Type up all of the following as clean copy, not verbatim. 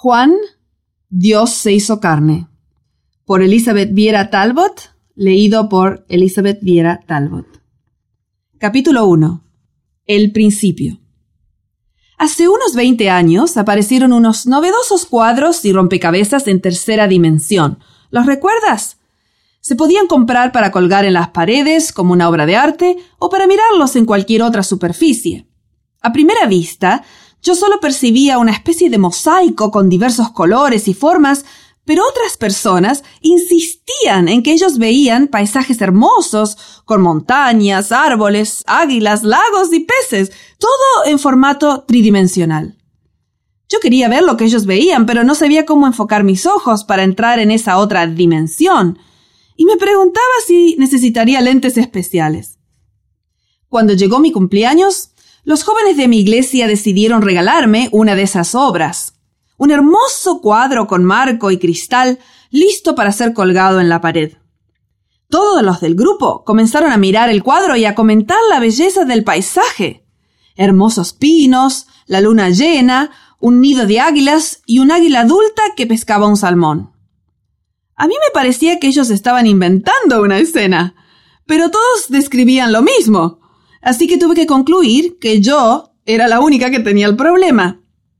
Juan, Dios se hizo carne, por Elizabeth Viera Talbot, leído por Elizabeth Viera Talbot. Capítulo 1. El principio. Hace unos 20 años aparecieron unos novedosos cuadros y rompecabezas en tercera dimensión. ¿Los recuerdas? Se podían comprar para colgar en las paredes como una obra de arte o para mirarlos en cualquier otra superficie. A primera vista, yo solo percibía una especie de mosaico con diversos colores y formas, pero otras personas insistían en que ellos veían paisajes hermosos, con montañas, árboles, águilas, lagos y peces, todo en formato tridimensional. Yo quería ver lo que ellos veían, pero no sabía cómo enfocar mis ojos para entrar en esa otra dimensión, y me preguntaba si necesitaría lentes especiales. Cuando llegó mi cumpleaños, los jóvenes de mi iglesia decidieron regalarme una de esas obras. Un hermoso cuadro con marco y cristal, listo para ser colgado en la pared. Todos los del grupo comenzaron a mirar el cuadro y a comentar la belleza del paisaje. Hermosos pinos, la luna llena, un nido de águilas y un águila adulta que pescaba un salmón. A mí me parecía que ellos estaban inventando una escena, pero todos describían lo mismo, así que tuve que concluir que yo era la única que tenía el problema.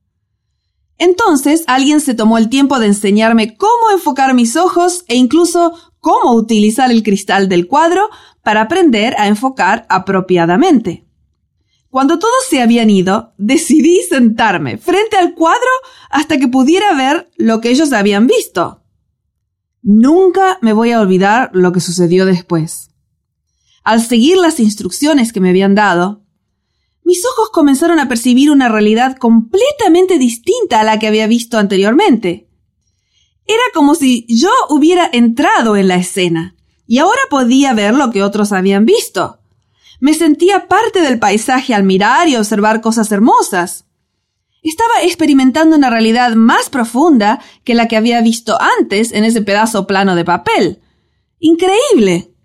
Entonces alguien se tomó el tiempo de enseñarme cómo enfocar mis ojos e incluso cómo utilizar el cristal del cuadro para aprender a enfocar apropiadamente. Cuando todos se habían ido, decidí sentarme frente al cuadro hasta que pudiera ver lo que ellos habían visto. Nunca me voy a olvidar lo que sucedió después. Al seguir las instrucciones que me habían dado, mis ojos comenzaron a percibir una realidad completamente distinta a la que había visto anteriormente. Era como si yo hubiera entrado en la escena y ahora podía ver lo que otros habían visto. Me sentía parte del paisaje al mirar y observar cosas hermosas. Estaba experimentando una realidad más profunda que la que había visto antes en ese pedazo plano de papel. ¡Increíble!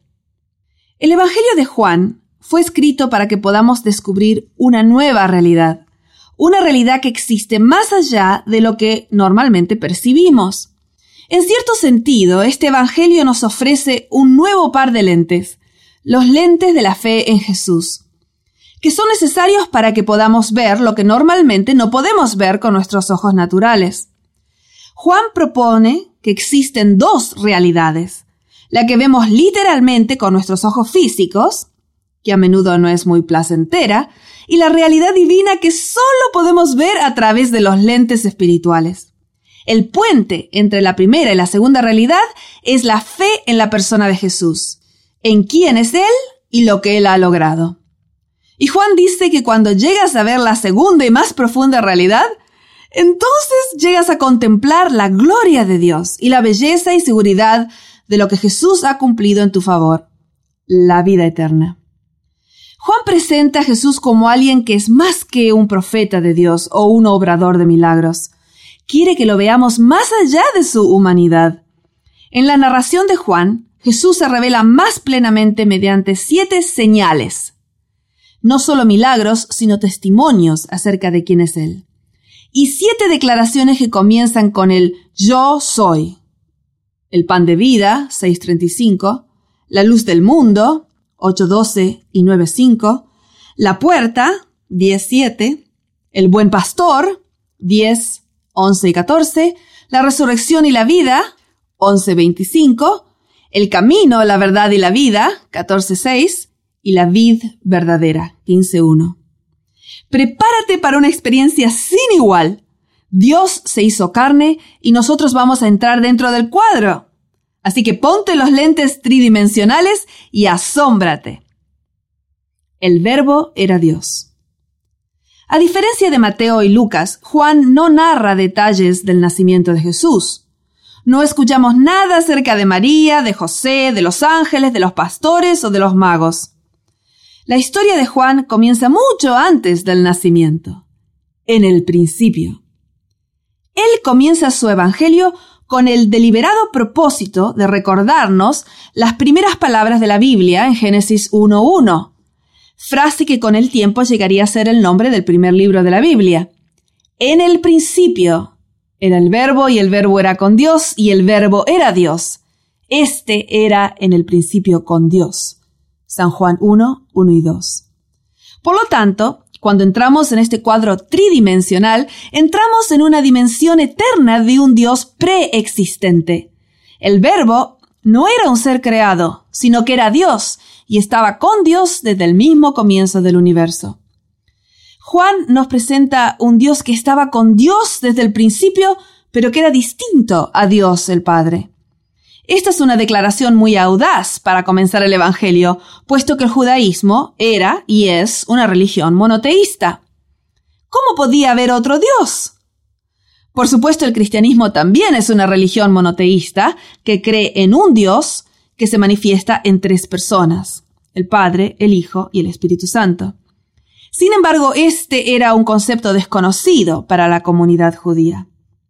El Evangelio de Juan fue escrito para que podamos descubrir una nueva realidad, una realidad que existe más allá de lo que normalmente percibimos. En cierto sentido, este Evangelio nos ofrece un nuevo par de lentes, los lentes de la fe en Jesús, que son necesarios para que podamos ver lo que normalmente no podemos ver con nuestros ojos naturales. Juan propone que existen dos realidades, la que vemos literalmente con nuestros ojos físicos, que a menudo no es muy placentera, y la realidad divina que solo podemos ver a través de los lentes espirituales. El puente entre la primera y la segunda realidad es la fe en la persona de Jesús, en quién es Él y lo que Él ha logrado. Y Juan dice que cuando llegas a ver la segunda y más profunda realidad, entonces llegas a contemplar la gloria de Dios y la belleza y seguridad de lo que Jesús ha cumplido en tu favor, la vida eterna. Juan presenta a Jesús como alguien que es más que un profeta de Dios o un obrador de milagros. Quiere que lo veamos más allá de su humanidad. En la narración de Juan, Jesús se revela más plenamente mediante 7 señales. No solo milagros, sino testimonios acerca de quién es Él. Y 7 declaraciones que comienzan con el yo soy. El pan de vida, 6:35, la luz del mundo, 8:12 y 9:5, la puerta, 10:7, el buen pastor, 10:11 y 14, la resurrección y la vida, 11:25, el camino, la verdad y la vida, 14:6, y la vid verdadera, 15:1. Prepárate para una experiencia sin igual. Dios se hizo carne y nosotros vamos a entrar dentro del cuadro. Así que ponte los lentes tridimensionales y asómbrate. El Verbo era Dios. A diferencia de Mateo y Lucas, Juan no narra detalles del nacimiento de Jesús. No escuchamos nada acerca de María, de José, de los ángeles, de los pastores o de los magos. La historia de Juan comienza mucho antes del nacimiento, en el principio. Él comienza su evangelio con el deliberado propósito de recordarnos las primeras palabras de la Biblia en Génesis 1:1, frase que con el tiempo llegaría a ser el nombre del primer libro de la Biblia. En el principio, Era el Verbo, y el Verbo era con Dios, y el Verbo era Dios. Este era en el principio con Dios. San Juan 1, 1 y 2. Por lo tanto, cuando entramos en este cuadro tridimensional, entramos en una dimensión eterna de un Dios preexistente. El Verbo no era un ser creado, sino que era Dios, y estaba con Dios desde el mismo comienzo del universo. Juan nos presenta un Dios que estaba con Dios desde el principio, pero que era distinto a Dios el Padre. Esta es una declaración muy audaz para comenzar el Evangelio, puesto que el judaísmo era y es una religión monoteísta. ¿Cómo podía haber otro Dios? Por supuesto, el cristianismo también es una religión monoteísta que cree en un Dios que se manifiesta en 3 personas, el Padre, el Hijo y el Espíritu Santo. Sin embargo, este era un concepto desconocido para la comunidad judía.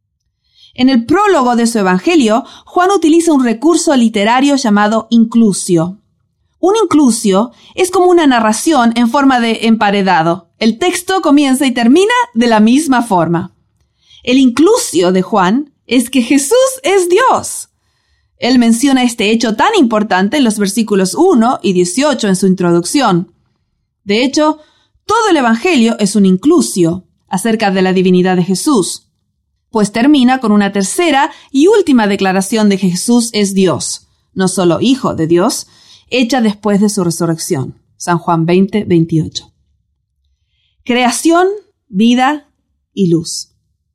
En el prólogo de su Evangelio, Juan utiliza un recurso literario llamado inclusio. Un inclusio es como una narración en forma de emparedado. El texto comienza y termina de la misma forma. El inclusio de Juan es que Jesús es Dios. Él menciona este hecho tan importante en los versículos 1 y 18 en su introducción. De hecho, todo el Evangelio es un inclusio acerca de la divinidad de Jesús, pues termina con una tercera y última declaración de que Jesús es Dios, no solo Hijo de Dios, hecha después de su resurrección. San Juan 20, 28. Creación, vida y luz.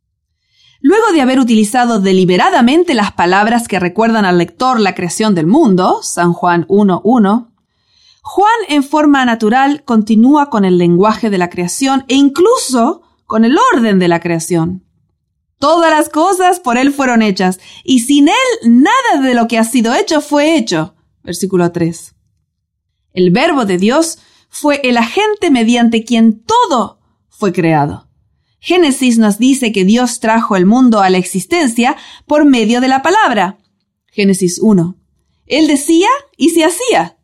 Luego de haber utilizado deliberadamente las palabras que recuerdan al lector la creación del mundo, San Juan 1, 1, Juan en forma natural continúa con el lenguaje de la creación e incluso con el orden de la creación. Todas las cosas por él fueron hechas, y sin él nada de lo que ha sido hecho fue hecho. Versículo 3. El Verbo de Dios fue el agente mediante quien todo fue creado. Génesis nos dice que Dios trajo el mundo a la existencia por medio de la palabra. Génesis 1. Él decía y se hacía.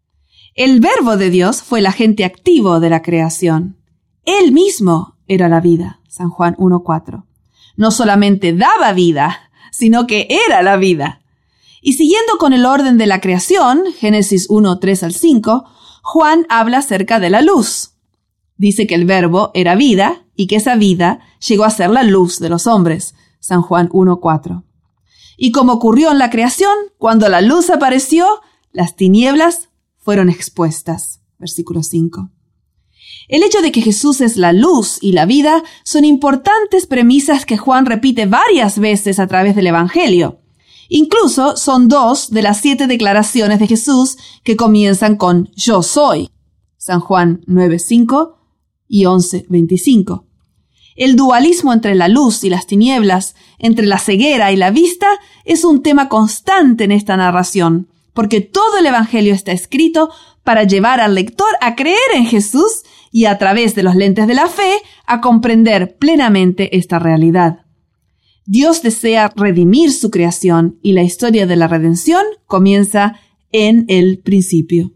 El Verbo de Dios fue el agente activo de la creación. Él mismo era la vida. San Juan 1:4. No solamente daba vida, sino que era la vida. Y siguiendo con el orden de la creación, Génesis 1:3 al 5, Juan habla acerca de la luz. Dice que el Verbo era vida y que esa vida llegó a ser la luz de los hombres. San Juan 1:4. Y como ocurrió en la creación, cuando la luz apareció, las tinieblas fueron expuestas. Versículo 5. El hecho de que Jesús es la luz y la vida son importantes premisas que Juan repite varias veces a través del Evangelio. Incluso son 2 de las 7 declaraciones de Jesús que comienzan con «Yo soy». San Juan 9:5 y 11:25. El dualismo entre la luz y las tinieblas, entre la ceguera y la vista, es un tema constante en esta narración, porque todo el Evangelio está escrito para llevar al lector a creer en Jesús y a través de los lentes de la fe a comprender plenamente esta realidad. Dios desea redimir su creación y la historia de la redención comienza en el principio.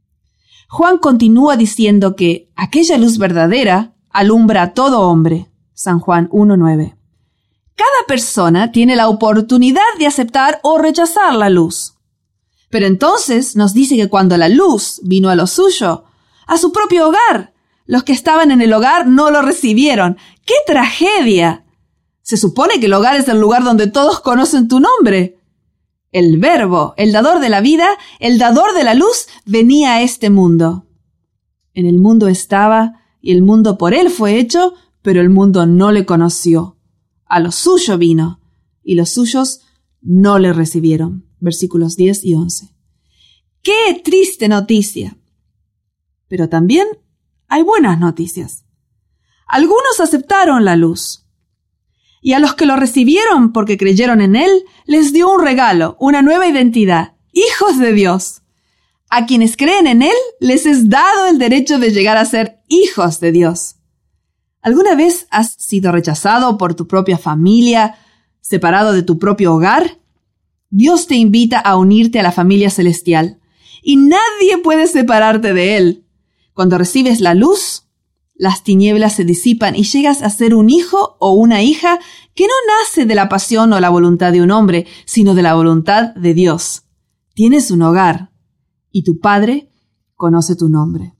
Juan continúa diciendo que aquella luz verdadera alumbra a todo hombre. San Juan 1:9. Cada persona tiene la oportunidad de aceptar o rechazar la luz. Pero entonces nos dice que cuando la luz vino a lo suyo, a su propio hogar, los que estaban en el hogar no lo recibieron. ¡Qué tragedia! Se supone que el hogar es el lugar donde todos conocen tu nombre. El Verbo, el dador de la vida, el dador de la luz, venía a este mundo. En el mundo estaba, y el mundo por él fue hecho, pero el mundo no le conoció. A lo suyo vino, y los suyos no le recibieron. Versículos 10 y 11. ¡Qué triste noticia! Pero también hay buenas noticias. Algunos aceptaron la luz. Y a los que lo recibieron porque creyeron en él, les dio un regalo, una nueva identidad, hijos de Dios. A quienes creen en él, les es dado el derecho de llegar a ser hijos de Dios. ¿Alguna vez has sido rechazado por tu propia familia, separado de tu propio hogar? Dios te invita a unirte a la familia celestial, y nadie puede separarte de él. Cuando recibes la luz, Las tinieblas se disipan y llegas a ser un hijo o una hija que no nace de la pasión o la voluntad de un hombre, sino de la voluntad de Dios. Tienes un hogar y tu Padre conoce tu nombre.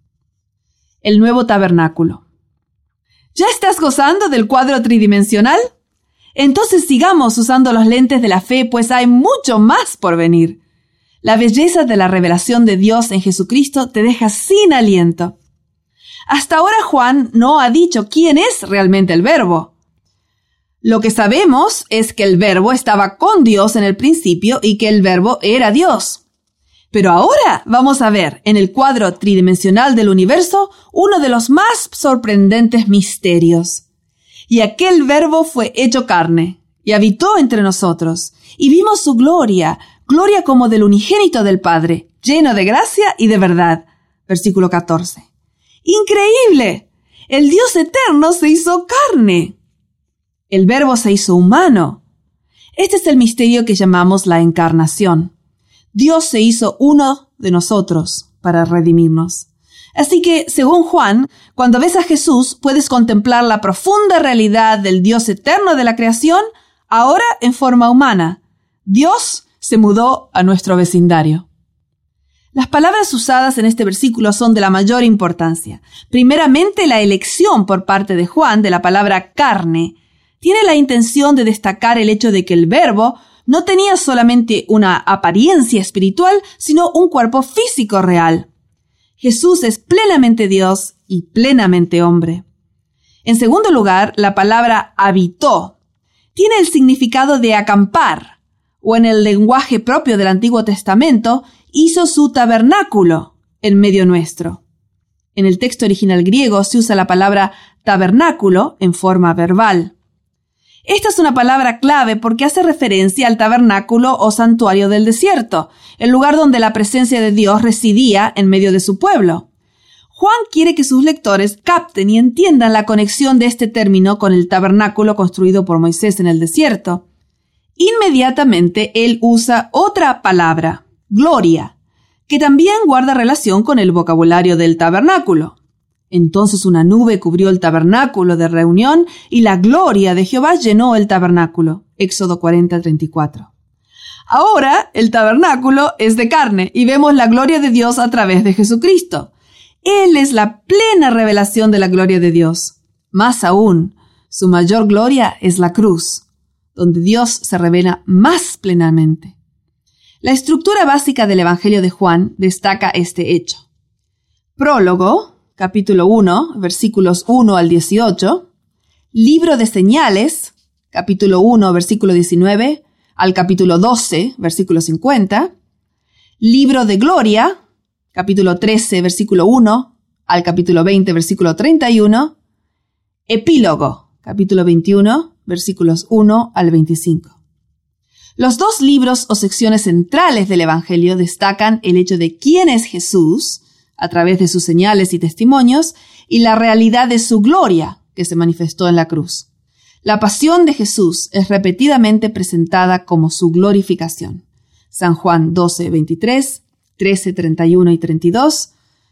El nuevo tabernáculo. ¿Ya estás gozando del cuadro tridimensional? Entonces sigamos usando los lentes de la fe, pues hay mucho más por venir. La belleza de la revelación de Dios en Jesucristo te deja sin aliento. Hasta ahora Juan no ha dicho quién es realmente el Verbo. Lo que sabemos es que el Verbo estaba con Dios en el principio y que el Verbo era Dios. Pero ahora vamos a ver en el cuadro tridimensional del universo uno de los más sorprendentes misterios. Y aquel Verbo fue hecho carne y habitó entre nosotros, y vimos su gloria, gloria como del unigénito del Padre, lleno de gracia y de verdad. Versículo 14. ¡Increíble! El Dios eterno se hizo carne. El Verbo se hizo humano. Este es el misterio que llamamos la encarnación. Dios se hizo uno de nosotros para redimirnos. Así que, según Juan, cuando ves a Jesús, puedes contemplar la profunda realidad del Dios eterno de la creación, ahora en forma humana. Dios se mudó a nuestro vecindario. Las palabras usadas en este versículo son de la mayor importancia. Primeramente, la elección por parte de Juan de la palabra carne tiene la intención de destacar el hecho de que el Verbo no tenía solamente una apariencia espiritual, sino un cuerpo físico real. Jesús es plenamente Dios y plenamente hombre. En segundo lugar, la palabra habitó tiene el significado de acampar, o en el lenguaje propio del Antiguo Testamento, hizo su tabernáculo en medio nuestro. En el texto original griego se usa la palabra tabernáculo en forma verbal. Esta es una palabra clave porque hace referencia al tabernáculo o santuario del desierto, el lugar donde la presencia de Dios residía en medio de su pueblo. Juan quiere que sus lectores capten y entiendan la conexión de este término con el tabernáculo construido por Moisés en el desierto. Inmediatamente él usa otra palabra, gloria, que también guarda relación con el vocabulario del tabernáculo. Entonces una nube cubrió el tabernáculo de reunión y la gloria de Jehová llenó el tabernáculo. Éxodo 40:34. Ahora el tabernáculo es de carne y vemos la gloria de Dios a través de Jesucristo. Él es la plena revelación de la gloria de Dios. Más aún, su mayor gloria es la cruz, donde Dios se revela más plenamente. La estructura básica del Evangelio de Juan destaca este hecho. Prólogo, capítulo 1, versículos 1 al 18. Libro de señales, capítulo 1, versículo 19 al capítulo 12, versículo 50. Libro de gloria, capítulo 13, versículo 1 al capítulo 20, versículo 31. Epílogo, capítulo 21, versículos 1 al 25. Los dos libros o secciones centrales del Evangelio destacan el hecho de quién es Jesús, a través de sus señales y testimonios, y la realidad de su gloria, que se manifestó en la cruz. La pasión de Jesús es repetidamente presentada como su glorificación. San Juan 12:23, 13:31 y 32,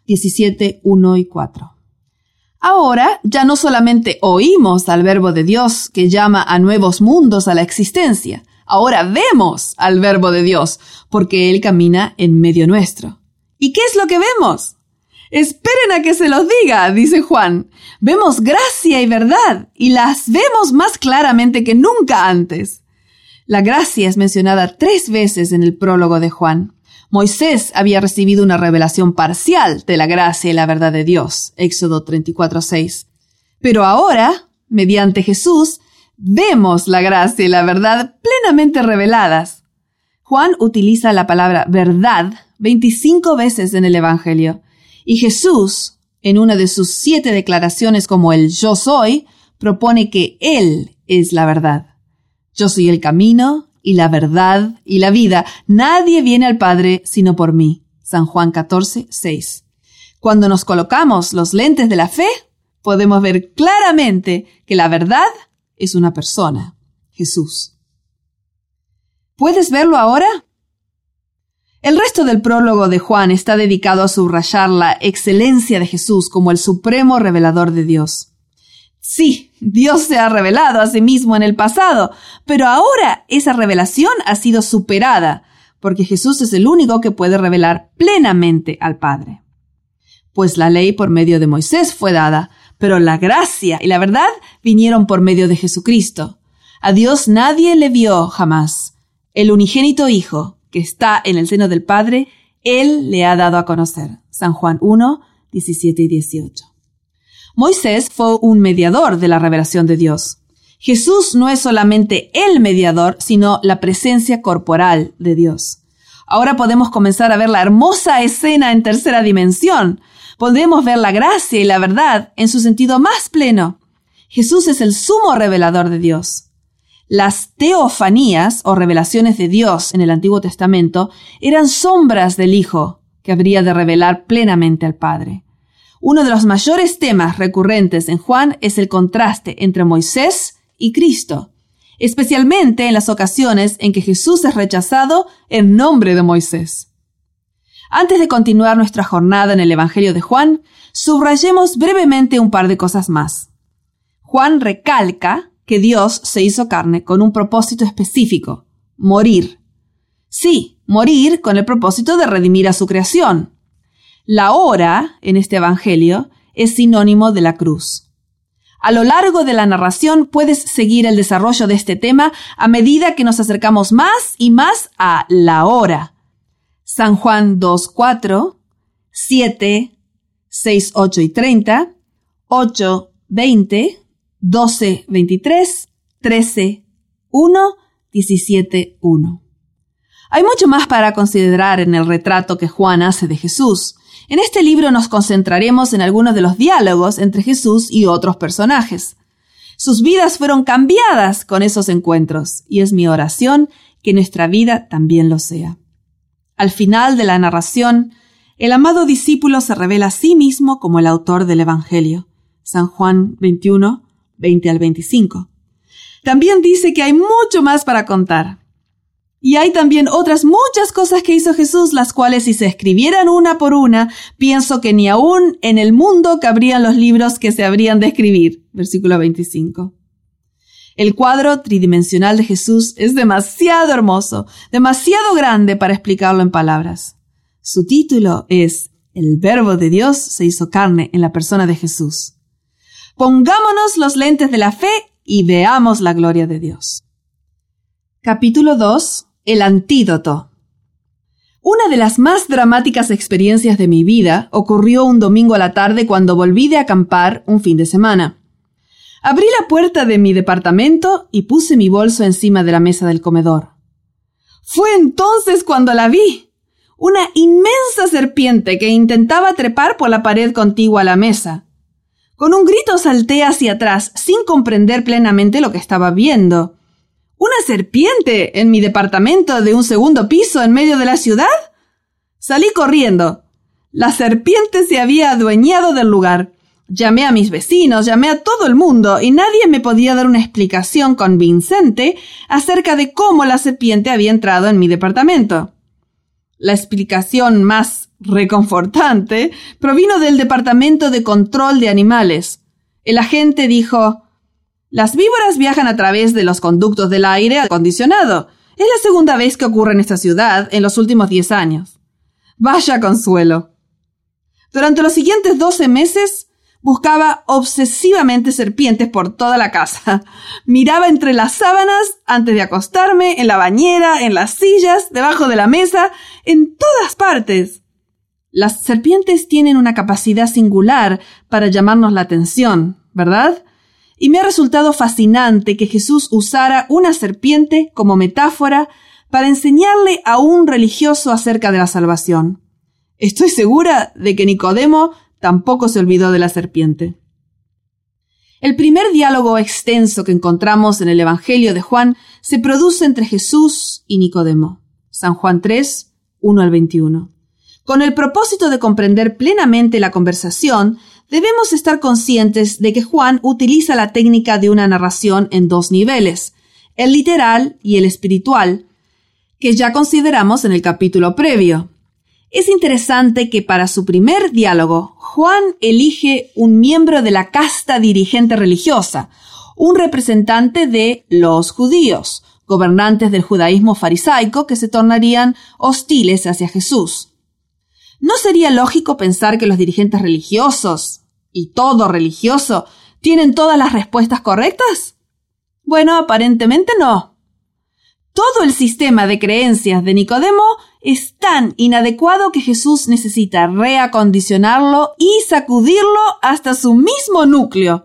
17:1 y 4. Ahora ya no solamente oímos al Verbo de Dios que llama a nuevos mundos a la existencia, ahora vemos al Verbo de Dios porque Él camina en medio nuestro. ¿Y qué es lo que vemos? Esperen a que se los diga, dice Juan. Vemos gracia y verdad y las vemos más claramente que nunca antes. La gracia es mencionada 3 veces en el prólogo de Juan. Moisés había recibido una revelación parcial de la gracia y la verdad de Dios, Éxodo 34:6. Pero ahora, mediante Jesús, vemos la gracia y la verdad plenamente reveladas. Juan utiliza la palabra verdad 25 veces en el Evangelio, y Jesús, en una de sus 7 declaraciones como el yo soy, propone que Él es la verdad. Yo soy el camino y la verdad y la vida. Nadie viene al Padre sino por mí. San Juan 14:6. Cuando nos colocamos los lentes de la fe, podemos ver claramente que la verdad es una persona, Jesús. ¿Puedes verlo ahora? El resto del prólogo de Juan está dedicado a subrayar la excelencia de Jesús como el supremo revelador de Dios. Sí, Dios se ha revelado a sí mismo en el pasado, pero ahora esa revelación ha sido superada, porque Jesús es el único que puede revelar plenamente al Padre. Pues la ley por medio de Moisés fue dada, pero la gracia y la verdad vinieron por medio de Jesucristo. A Dios nadie le vio jamás. El unigénito Hijo, que está en el seno del Padre, Él le ha dado a conocer. San Juan 1, 17 y 18. Moisés fue un mediador de la revelación de Dios. Jesús no es solamente el mediador, sino la presencia corporal de Dios. Ahora podemos comenzar a ver la hermosa escena en tercera dimensión. Podemos ver la gracia y la verdad en su sentido más pleno. Jesús es el sumo revelador de Dios. Las teofanías o revelaciones de Dios en el Antiguo Testamento eran sombras del Hijo que habría de revelar plenamente al Padre. Uno de los mayores temas recurrentes en Juan es el contraste entre Moisés y Cristo, especialmente en las ocasiones en que Jesús es rechazado en nombre de Moisés. Antes de continuar nuestra jornada en el Evangelio de Juan, subrayemos brevemente un par de cosas más. Juan recalca que Dios se hizo carne con un propósito específico: morir. Sí, morir con el propósito de redimir a su creación. La hora, en este Evangelio, es sinónimo de la cruz. A lo largo de la narración puedes seguir el desarrollo de este tema a medida que nos acercamos más y más a la hora. San Juan 2:4, 7, 6, 8 y 30, 8, 20, 12, 23, 13, 1, 17, 1. Hay mucho más para considerar en el retrato que Juan hace de Jesús. En este libro nos concentraremos en algunos de los diálogos entre Jesús y otros personajes. Sus vidas fueron cambiadas con esos encuentros, y es mi oración que nuestra vida también lo sea. Al final de la narración, el amado discípulo se revela a sí mismo como el autor del Evangelio. San Juan 21, 20 al 25. También dice que hay mucho más para contar. Y hay también otras muchas cosas que hizo Jesús, las cuales si se escribieran una por una, pienso que ni aún en el mundo cabrían los libros que se habrían de escribir. Versículo 25. El cuadro tridimensional de Jesús es demasiado hermoso, demasiado grande para explicarlo en palabras. Su título es El Verbo de Dios se hizo carne en la persona de Jesús. Pongámonos los lentes de la fe y veamos la gloria de Dios. Capítulo 2. El antídoto. Una de las más dramáticas experiencias de mi vida ocurrió un domingo a la tarde cuando volví de acampar un fin de semana. Abrí la puerta de mi departamento y puse mi bolso encima de la mesa del comedor. Fue entonces cuando la vi. Una inmensa serpiente que intentaba trepar por la pared contigua a la mesa. Con un grito salté hacia atrás sin comprender plenamente lo que estaba viendo. ¿Una serpiente en mi departamento de un segundo piso en medio de la ciudad? Salí corriendo. La serpiente se había adueñado del lugar. Llamé a mis vecinos, llamé a todo el mundo y nadie me podía dar una explicación convincente acerca de cómo la serpiente había entrado en mi departamento. La explicación más reconfortante provino del Departamento de Control de Animales. El agente dijo: las víboras viajan a través de los conductos del aire acondicionado. Es la segunda vez que ocurre en esta ciudad en los últimos 10 años. Vaya consuelo. Durante los siguientes 12 meses, buscaba obsesivamente serpientes por toda la casa. Miraba entre las sábanas, antes de acostarme, en la bañera, en las sillas, debajo de la mesa, en todas partes. Las serpientes tienen una capacidad singular para llamarnos la atención, ¿verdad? Y me ha resultado fascinante que Jesús usara una serpiente como metáfora para enseñarle a un religioso acerca de la salvación. Estoy segura de que Nicodemo tampoco se olvidó de la serpiente. El primer diálogo extenso que encontramos en el Evangelio de Juan se produce entre Jesús y Nicodemo. San Juan 3, 1 al 21. Con el propósito de comprender plenamente la conversación, debemos estar conscientes de que Juan utiliza la técnica de una narración en 2 niveles, el literal y el espiritual, que ya consideramos en el capítulo previo. Es interesante que para su primer diálogo, Juan elige un miembro de la casta dirigente religiosa, un representante de los judíos, gobernantes del judaísmo farisaico que se tornarían hostiles hacia Jesús. ¿No sería lógico pensar que los dirigentes religiosos, y todo religioso, tienen todas las respuestas correctas? Bueno, aparentemente no. Todo el sistema de creencias de Nicodemo es tan inadecuado que Jesús necesita reacondicionarlo y sacudirlo hasta su mismo núcleo.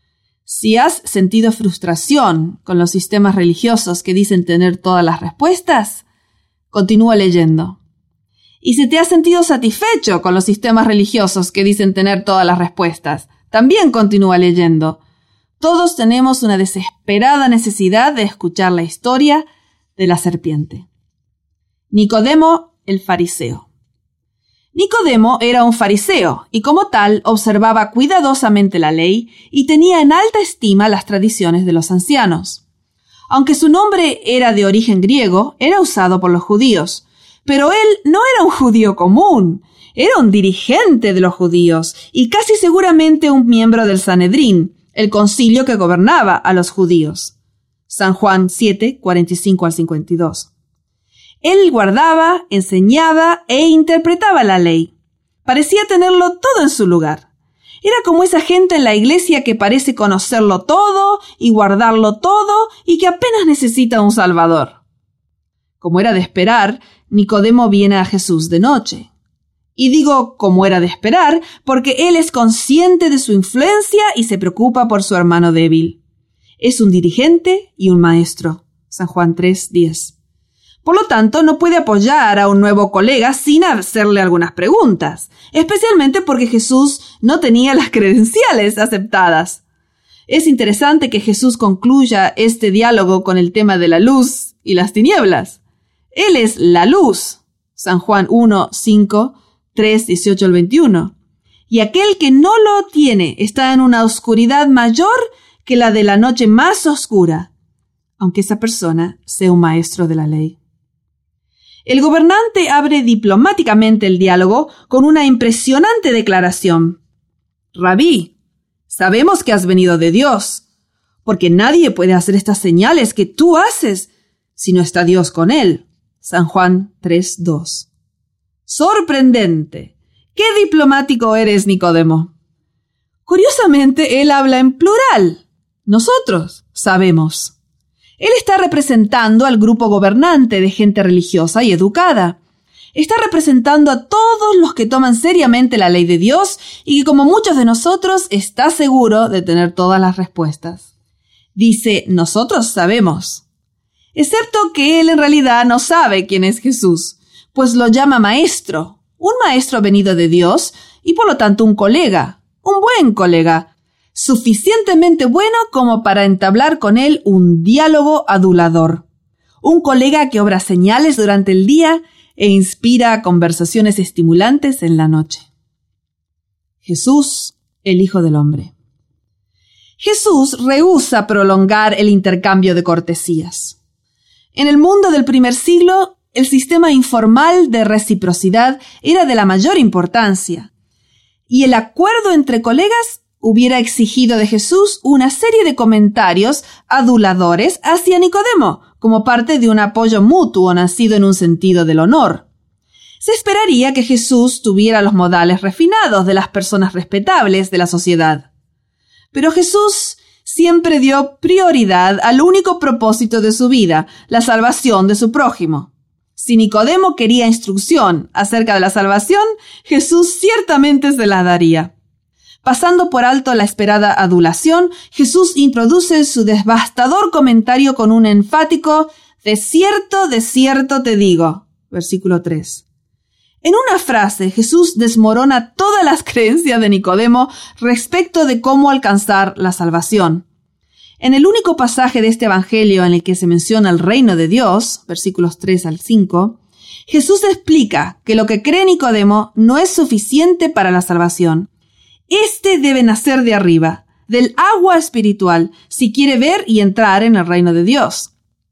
Si has sentido frustración con los sistemas religiosos que dicen tener todas las respuestas, continúa leyendo. Y si te has sentido satisfecho con los sistemas religiosos que dicen tener todas las respuestas, también continúa leyendo. Todos tenemos una desesperada necesidad de escuchar la historia de la serpiente. Nicodemo, el fariseo. Nicodemo era un fariseo y como tal observaba cuidadosamente la ley y tenía en alta estima las tradiciones de los ancianos. Aunque su nombre era de origen griego, era usado por los judíos, pero él no era un judío común, era un dirigente de los judíos y casi seguramente un miembro del Sanedrín, el concilio que gobernaba a los judíos. San Juan 7, 45 al 52. Él guardaba, enseñaba e interpretaba la ley. Parecía tenerlo todo en su lugar. Era como esa gente en la iglesia que parece conocerlo todo y guardarlo todo y que apenas necesita un salvador. Como era de esperar, Nicodemo viene a Jesús de noche. Y digo como era de esperar porque él es consciente de su influencia y se preocupa por su hermano débil. Es un dirigente y un maestro. San Juan 3, 10. Por lo tanto, no puede apoyar a un nuevo colega sin hacerle algunas preguntas, especialmente porque Jesús no tenía las credenciales aceptadas. Es interesante que Jesús concluya este diálogo con el tema de la luz y las tinieblas. Él es la luz. San Juan 1, 5, 3, 18 al 21. Y aquel que no lo tiene está en una oscuridad mayor que la de la noche más oscura, aunque esa persona sea un maestro de la ley. El gobernante abre diplomáticamente el diálogo con una impresionante declaración. Rabí, sabemos que has venido de Dios, porque nadie puede hacer estas señales que tú haces si no está Dios con él. San Juan 3, 2. Sorprendente. ¡Qué diplomático eres, Nicodemo! Curiosamente, él habla en plural. Nosotros sabemos. Él está representando al grupo gobernante de gente religiosa y educada. Está representando a todos los que toman seriamente la ley de Dios y que, como muchos de nosotros, está seguro de tener todas las respuestas. Dice, nosotros sabemos. Excepto que él en realidad no sabe quién es Jesús, pues lo llama maestro, un maestro venido de Dios y por lo tanto un colega, un buen colega, suficientemente bueno como para entablar con él un diálogo adulador. Un colega que obra señales durante el día e inspira conversaciones estimulantes en la noche. Jesús, el Hijo del Hombre. Jesús rehúsa prolongar el intercambio de cortesías. En el mundo del primer siglo, el sistema informal de reciprocidad era de la mayor importancia, y el acuerdo entre colegas hubiera exigido de Jesús una serie de comentarios aduladores hacia Nicodemo, como parte de un apoyo mutuo nacido en un sentido del honor. Se esperaría que Jesús tuviera los modales refinados de las personas respetables de la sociedad. Pero Jesús siempre dio prioridad al único propósito de su vida, la salvación de su prójimo. Si Nicodemo quería instrucción acerca de la salvación, Jesús ciertamente se la daría. Pasando por alto la esperada adulación, Jesús introduce su devastador comentario con un enfático de cierto te digo. Versículo 3. En una frase, Jesús desmorona todas las creencias de Nicodemo respecto de cómo alcanzar la salvación. En el único pasaje de este evangelio en el que se menciona el reino de Dios, versículos 3 al 5, Jesús explica que lo que cree Nicodemo no es suficiente para la salvación. Este debe nacer de arriba, del agua espiritual, si quiere ver y entrar en el reino de Dios.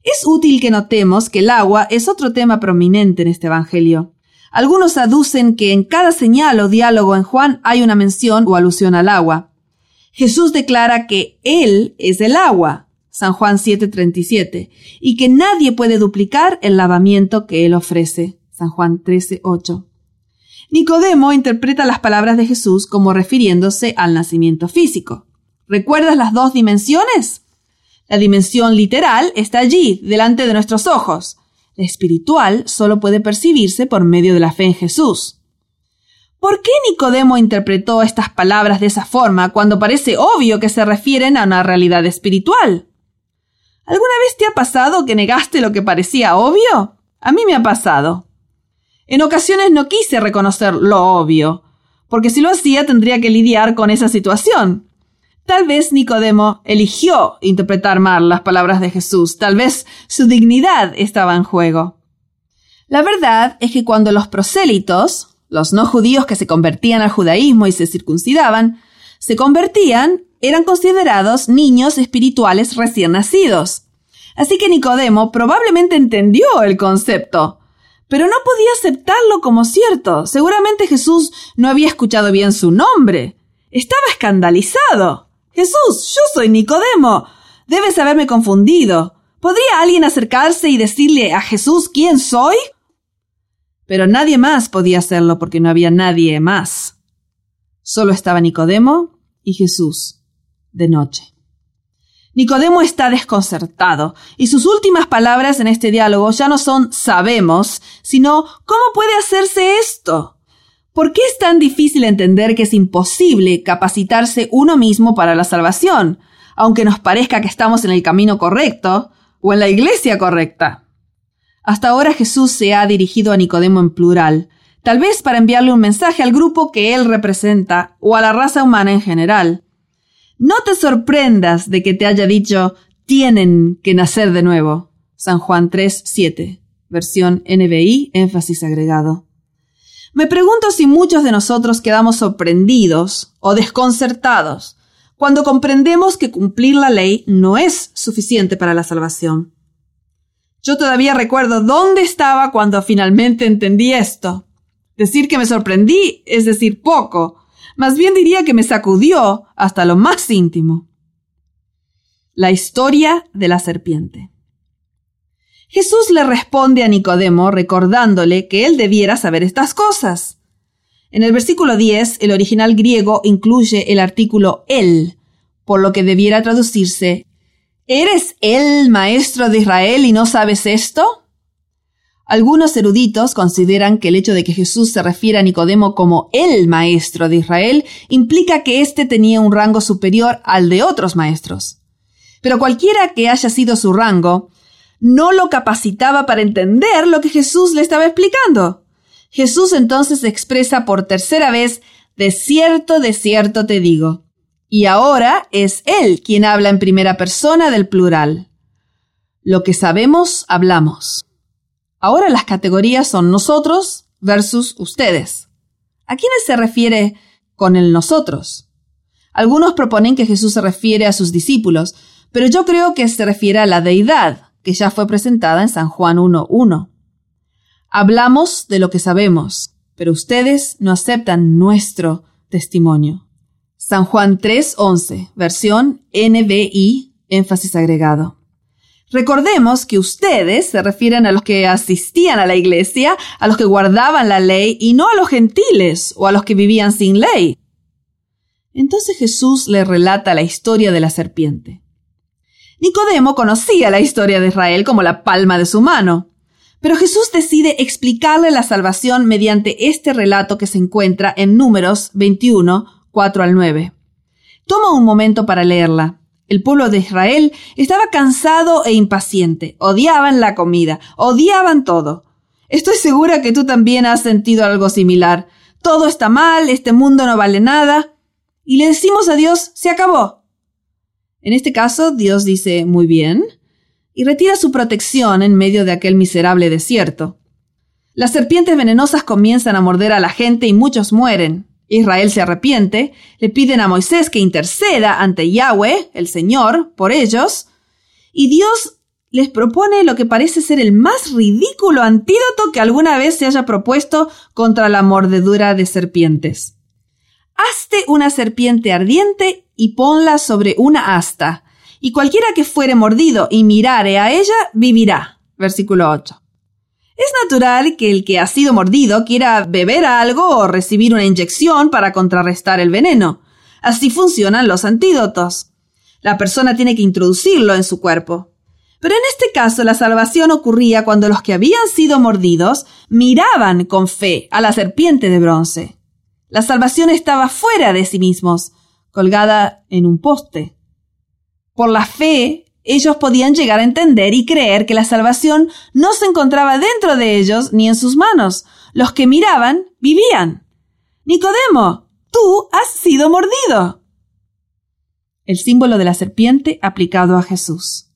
Es útil que notemos que el agua es otro tema prominente en este evangelio. Algunos aducen que en cada señal o diálogo en Juan hay una mención o alusión al agua. Jesús declara que Él es el agua, San Juan 7:37, y que nadie puede duplicar el lavamiento que Él ofrece, San Juan 13:8. Nicodemo interpreta las palabras de Jesús como refiriéndose al nacimiento físico. ¿Recuerdas las dos dimensiones? La dimensión literal está allí, delante de nuestros ojos. La espiritual solo puede percibirse por medio de la fe en Jesús. ¿Por qué Nicodemo interpretó estas palabras de esa forma cuando parece obvio que se refieren a una realidad espiritual? ¿Alguna vez te ha pasado que negaste lo que parecía obvio? A mí me ha pasado. En ocasiones no quise reconocer lo obvio, porque si lo hacía tendría que lidiar con esa situación. Tal vez Nicodemo eligió interpretar mal las palabras de Jesús. Tal vez su dignidad estaba en juego. La verdad es que cuando los prosélitos, los no judíos que se convertían al judaísmo y se circuncidaban, se convertían, eran considerados niños espirituales recién nacidos. Así que Nicodemo probablemente entendió el concepto, pero no podía aceptarlo como cierto. Seguramente Jesús no había escuchado bien su nombre. Estaba escandalizado. Jesús, yo soy Nicodemo. Debes haberme confundido. ¿Podría alguien acercarse y decirle a Jesús quién soy? Pero nadie más podía hacerlo porque no había nadie más. Solo estaba Nicodemo y Jesús, de noche. Nicodemo está desconcertado, y sus últimas palabras en este diálogo ya no son sabemos, sino ¿cómo puede hacerse esto? ¿Por qué es tan difícil entender que es imposible capacitarse uno mismo para la salvación, aunque nos parezca que estamos en el camino correcto o en la iglesia correcta? Hasta ahora Jesús se ha dirigido a Nicodemo en plural, tal vez para enviarle un mensaje al grupo que él representa o a la raza humana en general. No te sorprendas de que te haya dicho tienen que nacer de nuevo. San Juan 3:7, versión NBI, énfasis agregado. Me pregunto si muchos de nosotros quedamos sorprendidos o desconcertados cuando comprendemos que cumplir la ley no es suficiente para la salvación. Yo todavía recuerdo dónde estaba cuando finalmente entendí esto. Decir que me sorprendí es decir poco. Más bien diría que me sacudió hasta lo más íntimo. La historia de la serpiente. Jesús le responde a Nicodemo recordándole que él debiera saber estas cosas. En el versículo 10, el original griego incluye el artículo el, por lo que debiera traducirse ¿eres el maestro de Israel y no sabes esto? Algunos eruditos consideran que el hecho de que Jesús se refiera a Nicodemo como el maestro de Israel implica que éste tenía un rango superior al de otros maestros. Pero cualquiera que haya sido su rango, no lo capacitaba para entender lo que Jesús le estaba explicando. Jesús entonces expresa por tercera vez, de cierto te digo. Y ahora es Él quien habla en primera persona del plural. Lo que sabemos, hablamos. Ahora las categorías son nosotros versus ustedes. ¿A quiénes se refiere con el nosotros? Algunos proponen que Jesús se refiere a sus discípulos, pero yo creo que se refiere a la deidad, que ya fue presentada en San Juan 1:1. Hablamos de lo que sabemos, pero ustedes no aceptan nuestro testimonio. San Juan 3:11, versión NBI, énfasis agregado. Recordemos que ustedes se refieren a los que asistían a la iglesia, a los que guardaban la ley, y no a los gentiles o a los que vivían sin ley. Entonces Jesús le relata la historia de la serpiente. Nicodemo conocía la historia de Israel como la palma de su mano, pero Jesús decide explicarle la salvación mediante este relato que se encuentra en Números 21, 4-9. Toma un momento para leerla. El pueblo de Israel estaba cansado e impaciente, odiaban la comida, odiaban todo. Estoy segura que tú también has sentido algo similar. Todo está mal, este mundo no vale nada. Y le decimos a Dios, se acabó. En este caso, Dios dice, muy bien, y retira su protección en medio de aquel miserable desierto. Las serpientes venenosas comienzan a morder a la gente y muchos mueren. Israel se arrepiente, le piden a Moisés que interceda ante Yahweh, el Señor, por ellos, y Dios les propone lo que parece ser el más ridículo antídoto que alguna vez se haya propuesto contra la mordedura de serpientes. Hazte una serpiente ardiente y ponla sobre una asta, y cualquiera que fuere mordido y mirare a ella, vivirá. Versículo 8. Es natural que el que ha sido mordido quiera beber algo o recibir una inyección para contrarrestar el veneno. Así funcionan los antídotos. La persona tiene que introducirlo en su cuerpo. Pero en este caso la salvación ocurría cuando los que habían sido mordidos miraban con fe a la serpiente de bronce. La salvación estaba fuera de sí mismos, colgada en un poste. Por la fe, ellos podían llegar a entender y creer que la salvación no se encontraba dentro de ellos ni en sus manos. Los que miraban, vivían. Nicodemo, tú has sido mordido. El símbolo de la serpiente aplicado a Jesús.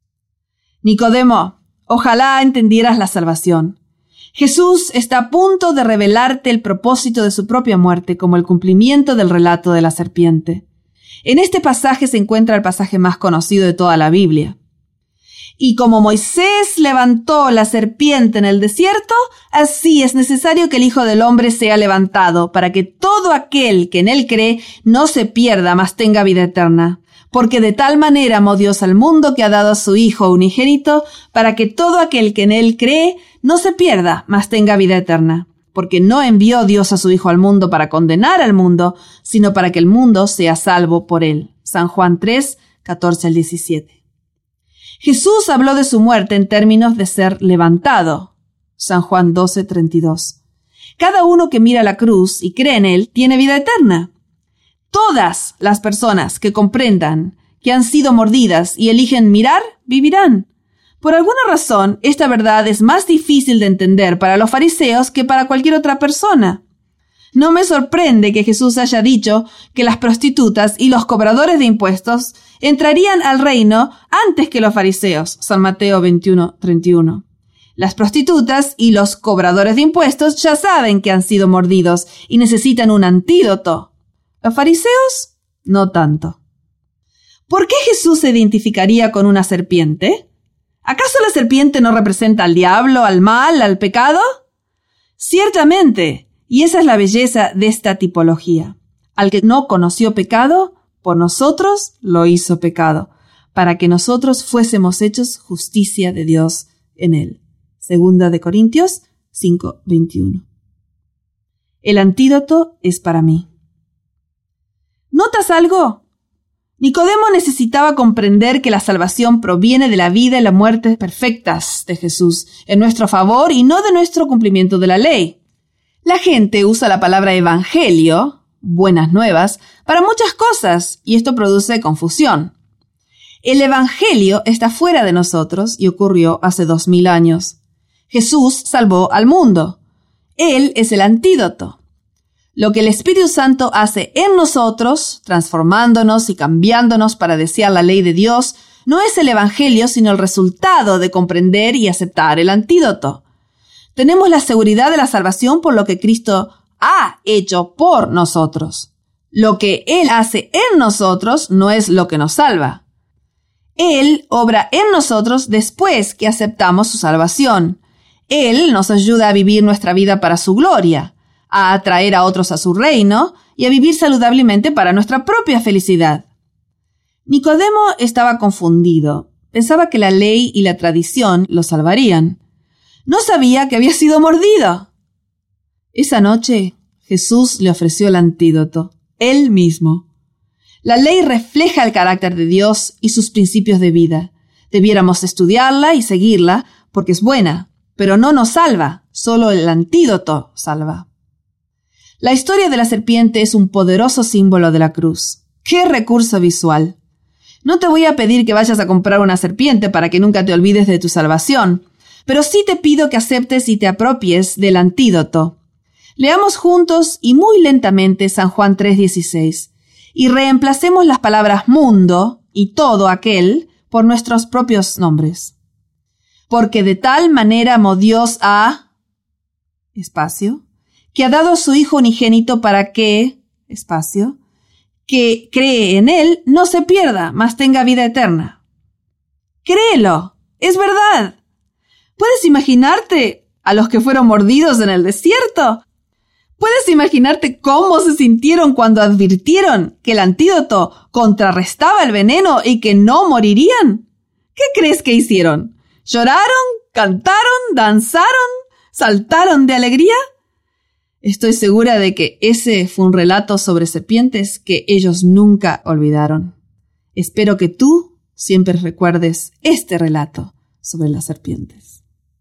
Nicodemo, ojalá entendieras la salvación. Jesús está a punto de revelarte el propósito de su propia muerte como el cumplimiento del relato de la serpiente. En este pasaje se encuentra el pasaje más conocido de toda la Biblia. Y como Moisés levantó la serpiente en el desierto, así es necesario que el Hijo del Hombre sea levantado, para que todo aquel que en él cree no se pierda, mas tenga vida eterna. Porque de tal manera amó Dios al mundo que ha dado a su Hijo unigénito, para que todo aquel que en él cree no se pierda, mas tenga vida eterna. Porque no envió Dios a su Hijo al mundo para condenar al mundo, sino para que el mundo sea salvo por él. San Juan 3, 14 al 17. Jesús habló de su muerte en términos de ser levantado. San Juan 12, 32. Cada uno que mira la cruz y cree en él tiene vida eterna. Todas las personas que comprendan que han sido mordidas y eligen mirar, vivirán. Por alguna razón, esta verdad es más difícil de entender para los fariseos que para cualquier otra persona. No me sorprende que Jesús haya dicho que las prostitutas y los cobradores de impuestos entrarían al reino antes que los fariseos. San Mateo 21, 31. Las prostitutas y los cobradores de impuestos ya saben que han sido mordidos y necesitan un antídoto. Los fariseos, no tanto. ¿Por qué Jesús se identificaría con una serpiente? ¿Acaso la serpiente no representa al diablo, al mal, al pecado? Ciertamente, y esa es la belleza de esta tipología. Al que no conoció pecado, por nosotros lo hizo pecado, para que nosotros fuésemos hechos justicia de Dios en él. 2 de Corintios 5, 21. El antídoto es para mí. ¿Notas algo? Nicodemo necesitaba comprender que la salvación proviene de la vida y la muerte perfectas de Jesús en nuestro favor y no de nuestro cumplimiento de la ley. La gente usa la palabra evangelio, buenas nuevas, para muchas cosas y esto produce confusión. El evangelio está fuera de nosotros y ocurrió hace 2000 años. Jesús salvó al mundo. Él es el antídoto. Lo que el Espíritu Santo hace en nosotros, transformándonos y cambiándonos para desear la ley de Dios, no es el Evangelio, sino el resultado de comprender y aceptar el antídoto. Tenemos la seguridad de la salvación por lo que Cristo ha hecho por nosotros. Lo que Él hace en nosotros no es lo que nos salva. Él obra en nosotros después que aceptamos su salvación. Él nos ayuda a vivir nuestra vida para su gloria, a atraer a otros a su reino y a vivir saludablemente para nuestra propia felicidad. Nicodemo estaba confundido. Pensaba que la ley y la tradición lo salvarían. No sabía que había sido mordido. Esa noche, Jesús le ofreció el antídoto, él mismo. La ley refleja el carácter de Dios y sus principios de vida. Debiéramos estudiarla y seguirla porque es buena, pero no nos salva, solo el antídoto salva. La historia de la serpiente es un poderoso símbolo de la cruz. ¡Qué recurso visual! No te voy a pedir que vayas a comprar una serpiente para que nunca te olvides de tu salvación, pero sí te pido que aceptes y te apropies del antídoto. Leamos juntos y muy lentamente San Juan 3:16 y reemplacemos las palabras mundo y todo aquel por nuestros propios nombres. Porque de tal manera amó Dios a... que ha dado a su Hijo unigénito para que... que cree en Él no se pierda, mas tenga vida eterna. Créelo, Es verdad. ¿Puedes imaginarte a los que fueron mordidos en el desierto? ¿Puedes imaginarte cómo se sintieron cuando advirtieron que el antídoto contrarrestaba el veneno y que no morirían? ¿Qué crees que hicieron? ¿Lloraron? ¿Cantaron? ¿Danzaron? ¿Saltaron de alegría? Estoy segura de que ese fue un relato sobre serpientes que ellos nunca olvidaron. Espero que tú siempre recuerdes este relato sobre las serpientes.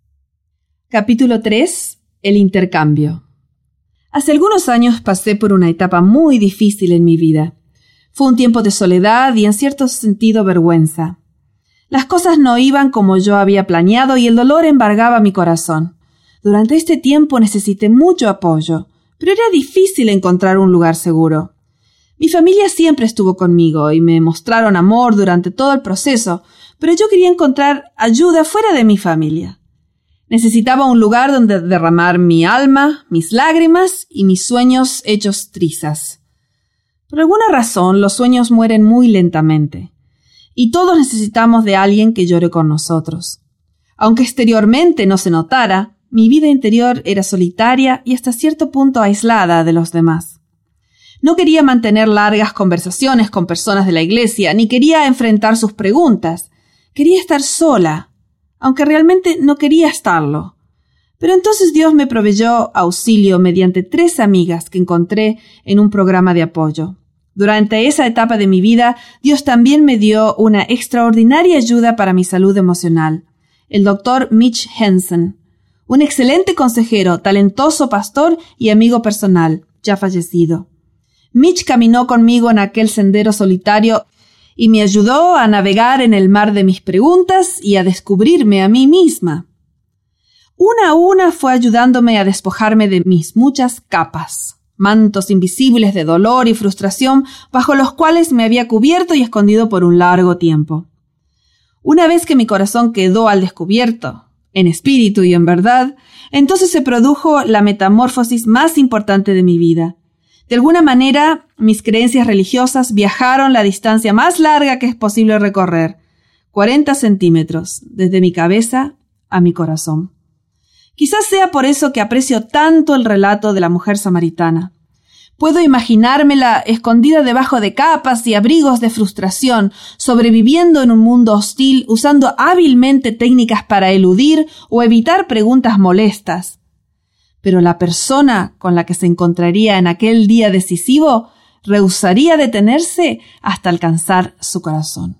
Capítulo 3. El intercambio. Hace algunos años pasé por una etapa muy difícil en mi vida. Fue un tiempo de soledad y en cierto sentido vergüenza. Las cosas no iban como yo había planeado y el dolor embargaba mi corazón. Durante este tiempo necesité mucho apoyo, pero era difícil encontrar un lugar seguro. Mi familia siempre estuvo conmigo y me mostraron amor durante todo el proceso, pero yo quería encontrar ayuda fuera de mi familia. Necesitaba un lugar donde derramar mi alma, mis lágrimas y mis sueños hechos trizas. Por alguna razón, los sueños mueren muy lentamente, y todos necesitamos de alguien que llore con nosotros. Aunque exteriormente no se notara, mi vida interior era solitaria y hasta cierto punto aislada de los demás. No quería mantener largas conversaciones con personas de la iglesia, ni quería enfrentar sus preguntas. Quería estar sola, aunque realmente no quería estarlo. Pero entonces Dios me proveyó auxilio mediante 3 amigas que encontré en un programa de apoyo. Durante esa etapa de mi vida, Dios también me dio una extraordinaria ayuda para mi salud emocional. El Dr. Mitch Henson, un excelente consejero, talentoso pastor y amigo personal, ya fallecido. Mitch caminó conmigo en aquel sendero solitario y me ayudó a navegar en el mar de mis preguntas y a descubrirme a mí misma. Una a una fue ayudándome a despojarme de mis muchas capas, mantos invisibles de dolor y frustración bajo los cuales me había cubierto y escondido por un largo tiempo. Una vez que mi corazón quedó al descubierto, en espíritu y en verdad, entonces se produjo la metamorfosis más importante de mi vida. De alguna manera, mis creencias religiosas viajaron la distancia más larga que es posible recorrer, 40 centímetros, desde mi cabeza a mi corazón. Quizás sea por eso que aprecio tanto el relato de la mujer samaritana. Puedo imaginármela escondida debajo de capas y abrigos de frustración, sobreviviendo en un mundo hostil, usando hábilmente técnicas para eludir o evitar preguntas molestas. Pero la persona con la que se encontraría en aquel día decisivo rehusaría detenerse hasta alcanzar su corazón.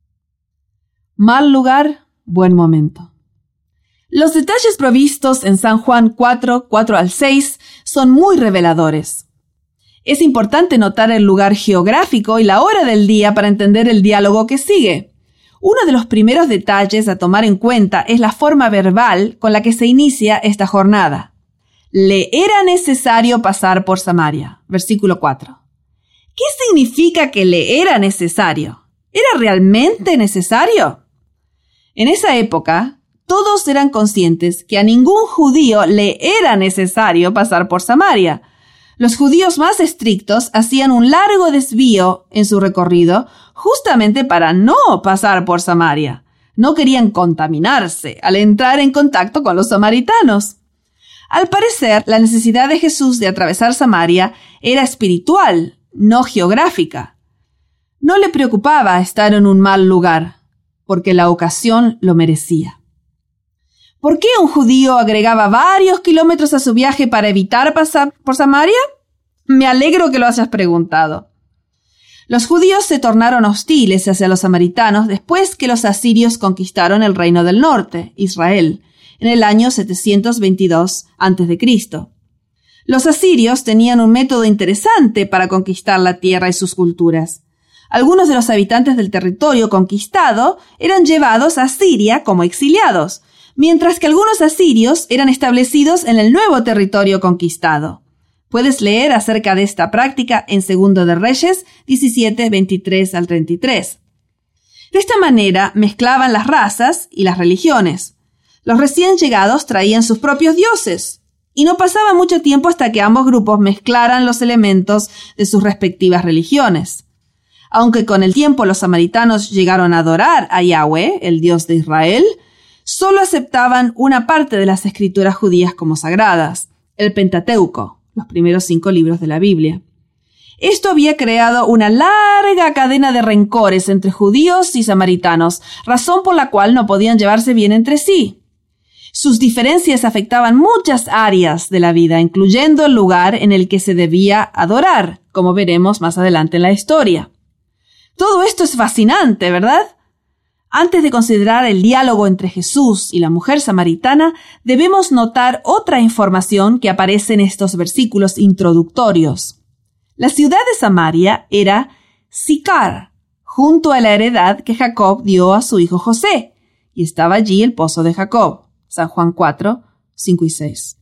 Mal lugar, buen momento. Los detalles provistos en San Juan 4, 4-6 son muy reveladores. Es importante notar el lugar geográfico y la hora del día para entender el diálogo que sigue. Uno de los primeros detalles a tomar en cuenta es la forma verbal con la que se inicia esta jornada. Le era necesario pasar por Samaria. Versículo 4. ¿Qué significa que le era necesario? ¿Era realmente necesario? En esa época, todos eran conscientes que a ningún judío le era necesario pasar por Samaria. Los judíos más estrictos hacían un largo desvío en su recorrido justamente para no pasar por Samaria. No querían contaminarse al entrar en contacto con los samaritanos. Al parecer, la necesidad de Jesús de atravesar Samaria era espiritual, no geográfica. No le preocupaba estar en un mal lugar, porque la ocasión lo merecía. ¿Por qué un judío agregaba varios kilómetros a su viaje para evitar pasar por Samaria? Me alegro que lo hayas preguntado. Los judíos se tornaron hostiles hacia los samaritanos después que los asirios conquistaron el reino del norte, Israel, en el año 722 a.C. Los asirios tenían un método interesante para conquistar la tierra y sus culturas. Algunos de los habitantes del territorio conquistado eran llevados a Siria como exiliados, mientras que algunos asirios eran establecidos en el nuevo territorio conquistado. Puedes leer acerca de esta práctica en 2 de Reyes 17, 23-33. De esta manera mezclaban las razas y las religiones. Los recién llegados traían sus propios dioses, y no pasaba mucho tiempo hasta que ambos grupos mezclaran los elementos de sus respectivas religiones. Aunque con el tiempo los samaritanos llegaron a adorar a Yahweh, el Dios de Israel, solo aceptaban una parte de las escrituras judías como sagradas, el Pentateuco, los primeros 5 libros de la Biblia. Esto había creado una larga cadena de rencores entre judíos y samaritanos, razón por la cual no podían llevarse bien entre sí. Sus diferencias afectaban muchas áreas de la vida, incluyendo el lugar en el que se debía adorar, como veremos más adelante en la historia. Todo esto es fascinante, ¿verdad? Antes de considerar el diálogo entre Jesús y la mujer samaritana, debemos notar otra información que aparece en estos versículos introductorios. La ciudad de Samaria era Sicar, junto a la heredad que Jacob dio a su hijo José, y estaba allí el pozo de Jacob. San Juan 4, 5 y 6.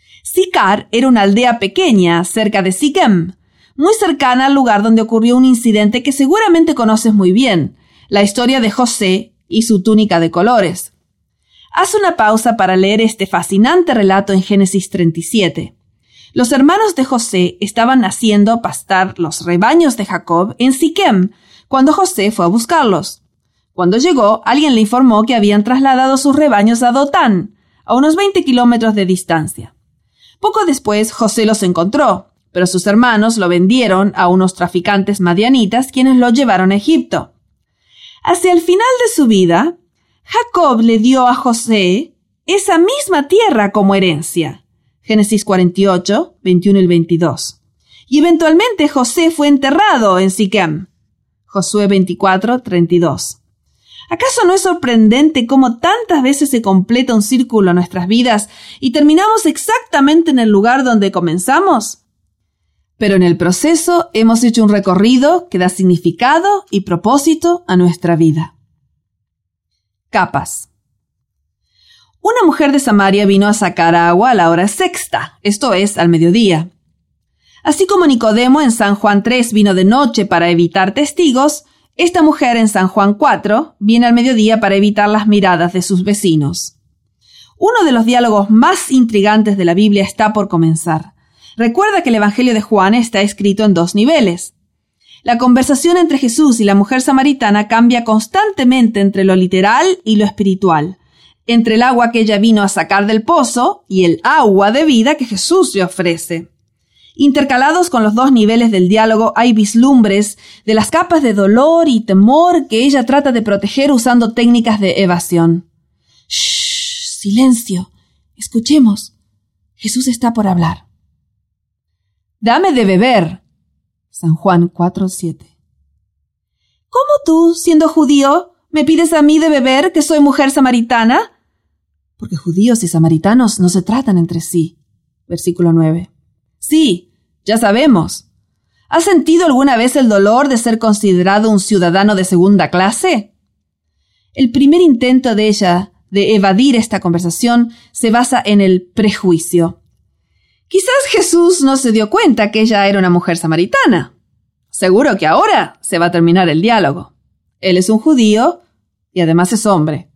Sicar era una aldea pequeña cerca de Siquem, muy cercana al lugar donde ocurrió un incidente que seguramente conoces muy bien, la historia de José y su túnica de colores. Haz una pausa para leer este fascinante relato en Génesis 37. Los hermanos de José estaban haciendo pastar los rebaños de Jacob en Siquem cuando José fue a buscarlos. Cuando llegó, alguien le informó que habían trasladado sus rebaños a Dotán, a unos 20 kilómetros de distancia. Poco después, José los encontró, pero sus hermanos lo vendieron a unos traficantes madianitas, quienes lo llevaron a Egipto. Hacia el final de su vida, Jacob le dio a José esa misma tierra como herencia. Génesis 48, 21 y 22. Y eventualmente José fue enterrado en Siquem. Josué 24, 32. ¿Acaso no es sorprendente cómo tantas veces se completa un círculo en nuestras vidas y terminamos exactamente en el lugar donde comenzamos? Pero en el proceso hemos hecho un recorrido que da significado y propósito a nuestra vida. Capas. Una mujer de Samaria vino a sacar agua a la hora sexta, esto es, al mediodía. Así como Nicodemo en San Juan 3 vino de noche para evitar testigos, esta mujer en San Juan 4 viene al mediodía para evitar las miradas de sus vecinos. Uno de los diálogos más intrigantes de la Biblia está por comenzar. Recuerda que el Evangelio de Juan está escrito en 2 niveles. La conversación entre Jesús y la mujer samaritana cambia constantemente entre lo literal y lo espiritual, entre el agua que ella vino a sacar del pozo y el agua de vida que Jesús le ofrece. Intercalados con los 2 niveles del diálogo hay vislumbres de las capas de dolor y temor que ella trata de proteger usando técnicas de evasión. ¡Shh! ¡Silencio! Escuchemos. Jesús está por hablar. Dame de beber. San Juan 4:7. ¿Cómo tú, siendo judío, me pides a mí de beber, que soy mujer samaritana? Porque judíos y samaritanos no se tratan entre sí. Versículo 9. Sí, ya sabemos. ¿Has sentido alguna vez el dolor de ser considerado un ciudadano de segunda clase? El primer intento de ella de evadir esta conversación se basa en el prejuicio. Quizás Jesús no se dio cuenta que ella era una mujer samaritana. Seguro que ahora se va a terminar el diálogo. Él es un judío y además es hombre.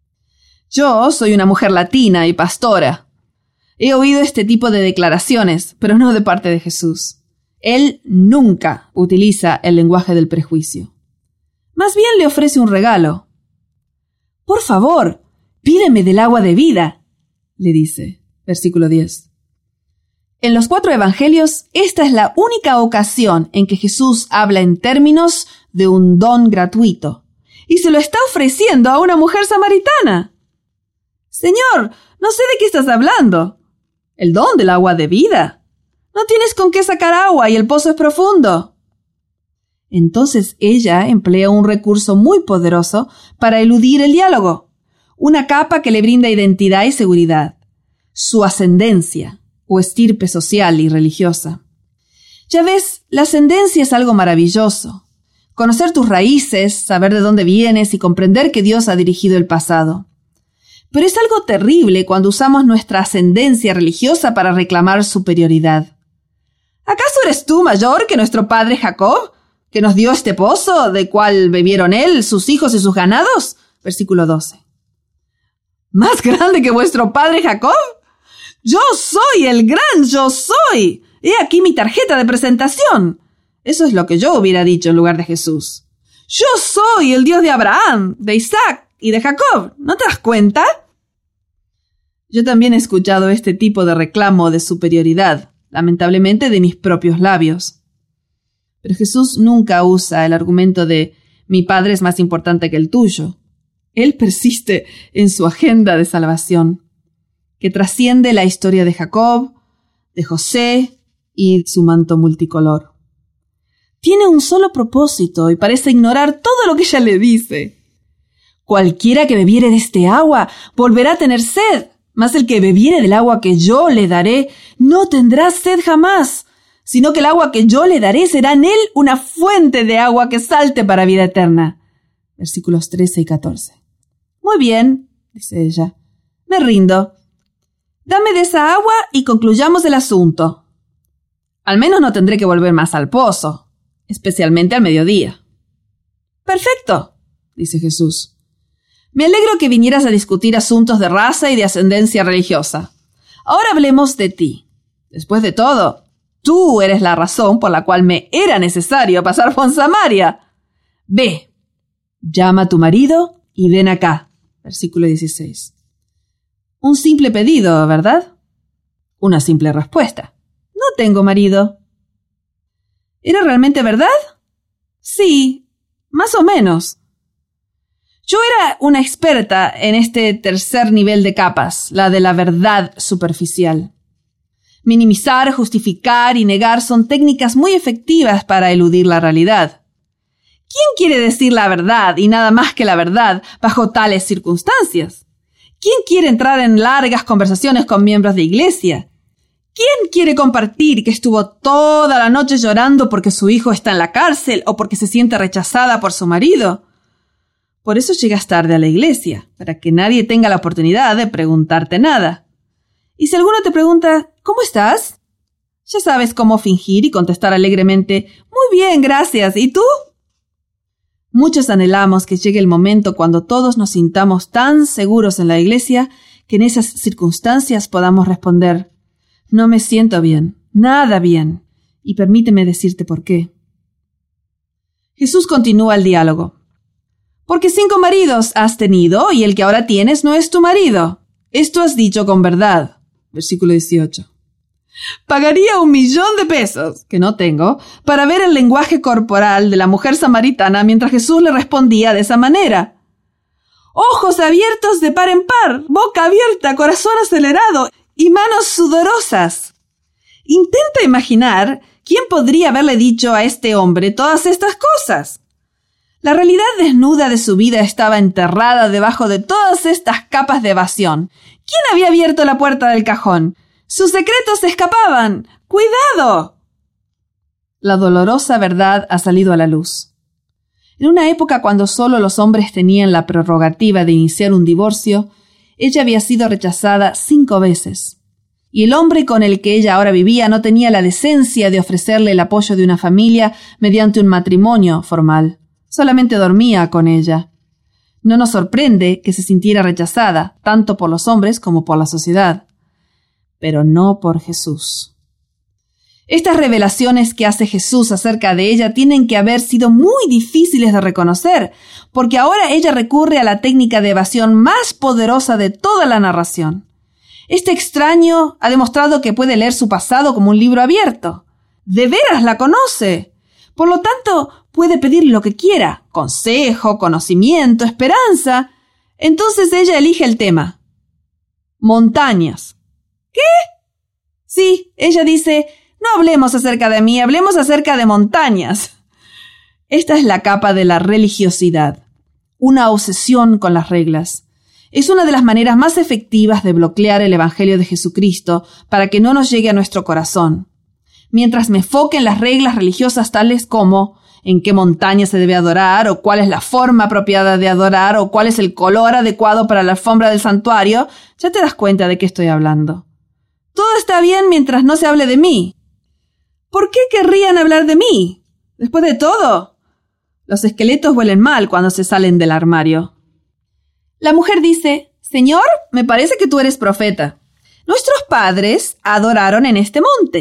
Yo soy una mujer latina y pastora. He oído este tipo de declaraciones, pero no de parte de Jesús. Él nunca utiliza el lenguaje del prejuicio. Más bien le ofrece un regalo. Por favor, pídeme del agua de vida, le dice. Versículo 10. En los 4 evangelios, esta es la única ocasión en que Jesús habla en términos de un don gratuito, y se lo está ofreciendo a una mujer samaritana. Señor, no sé de qué estás hablando. El don del agua de vida. No tienes con qué sacar agua y el pozo es profundo. Entonces ella emplea un recurso muy poderoso para eludir el diálogo, una capa que le brinda identidad y seguridad, su ascendencia o estirpe social y religiosa. Ya ves, la ascendencia es algo maravilloso. Conocer tus raíces, saber de dónde vienes y comprender que Dios ha dirigido el pasado. Pero es algo terrible cuando usamos nuestra ascendencia religiosa para reclamar superioridad. ¿Acaso eres tú mayor que nuestro padre Jacob, que nos dio este pozo, de cual bebieron él, sus hijos y sus ganados? Versículo 12. ¿Más grande que vuestro padre Jacob? Yo soy el gran yo soy. He aquí mi tarjeta de presentación. Eso es lo que yo hubiera dicho en lugar de Jesús. Yo soy el Dios de Abraham, de Isaac y de Jacob. ¿No te das cuenta? Yo también he escuchado este tipo de reclamo de superioridad, lamentablemente de mis propios labios. Pero Jesús nunca usa el argumento de mi Padre es más importante que el tuyo. Él persiste en su agenda de salvación, que trasciende la historia de Jacob, de José y su manto multicolor. Tiene un solo propósito y parece ignorar todo lo que ella le dice. Cualquiera que bebiere de este agua volverá a tener sed, mas el que bebiere del agua que yo le daré no tendrá sed jamás, sino que el agua que yo le daré será en él una fuente de agua que salte para vida eterna. Versículos 13 y 14. Muy bien, dice ella, me rindo. Dame de esa agua y concluyamos el asunto. Al menos no tendré que volver más al pozo, especialmente al mediodía. Perfecto, dice Jesús. Me alegro que vinieras a discutir asuntos de raza y de ascendencia religiosa. Ahora hablemos de ti. Después de todo, tú eres la razón por la cual me era necesario pasar por Samaria. Ve, llama a tu marido y ven acá. Versículo 16. Un simple pedido, ¿verdad? Una simple respuesta. No tengo marido. ¿Era realmente verdad? Sí, más o menos. Yo era una experta en este tercer nivel de capas, la de la verdad superficial. Minimizar, justificar y negar son técnicas muy efectivas para eludir la realidad. ¿Quién quiere decir la verdad y nada más que la verdad bajo tales circunstancias? ¿Quién quiere entrar en largas conversaciones con miembros de iglesia? ¿Quién quiere compartir que estuvo toda la noche llorando porque su hijo está en la cárcel o porque se siente rechazada por su marido? Por eso llegas tarde a la iglesia, para que nadie tenga la oportunidad de preguntarte nada. Y si alguno te pregunta, ¿cómo estás? Ya sabes cómo fingir y contestar alegremente, muy bien, gracias. ¿Y tú? Muchos anhelamos que llegue el momento cuando todos nos sintamos tan seguros en la iglesia que en esas circunstancias podamos responder, no me siento bien, nada bien, y permíteme decirte por qué. Jesús continúa el diálogo. Porque 5 maridos has tenido y el que ahora tienes no es tu marido. Esto has dicho con verdad. Versículo 18. Pagaría $1,000,000, que no tengo, para ver el lenguaje corporal de la mujer samaritana mientras Jesús le respondía de esa manera. Ojos abiertos de par en par, boca abierta, corazón acelerado y manos sudorosas. Intenta imaginar quién podría haberle dicho a este hombre todas estas cosas. La realidad desnuda de su vida estaba enterrada debajo de todas estas capas de evasión. ¿Quién había abierto la puerta del cajón? ¡Sus secretos se escapaban! ¡Cuidado! La dolorosa verdad ha salido a la luz. En una época cuando solo los hombres tenían la prerrogativa de iniciar un divorcio, ella había sido rechazada 5 veces. Y el hombre con el que ella ahora vivía no tenía la decencia de ofrecerle el apoyo de una familia mediante un matrimonio formal. Solamente dormía con ella. No nos sorprende que se sintiera rechazada, tanto por los hombres como por la sociedad. Pero no por Jesús. Estas revelaciones que hace Jesús acerca de ella tienen que haber sido muy difíciles de reconocer, porque ahora ella recurre a la técnica de evasión más poderosa de toda la narración. Este extraño ha demostrado que puede leer su pasado como un libro abierto. De veras la conoce. Por lo tanto, puede pedir lo que quiera, consejo, conocimiento, esperanza. Entonces ella elige el tema. Montañas. ¿Qué? Sí, ella dice, no hablemos acerca de mí, hablemos acerca de montañas. Esta es la capa de la religiosidad, una obsesión con las reglas. Es una de las maneras más efectivas de bloquear el Evangelio de Jesucristo para que no nos llegue a nuestro corazón. Mientras me enfoque en las reglas religiosas tales como en qué montaña se debe adorar, o cuál es la forma apropiada de adorar, o cuál es el color adecuado para la alfombra del santuario, ya te das cuenta de qué estoy hablando. Todo está bien mientras no se hable de mí. ¿Por qué querrían hablar de mí? Después de todo, los esqueletos huelen mal cuando se salen del armario. La mujer dice, Señor, me parece que tú eres profeta. Nuestros padres adoraron en este monte.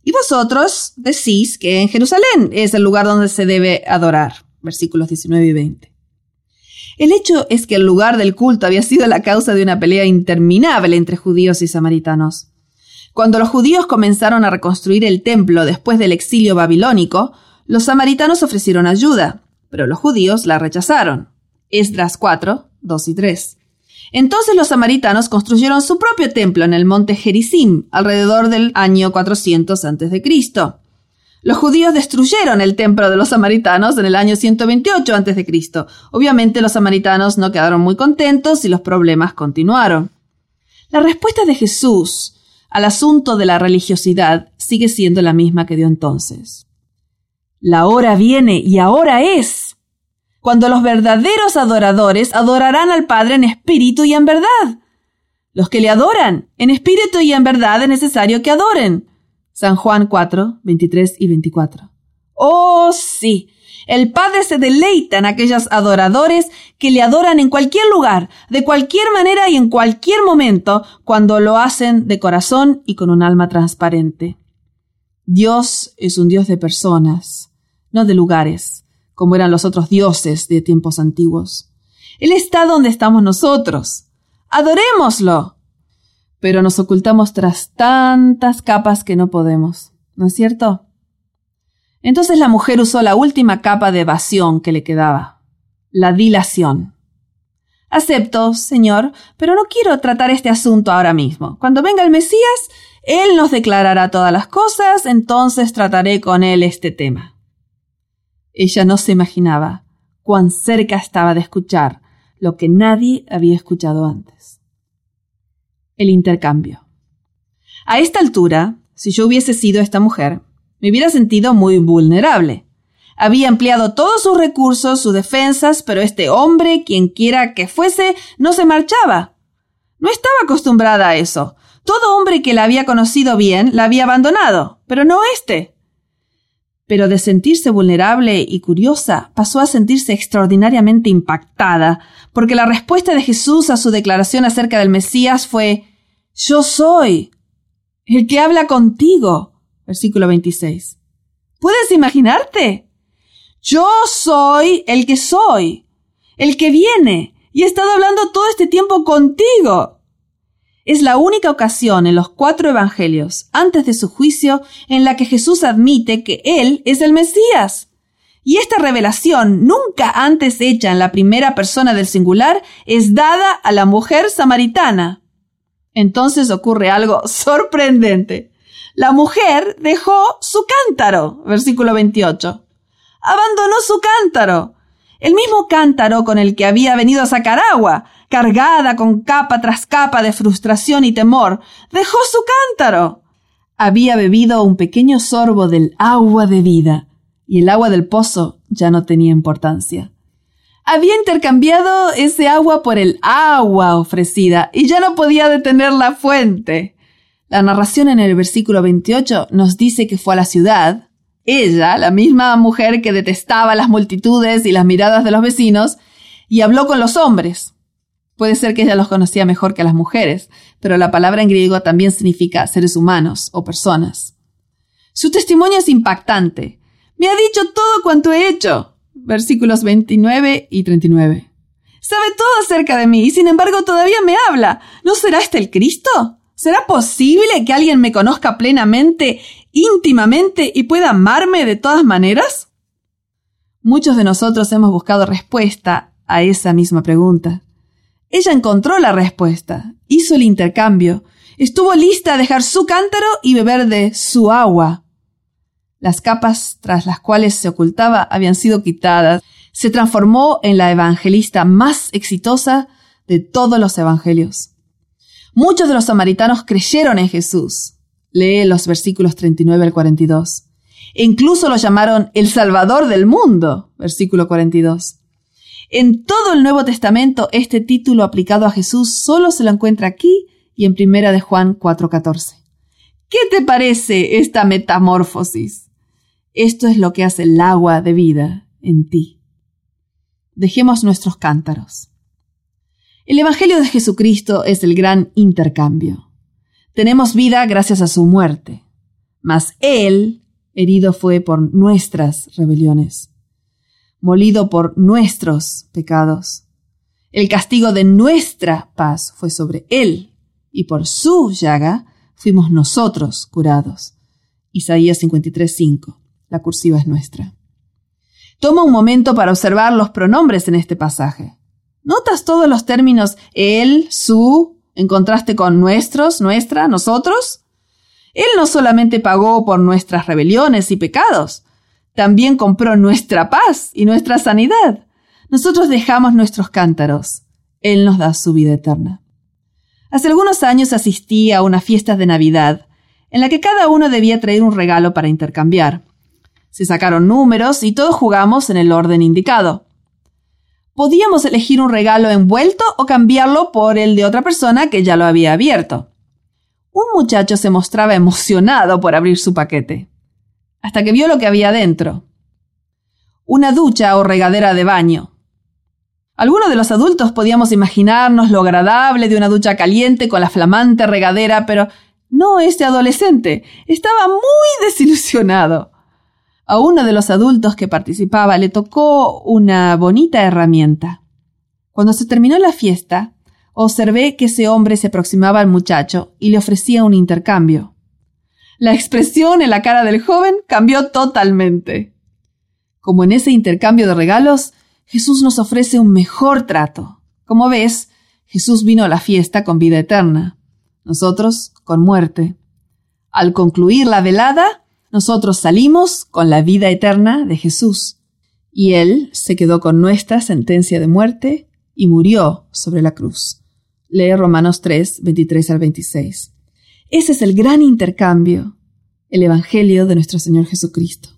Y vosotros decís que en Jerusalén es el lugar donde se debe adorar. Versículos 19 y 20. El hecho es que el lugar del culto había sido la causa de una pelea interminable entre judíos y samaritanos. Cuando los judíos comenzaron a reconstruir el templo después del exilio babilónico, los samaritanos ofrecieron ayuda, pero los judíos la rechazaron. Esdras 4, 2 y 3. Entonces los samaritanos construyeron su propio templo en el monte Gerizim, alrededor del año 400 a.C. Los judíos destruyeron el templo de los samaritanos en el año 128 a.C. Obviamente los samaritanos no quedaron muy contentos y los problemas continuaron. La respuesta de Jesús al asunto de la religiosidad sigue siendo la misma que dio entonces. La hora viene y ahora es, cuando los verdaderos adoradores adorarán al Padre en espíritu y en verdad. Los que le adoran en espíritu y en verdad es necesario que adoren. San Juan 4, 23 y 24. ¡Oh, sí! El Padre se deleita en aquellos adoradores que le adoran en cualquier lugar, de cualquier manera y en cualquier momento, cuando lo hacen de corazón y con un alma transparente. Dios es un Dios de personas, no de lugares, como eran los otros dioses de tiempos antiguos. Él está donde estamos nosotros. ¡Adorémoslo! Pero nos ocultamos tras tantas capas que no podemos, ¿no es cierto? Entonces la mujer usó la última capa de evasión que le quedaba, la dilación. Acepto, Señor, pero no quiero tratar este asunto ahora mismo. Cuando venga el Mesías, Él nos declarará todas las cosas, entonces trataré con Él este tema. Ella no se imaginaba cuán cerca estaba de escuchar lo que nadie había escuchado antes. El intercambio. A esta altura, si yo hubiese sido esta mujer, me hubiera sentido muy vulnerable. Había empleado todos sus recursos, sus defensas, pero este hombre, quien quiera que fuese, no se marchaba. No estaba acostumbrada a eso. Todo hombre que la había conocido bien la había abandonado, pero no este. Pero de sentirse vulnerable y curiosa, pasó a sentirse extraordinariamente impactada, porque la respuesta de Jesús a su declaración acerca del Mesías fue: «Yo soy el que habla contigo». Versículo 26. ¿Puedes imaginarte? Yo soy el que viene, y he estado hablando todo este tiempo contigo. Es la única ocasión en los 4 evangelios, antes de su juicio, en la que Jesús admite que Él es el Mesías. Y esta revelación, nunca antes hecha en la primera persona del singular, es dada a la mujer samaritana. Entonces ocurre algo sorprendente. La mujer dejó su cántaro, versículo 28. Abandonó su cántaro, el mismo cántaro con el que había venido a sacar agua, cargada con capa tras capa de frustración y temor. Dejó su cántaro. Había bebido un pequeño sorbo del agua de vida, y el agua del pozo ya no tenía importancia. Había intercambiado ese agua por el agua ofrecida, y ya no podía detener la fuente. La narración en el versículo 28 nos dice que fue a la ciudad. Ella, la misma mujer que detestaba las multitudes y las miradas de los vecinos, y habló con los hombres. Puede ser que ella los conocía mejor que a las mujeres, pero la palabra en griego también significa seres humanos o personas. Su testimonio es impactante. Me ha dicho todo cuanto he hecho. Versículos 29 y 39. Sabe todo acerca de mí y sin embargo todavía me habla. ¿No será este el Cristo? ¿Será posible que alguien me conozca plenamente, íntimamente y pueda amarme de todas maneras? Muchos de nosotros hemos buscado respuesta a esa misma pregunta. Ella encontró la respuesta, hizo el intercambio, estuvo lista a dejar su cántaro y beber de su agua. Las capas tras las cuales se ocultaba habían sido quitadas. Se transformó en la evangelista más exitosa de todos los evangelios. Muchos de los samaritanos creyeron en Jesús. Lee los versículos 39 al 42. E incluso lo llamaron el Salvador del mundo. Versículo 42. En todo el Nuevo Testamento, este título aplicado a Jesús solo se lo encuentra aquí y en 1 de Juan 4:14. ¿Qué te parece esta metamorfosis? Esto es lo que hace el agua de vida en ti. Dejemos nuestros cántaros. El Evangelio de Jesucristo es el gran intercambio. Tenemos vida gracias a su muerte. Mas Él herido fue por nuestras rebeliones, molido por nuestros pecados. El castigo de nuestra paz fue sobre Él, y por su llaga fuimos nosotros curados. Isaías 53:5. La cursiva es nuestra. Toma un momento para observar los pronombres en este pasaje. ¿Notas todos los términos él, su, en contraste con nuestros, nuestra, nosotros? Él no solamente pagó por nuestras rebeliones y pecados, también compró nuestra paz y nuestra sanidad. Nosotros dejamos nuestros cántaros. Él nos da su vida eterna. Hace algunos años asistí a unas fiestas de Navidad en la que cada uno debía traer un regalo para intercambiar. Se sacaron números y todos jugamos en el orden indicado. Podíamos elegir un regalo envuelto o cambiarlo por el de otra persona que ya lo había abierto. Un muchacho se mostraba emocionado por abrir su paquete, hasta que vio lo que había dentro. Una ducha o regadera de baño. Algunos de los adultos podíamos imaginarnos lo agradable de una ducha caliente con la flamante regadera, pero no este adolescente. Estaba muy desilusionado. A uno de los adultos que participaba le tocó una bonita herramienta. Cuando se terminó la fiesta, observé que ese hombre se aproximaba al muchacho y le ofrecía un intercambio. La expresión en la cara del joven cambió totalmente. Como en ese intercambio de regalos, Jesús nos ofrece un mejor trato. Como ves, Jesús vino a la fiesta con vida eterna, nosotros con muerte. Al concluir la velada, nosotros salimos con la vida eterna de Jesús, y Él se quedó con nuestra sentencia de muerte y murió sobre la cruz. Lee Romanos 3, 23 al 26. Ese es el gran intercambio, el Evangelio de nuestro Señor Jesucristo.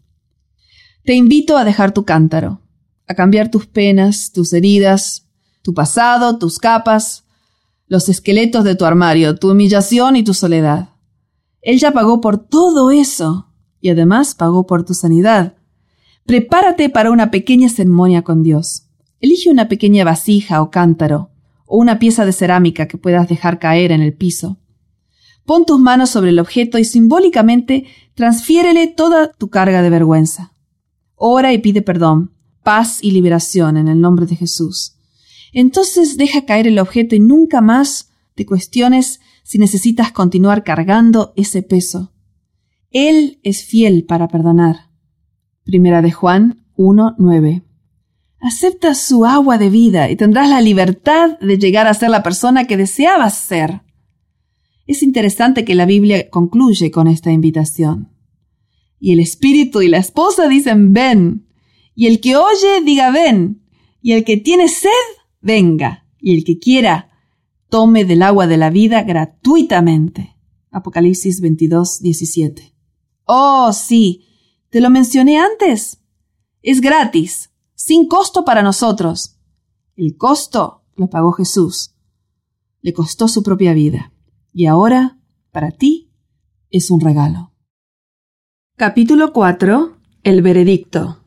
Te invito a dejar tu cántaro, a cambiar tus penas, tus heridas, tu pasado, tus capas, los esqueletos de tu armario, tu humillación y tu soledad. Él ya pagó por todo eso y además pagó por tu sanidad. Prepárate para una pequeña ceremonia con Dios. Elige una pequeña vasija o cántaro o una pieza de cerámica que puedas dejar caer en el piso. Pon tus manos sobre el objeto y simbólicamente transfiérele toda tu carga de vergüenza. Ora y pide perdón, paz y liberación en el nombre de Jesús. Entonces deja caer el objeto y nunca más te cuestiones si necesitas continuar cargando ese peso. Él es fiel para perdonar. Primera de Juan 1:9. Acepta su agua de vida y tendrás la libertad de llegar a ser la persona que deseabas ser. Es interesante que la Biblia concluye con esta invitación. Y el espíritu y la esposa dicen ven. Y el que oye diga ven. Y el que tiene sed, venga. Y el que quiera, tome del agua de la vida gratuitamente. Apocalipsis 22:17. Oh, sí, te lo mencioné antes. Es gratis, sin costo para nosotros. El costo lo pagó Jesús. Le costó su propia vida. Y ahora, para ti, es un regalo. Capítulo 4. El veredicto.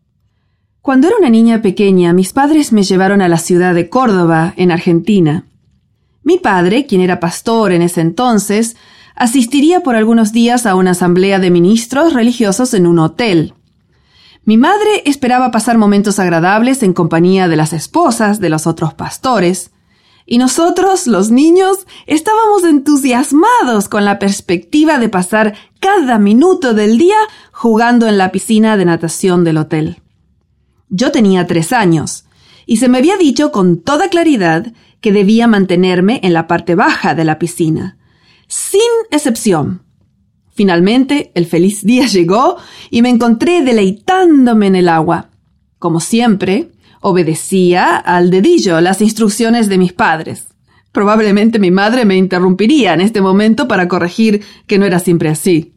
Cuando era una niña pequeña, mis padres me llevaron a la ciudad de Córdoba, en Argentina. Mi padre, quien era pastor en ese entonces, asistiría por algunos días a una asamblea de ministros religiosos en un hotel. Mi madre esperaba pasar momentos agradables en compañía de las esposas de los otros pastores, y nosotros, los niños, estábamos entusiasmados con la perspectiva de pasar cada minuto del día jugando en la piscina de natación del hotel. Yo tenía 3 años, y se me había dicho con toda claridad que debía mantenerme en la parte baja de la piscina, sin excepción. Finalmente, el feliz día llegó y me encontré deleitándome en el agua. Como siempre, obedecía al dedillo las instrucciones de mis padres. Probablemente mi madre me interrumpiría en este momento para corregir que no era siempre así.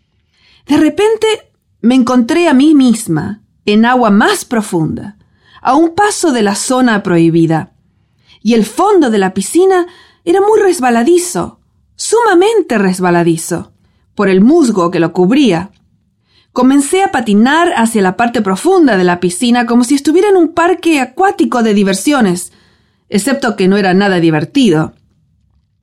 De repente me encontré a mí misma en agua más profunda, a un paso de la zona prohibida, y el fondo de la piscina era muy resbaladizo, sumamente resbaladizo, por el musgo que lo cubría. Comencé a patinar hacia la parte profunda de la piscina como si estuviera en un parque acuático de diversiones, excepto que no era nada divertido.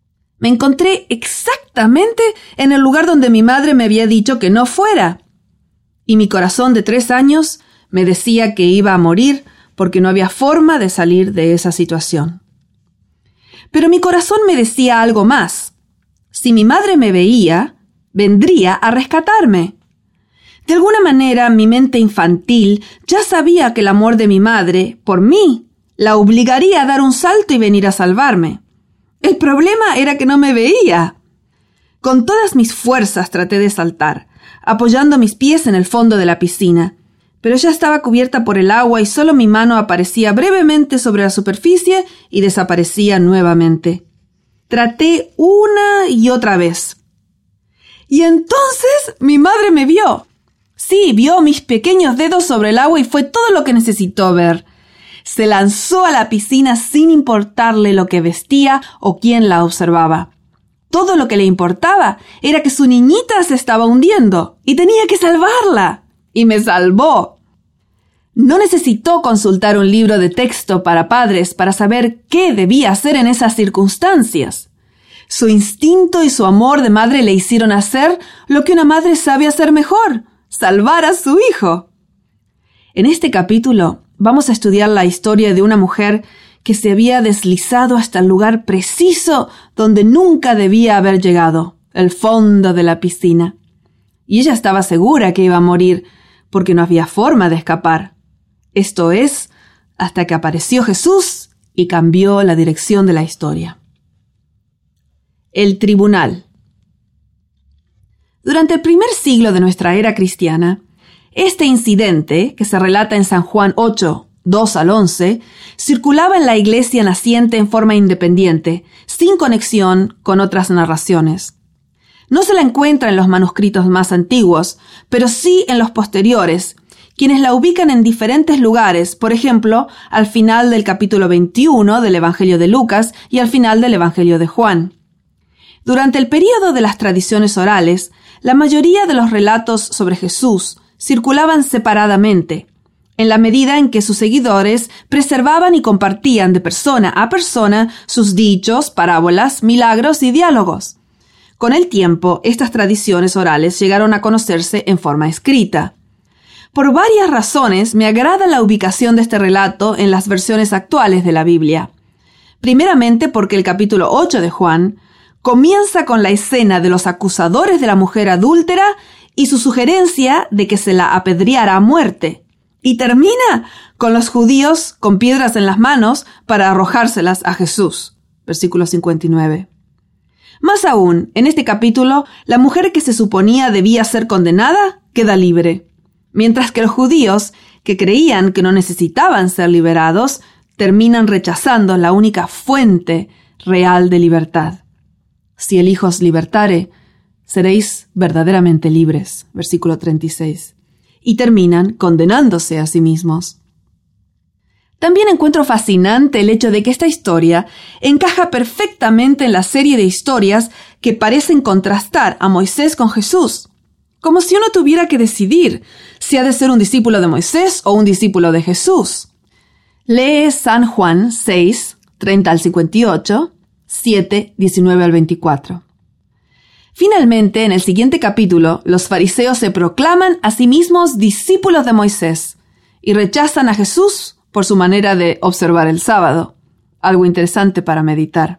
Me encontré exactamente en el lugar donde mi madre me había dicho que no fuera. Y mi corazón de 3 años me decía que iba a morir porque no había forma de salir de esa situación. Pero mi corazón me decía algo más. Si mi madre me veía, vendría a rescatarme. De alguna manera, mi mente infantil ya sabía que el amor de mi madre, por mí, la obligaría a dar un salto y venir a salvarme. El problema era que no me veía. Con todas mis fuerzas traté de saltar, apoyando mis pies en el fondo de la piscina, pero ya estaba cubierta por el agua y solo mi mano aparecía brevemente sobre la superficie y desaparecía nuevamente. Traté una y otra vez. Y entonces mi madre me vio. Sí, vio mis pequeños dedos sobre el agua y fue todo lo que necesitó ver. Se lanzó a la piscina sin importarle lo que vestía o quién la observaba. Todo lo que le importaba era que su niñita se estaba hundiendo y tenía que salvarla. Y me salvó. No necesitó consultar un libro de texto para padres para saber qué debía hacer en esas circunstancias. Su instinto y su amor de madre le hicieron hacer lo que una madre sabe hacer mejor: salvar a su hijo. En este capítulo vamos a estudiar la historia de una mujer que se había deslizado hasta el lugar preciso donde nunca debía haber llegado, el fondo de la piscina. Y ella estaba segura que iba a morir, porque no había forma de escapar. Esto es, hasta que apareció Jesús y cambió la dirección de la historia. El tribunal. Durante el primer siglo de nuestra era cristiana, este incidente, que se relata en San Juan 8, 2 al 11, circulaba en la iglesia naciente en forma independiente, sin conexión con otras narraciones. No se la encuentra en los manuscritos más antiguos, pero sí en los posteriores, quienes la ubican en diferentes lugares, por ejemplo, al final del capítulo 21 del Evangelio de Lucas y al final del Evangelio de Juan. Durante el período de las tradiciones orales, la mayoría de los relatos sobre Jesús circulaban separadamente, en la medida en que sus seguidores preservaban y compartían de persona a persona sus dichos, parábolas, milagros y diálogos. Con el tiempo, estas tradiciones orales llegaron a conocerse en forma escrita. Por varias razones me agrada la ubicación de este relato en las versiones actuales de la Biblia. Primeramente porque el capítulo 8 de Juan comienza con la escena de los acusadores de la mujer adúltera y su sugerencia de que se la apedreara a muerte, y termina con los judíos con piedras en las manos para arrojárselas a Jesús. Versículo 59. Más aún, en este capítulo, la mujer que se suponía debía ser condenada queda libre, mientras que los judíos, que creían que no necesitaban ser liberados, terminan rechazando la única fuente real de libertad. Si el Hijo os libertare, seréis verdaderamente libres. Versículo 36. Y terminan condenándose a sí mismos. También encuentro fascinante el hecho de que esta historia encaja perfectamente en la serie de historias que parecen contrastar a Moisés con Jesús, como si uno tuviera que decidir si ha de ser un discípulo de Moisés o un discípulo de Jesús. Lee San Juan 6, 30 al 58, 7, 19 al 24. Finalmente, en el siguiente capítulo, los fariseos se proclaman a sí mismos discípulos de Moisés y rechazan a Jesús por su manera de observar el sábado. Algo interesante para meditar.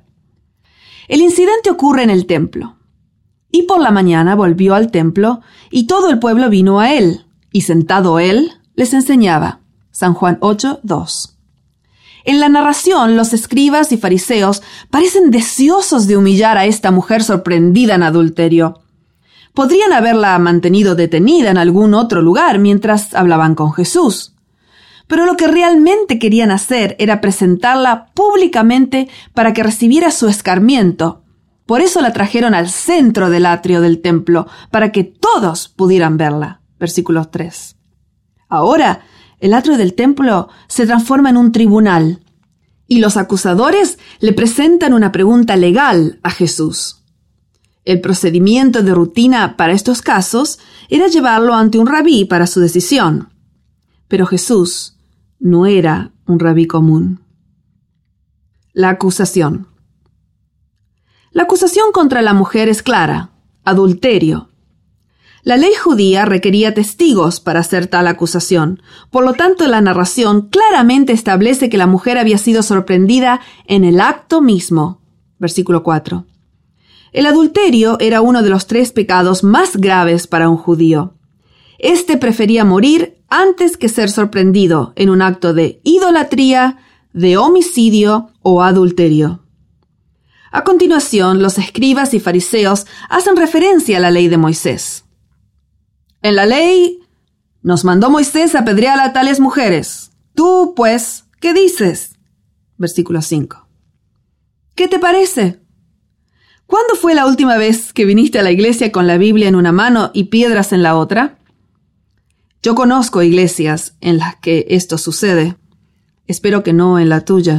El incidente ocurre en el templo. Y por la mañana volvió al templo, y todo el pueblo vino a él, y sentado él, les enseñaba. San Juan 8, 2. En la narración, los escribas y fariseos parecen deseosos de humillar a esta mujer sorprendida en adulterio. Podrían haberla mantenido detenida en algún otro lugar mientras hablaban con Jesús. Pero lo que realmente querían hacer era presentarla públicamente para que recibiera su escarmiento. Por eso la trajeron al centro del atrio del templo, para que todos pudieran verla. Versículo 3. Ahora, el atrio del templo se transforma en un tribunal, y los acusadores le presentan una pregunta legal a Jesús. El procedimiento de rutina para estos casos era llevarlo ante un rabí para su decisión. Pero Jesús no era un rabí común. La acusación. La acusación contra la mujer es clara: adulterio. La ley judía requería testigos para hacer tal acusación. Por lo tanto, la narración claramente establece que la mujer había sido sorprendida en el acto mismo. Versículo 4. El adulterio era uno de los 3 pecados más graves para un judío. Este prefería morir antes que ser sorprendido en un acto de idolatría, de homicidio o adulterio. A continuación, los escribas y fariseos hacen referencia a la ley de Moisés. En la ley nos mandó Moisés a apedrear a tales mujeres. Tú, pues, ¿qué dices? Versículo 5. ¿Qué te parece? ¿Cuándo fue la última vez que viniste a la iglesia con la Biblia en una mano y piedras en la otra? Yo conozco iglesias en las que esto sucede. Espero que no en la tuya.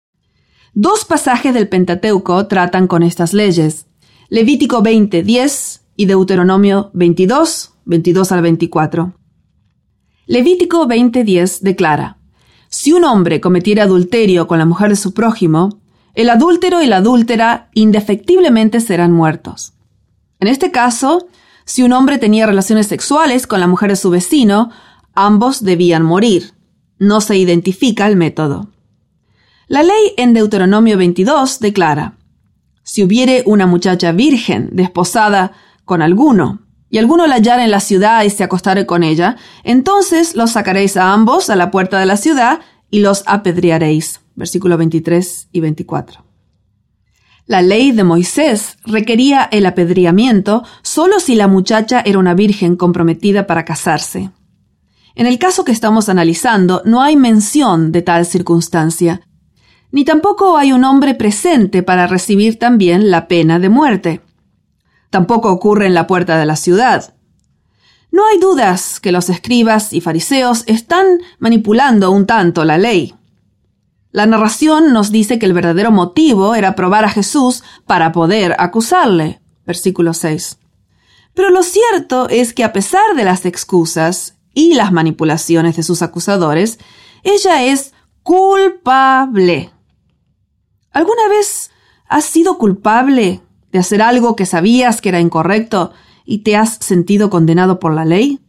2 pasajes del Pentateuco tratan con estas leyes: Levítico 20:10 y Deuteronomio 22 al 24. Levítico 20:10 declara: si un hombre cometiera adulterio con la mujer de su prójimo, el adúltero y la adúltera indefectiblemente serán muertos. En este caso, si un hombre tenía relaciones sexuales con la mujer de su vecino, ambos debían morir. No se identifica el método. La ley en Deuteronomio 22 declara: si hubiere una muchacha virgen desposada con alguno, y alguno la hallara en la ciudad y se acostare con ella, entonces los sacaréis a ambos a la puerta de la ciudad y los apedrearéis. Versículos 23 y 24. La ley de Moisés requería el apedreamiento solo si la muchacha era una virgen comprometida para casarse. En el caso que estamos analizando, no hay mención de tal circunstancia, ni tampoco hay un hombre presente para recibir también la pena de muerte. Tampoco ocurre en la puerta de la ciudad. No hay dudas que los escribas y fariseos están manipulando un tanto la ley. La narración nos dice que el verdadero motivo era probar a Jesús para poder acusarle. Versículo 6. Pero lo cierto es que a pesar de las excusas y las manipulaciones de sus acusadores, ella es culpable. ¿Alguna vez has sido culpable de hacer algo que sabías que era incorrecto y te has sentido condenado por la ley?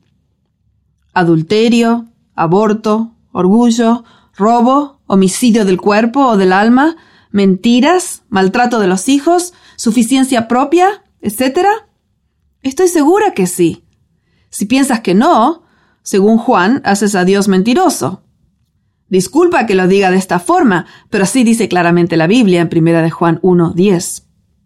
Adulterio, aborto, orgullo, robo, homicidio del cuerpo o del alma, mentiras, maltrato de los hijos, suficiencia propia, etc. Estoy segura que sí. Si piensas que no, según Juan, haces a Dios mentiroso. Disculpa que lo diga de esta forma, pero así dice claramente la Biblia en 1 de Juan 1:10.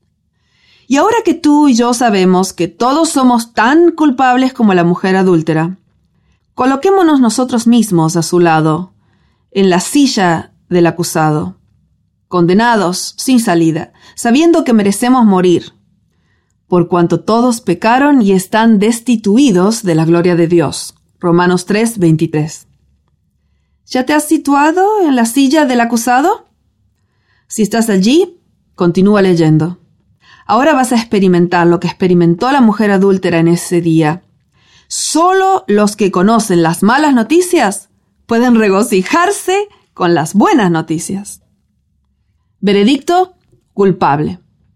Y ahora que tú y yo sabemos que todos somos tan culpables como la mujer adúltera, coloquémonos nosotros mismos a su lado, en la silla del acusado, condenados sin salida, sabiendo que merecemos morir, por cuanto todos pecaron y están destituidos de la gloria de Dios. Romanos 3:23. ¿Ya te has situado en la silla del acusado? Si estás allí, continúa leyendo. Ahora vas a experimentar lo que experimentó la mujer adúltera en ese día. Solo los que conocen las malas noticias pueden regocijarse con las buenas noticias. Veredicto: culpable.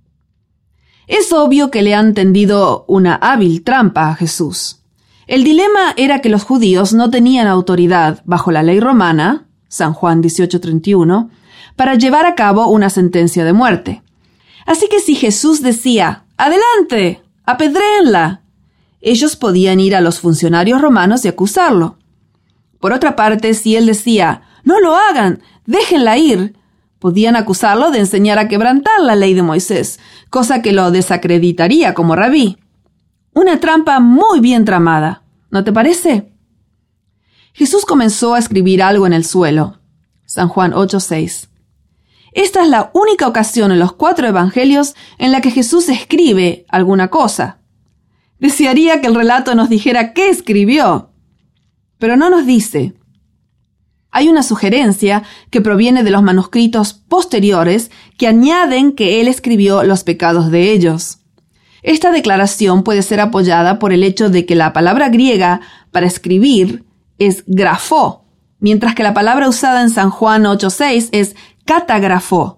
Es obvio que le han tendido una hábil trampa a Jesús. El dilema era que los judíos no tenían autoridad bajo la ley romana, San Juan 18:31, para llevar a cabo una sentencia de muerte. Así que si Jesús decía: «¡Adelante! ¡Apedréenla!», ellos podían ir a los funcionarios romanos y acusarlo. Por otra parte, si él decía: «¡No lo hagan! ¡Déjenla ir!», podían acusarlo de enseñar a quebrantar la ley de Moisés, cosa que lo desacreditaría como rabí. Una trampa muy bien tramada, ¿no te parece? Jesús comenzó a escribir algo en el suelo. San Juan 8:6. Esta es la única ocasión en los 4 evangelios en la que Jesús escribe alguna cosa. Desearía que el relato nos dijera qué escribió, pero no nos dice. Hay una sugerencia que proviene de los manuscritos posteriores que añaden que él escribió los pecados de ellos. Esta declaración puede ser apoyada por el hecho de que la palabra griega para escribir es grafó, mientras que la palabra usada en San Juan 8:6 es catagrafó,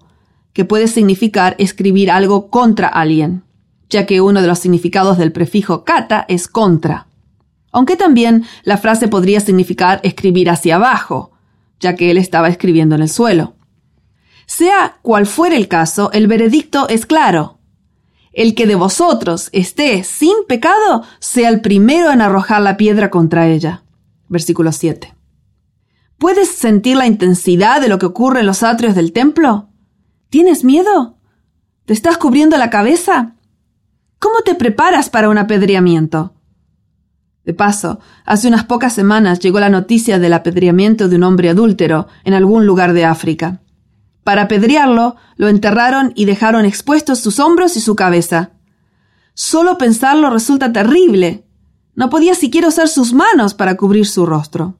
que puede significar escribir algo contra alguien, ya que uno de los significados del prefijo kata es contra. Aunque también la frase podría significar escribir hacia abajo, ya que él estaba escribiendo en el suelo. Sea cual fuere el caso, el veredicto es claro. El que de vosotros esté sin pecado, sea el primero en arrojar la piedra contra ella. Versículo 7. ¿Puedes sentir la intensidad de lo que ocurre en los atrios del templo? ¿Tienes miedo? ¿Te estás cubriendo la cabeza? ¿Cómo te preparas para un apedreamiento? De paso, hace unas pocas semanas llegó la noticia del apedreamiento de un hombre adúltero en algún lugar de África. Para apedrearlo, lo enterraron y dejaron expuestos sus hombros y su cabeza. Solo pensarlo resulta terrible. No podía siquiera usar sus manos para cubrir su rostro.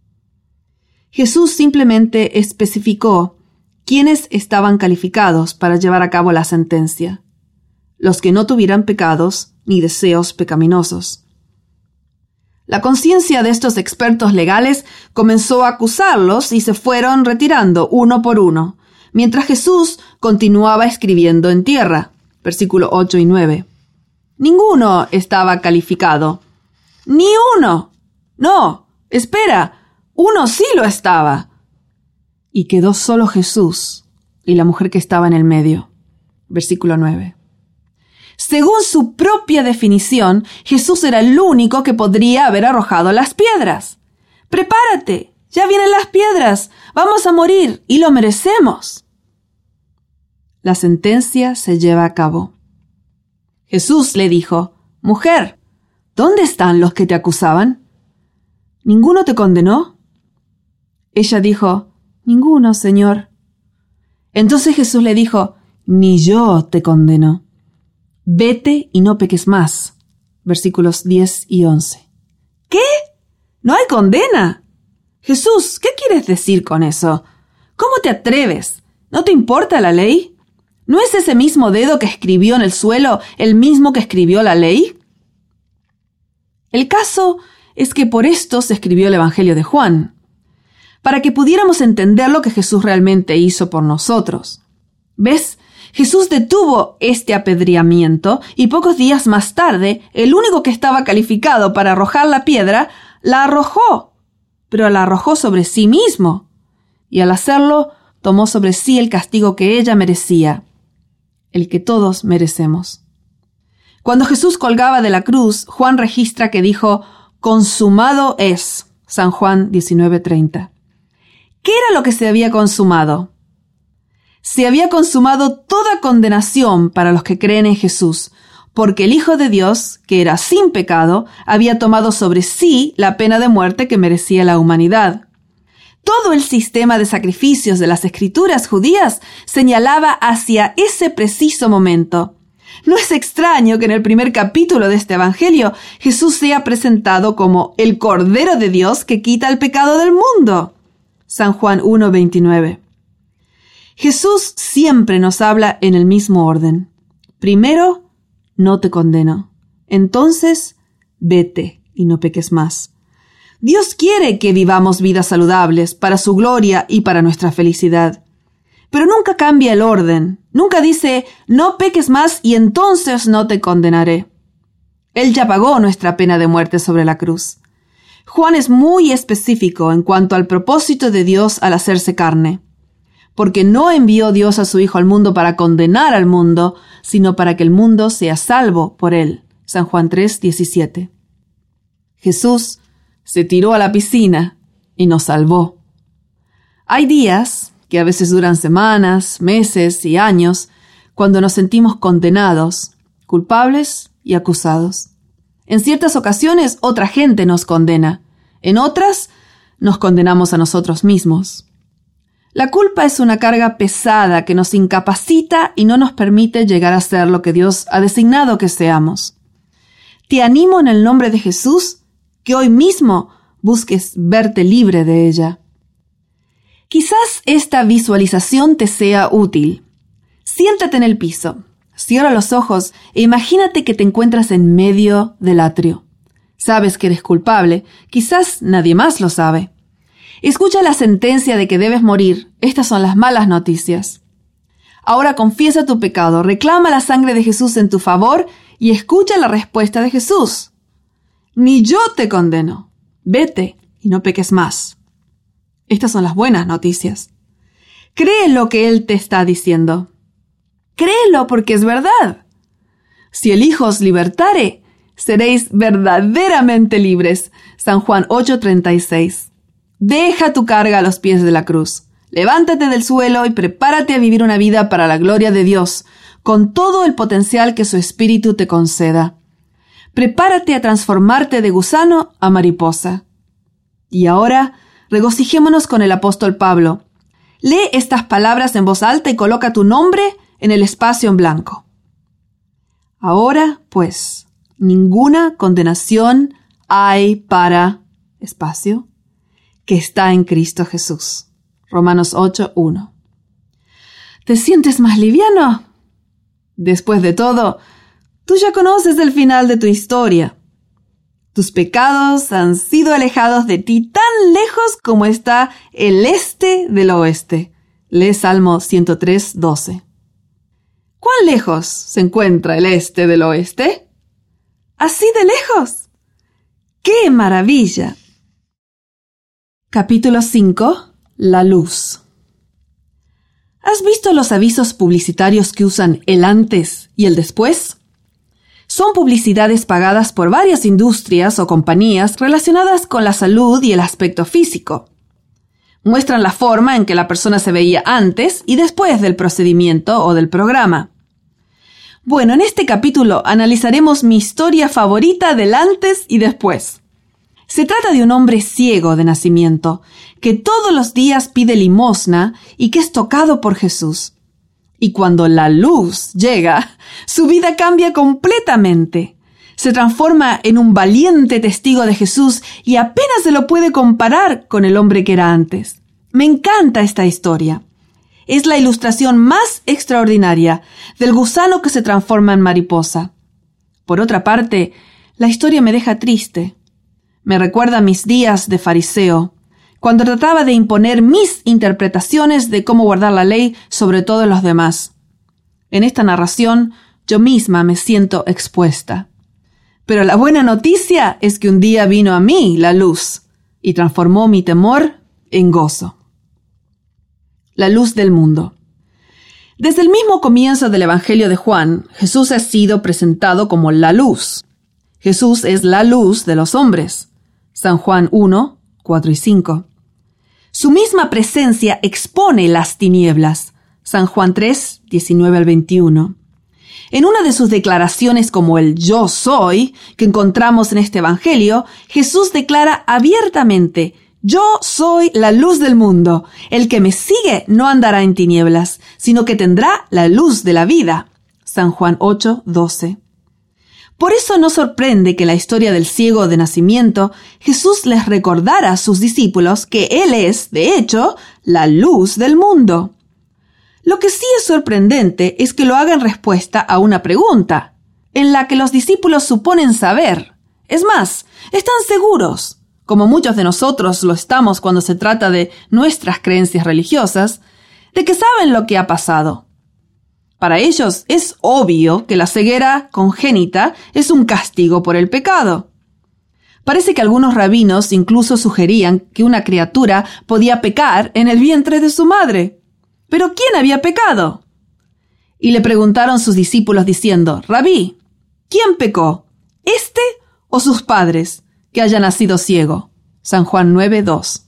Jesús simplemente especificó quiénes estaban calificados para llevar a cabo la sentencia: los que no tuvieran pecados ni deseos pecaminosos. La conciencia de estos expertos legales comenzó a acusarlos y se fueron retirando uno por uno, mientras Jesús continuaba escribiendo en tierra. Versículo 8 y 9. Ninguno estaba calificado. ¡Ni uno! No, espera, uno sí lo estaba. Y quedó solo Jesús y la mujer que estaba en el medio. Versículo 9. Según su propia definición, Jesús era el único que podría haber arrojado las piedras. ¡Prepárate! ¡Ya vienen las piedras! ¡Vamos a morir! ¡Y lo merecemos! La sentencia se lleva a cabo. Jesús le dijo: «Mujer, ¿dónde están los que te acusaban? ¿Ninguno te condenó?» Ella dijo: «Ninguno, Señor». Entonces Jesús le dijo: «Ni yo te condeno. Vete y no peques más». Versículos 10 y 11. ¿Qué? ¿No hay condena? Jesús, ¿qué quieres decir con eso? ¿Cómo te atreves? ¿No te importa la ley? ¿No es ese mismo dedo que escribió en el suelo el mismo que escribió la ley? El caso es que por esto se escribió el Evangelio de Juan, para que pudiéramos entender lo que Jesús realmente hizo por nosotros. ¿Ves? Jesús detuvo este apedreamiento y pocos días más tarde, el único que estaba calificado para arrojar la piedra, la arrojó, pero la arrojó sobre sí mismo, y al hacerlo, tomó sobre sí el castigo que ella merecía, el que todos merecemos. Cuando Jesús colgaba de la cruz, Juan registra que dijo: «Consumado es». San Juan 19:30. ¿Qué era lo que se había consumado? Se había consumado toda condenación para los que creen en Jesús, porque el Hijo de Dios, que era sin pecado, había tomado sobre sí la pena de muerte que merecía la humanidad. Todo el sistema de sacrificios de las Escrituras judías señalaba hacia ese preciso momento. No es extraño que en el primer capítulo de este Evangelio Jesús sea presentado como el Cordero de Dios que quita el pecado del mundo. San Juan 1:29. Jesús siempre nos habla en el mismo orden. Primero, no te condeno. Entonces, vete y no peques más. Dios quiere que vivamos vidas saludables para su gloria y para nuestra felicidad. Pero nunca cambia el orden. Nunca dice: no peques más y entonces no te condenaré. Él ya pagó nuestra pena de muerte sobre la cruz. Juan es muy específico en cuanto al propósito de Dios al hacerse carne. Porque no envió Dios a su Hijo al mundo para condenar al mundo, sino para que el mundo sea salvo por él. San Juan 3:17. Jesús se tiró a la piscina y nos salvó. Hay días, que a veces duran semanas, meses y años, cuando nos sentimos condenados, culpables y acusados. En ciertas ocasiones otra gente nos condena, en otras nos condenamos a nosotros mismos. La culpa es una carga pesada que nos incapacita y no nos permite llegar a ser lo que Dios ha designado que seamos. Te animo en el nombre de Jesús que hoy mismo busques verte libre de ella. Quizás esta visualización te sea útil. Siéntate en el piso, cierra los ojos e imagínate que te encuentras en medio del atrio. Sabes que eres culpable, quizás nadie más lo sabe. Escucha la sentencia de que debes morir. Estas son las malas noticias. Ahora confiesa tu pecado, reclama la sangre de Jesús en tu favor y escucha la respuesta de Jesús. Ni yo te condeno. Vete y no peques más. Estas son las buenas noticias. Cree lo que Él te está diciendo. Créelo porque es verdad. Si el Hijo os libertare, seréis verdaderamente libres. San Juan 8:36. Deja tu carga a los pies de la cruz. Levántate del suelo y prepárate a vivir una vida para la gloria de Dios, con todo el potencial que su Espíritu te conceda. Prepárate a transformarte de gusano a mariposa. Y ahora, regocijémonos con el apóstol Pablo. Lee estas palabras en voz alta y coloca tu nombre en el espacio en blanco. Ahora, pues, ninguna condenación hay para, espacio, que está en Cristo Jesús. Romanos 8:1. ¿Te sientes más liviano? Después de todo, tú ya conoces el final de tu historia. Tus pecados han sido alejados de ti tan lejos como está el este del oeste. Lee Salmo 103:12. ¿Cuán lejos se encuentra el este del oeste? ¡Así de lejos! ¡Qué maravilla! Capítulo 5. La luz. ¿Has visto los avisos publicitarios que usan el antes y el después? Son publicidades pagadas por varias industrias o compañías relacionadas con la salud y el aspecto físico. Muestran la forma en que la persona se veía antes y después del procedimiento o del programa. Bueno, en este capítulo analizaremos mi historia favorita del antes y después. Se trata de un hombre ciego de nacimiento, que todos los días pide limosna y que es tocado por Jesús. Y cuando la luz llega, su vida cambia completamente. Se transforma en un valiente testigo de Jesús y apenas se lo puede comparar con el hombre que era antes. Me encanta esta historia. Es la ilustración más extraordinaria del gusano que se transforma en mariposa. Por otra parte, la historia me deja triste. Me recuerda mis días de fariseo, cuando trataba de imponer mis interpretaciones de cómo guardar la ley sobre todos los demás. En esta narración, yo misma me siento expuesta. Pero la buena noticia es que un día vino a mí la luz y transformó mi temor en gozo. La luz del mundo. Desde el mismo comienzo del Evangelio de Juan, Jesús ha sido presentado como la luz. Jesús es la luz de los hombres. San Juan 1, 4 y 5. Su misma presencia expone las tinieblas. San Juan 3, 19 al 21. En una de sus declaraciones como el yo soy, que encontramos en este Evangelio, Jesús declara abiertamente: yo soy la luz del mundo. El que me sigue no andará en tinieblas, sino que tendrá la luz de la vida. San Juan 8, 12. Por eso no sorprende que en la historia del ciego de nacimiento, Jesús les recordara a sus discípulos que Él es, de hecho, la luz del mundo. Lo que sí es sorprendente es que lo haga en respuesta a una pregunta, en la que los discípulos suponen saber. Es más, están seguros, como muchos de nosotros lo estamos cuando se trata de nuestras creencias religiosas, de que saben lo que ha pasado. Para ellos es obvio que la ceguera congénita es un castigo por el pecado. Parece que algunos rabinos incluso sugerían que una criatura podía pecar en el vientre de su madre. ¿Pero quién había pecado? Y le preguntaron sus discípulos diciendo: Rabí, ¿quién pecó? ¿Este o sus padres, que haya nacido ciego? San Juan 9, 2.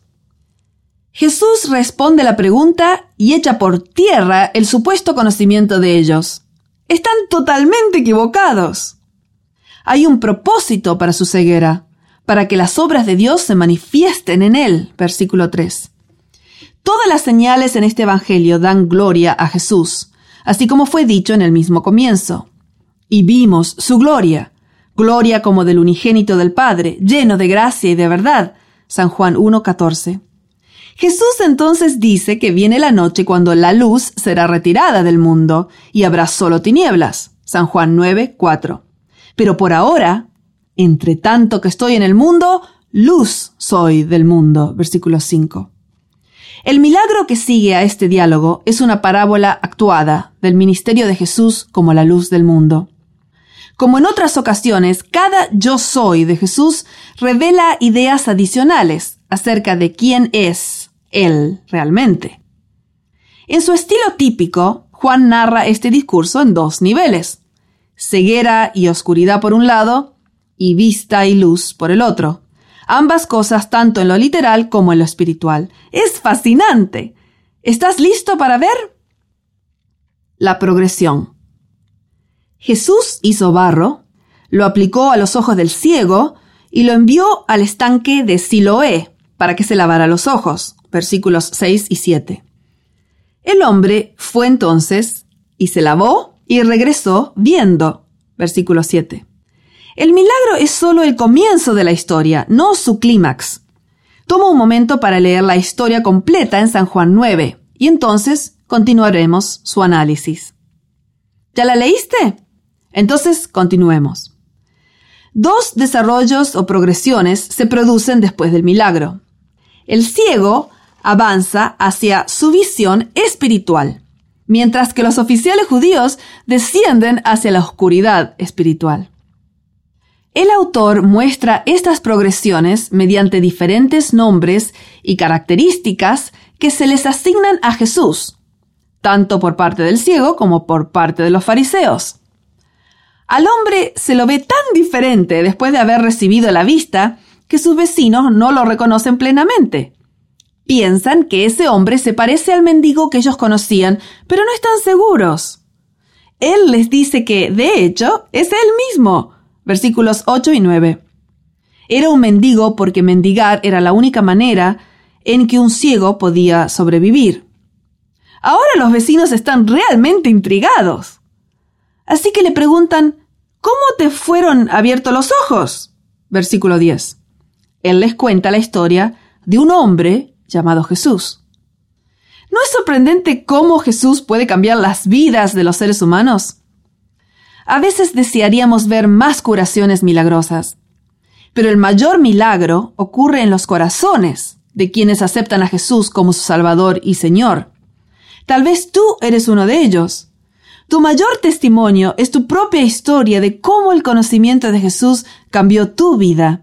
Jesús responde la pregunta y echa por tierra el supuesto conocimiento de ellos. Están totalmente equivocados. Hay un propósito para su ceguera, para que las obras de Dios se manifiesten en él. Versículo 3. Todas las señales en este Evangelio dan gloria a Jesús, así como fue dicho en el mismo comienzo. Y vimos su gloria, gloria como del unigénito del Padre, lleno de gracia y de verdad. San Juan 1, 14. Jesús entonces dice que viene la noche cuando la luz será retirada del mundo y habrá solo tinieblas. San Juan 9, 4. Pero por ahora, entre tanto que estoy en el mundo, luz soy del mundo. Versículo 5. El milagro que sigue a este diálogo es una parábola actuada del ministerio de Jesús como la luz del mundo. Como en otras ocasiones, cada yo soy de Jesús revela ideas adicionales acerca de quién es Él realmente. En su estilo típico, Juan narra este discurso en dos niveles: ceguera y oscuridad por un lado, y vista y luz por el otro. Ambas cosas tanto en lo literal como en lo espiritual. ¡Es fascinante! ¿Estás listo para ver? La progresión. Jesús hizo barro, lo aplicó a los ojos del ciego y lo envió al estanque de Siloé para que se lavara los ojos. Versículos 6 y 7. El hombre fue entonces y se lavó y regresó viendo. Versículo 7. El milagro es solo el comienzo de la historia, no su clímax. Toma un momento para leer la historia completa en San Juan 9 y entonces continuaremos su análisis. ¿Ya la leíste? Entonces continuemos. Dos desarrollos o progresiones se producen después del milagro. El ciego avanza hacia su visión espiritual, mientras que los oficiales judíos descienden hacia la oscuridad espiritual. El autor muestra estas progresiones mediante diferentes nombres y características que se les asignan a Jesús, tanto por parte del ciego como por parte de los fariseos. Al hombre se lo ve tan diferente después de haber recibido la vista que sus vecinos no lo reconocen plenamente. Piensan que ese hombre se parece al mendigo que ellos conocían, pero no están seguros. Él les dice que, de hecho, es él mismo. Versículos 8 y 9. Era un mendigo porque mendigar era la única manera en que un ciego podía sobrevivir. Ahora los vecinos están realmente intrigados. Así que le preguntan, ¿cómo te fueron abiertos los ojos? Versículo 10. Él les cuenta la historia de un hombre llamado Jesús. ¿No es sorprendente cómo Jesús puede cambiar las vidas de los seres humanos? A veces desearíamos ver más curaciones milagrosas, pero el mayor milagro ocurre en los corazones de quienes aceptan a Jesús como su Salvador y Señor. Tal vez tú eres uno de ellos. Tu mayor testimonio es tu propia historia de cómo el conocimiento de Jesús cambió tu vida.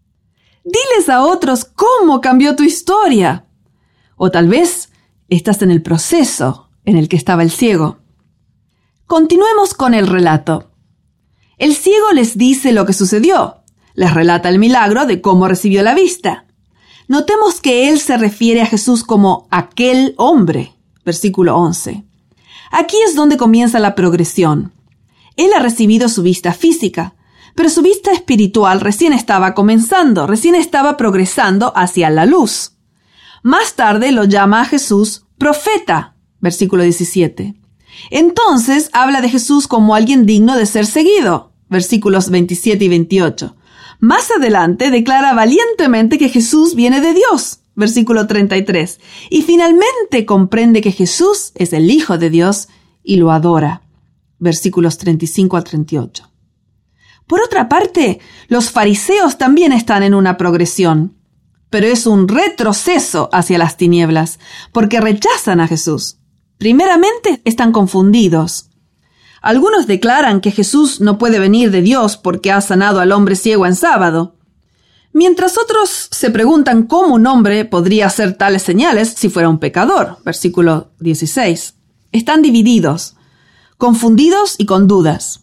Diles a otros cómo cambió tu historia. O tal vez estás en el proceso en el que estaba el ciego. Continuemos con el relato. El ciego les dice lo que sucedió. Les relata el milagro de cómo recibió la vista. Notemos que él se refiere a Jesús como aquel hombre. Versículo 11. Aquí es donde comienza la progresión. Él ha recibido su vista física, pero su vista espiritual recién estaba comenzando, recién estaba progresando hacia la luz. Más tarde lo llama a Jesús profeta. Versículo 17. Entonces habla de Jesús como alguien digno de ser seguido. Versículos 27 y 28. Más adelante declara valientemente que Jesús viene de Dios. Versículo 33. Y finalmente comprende que Jesús es el Hijo de Dios y lo adora. Versículos 35 al 38. Por otra parte, los fariseos también están en una progresión, pero es un retroceso hacia las tinieblas, porque rechazan a Jesús. Primeramente, están confundidos. Algunos declaran que Jesús no puede venir de Dios porque ha sanado al hombre ciego en sábado, mientras otros se preguntan cómo un hombre podría hacer tales señales si fuera un pecador. Versículo 16. Están divididos, confundidos y con dudas.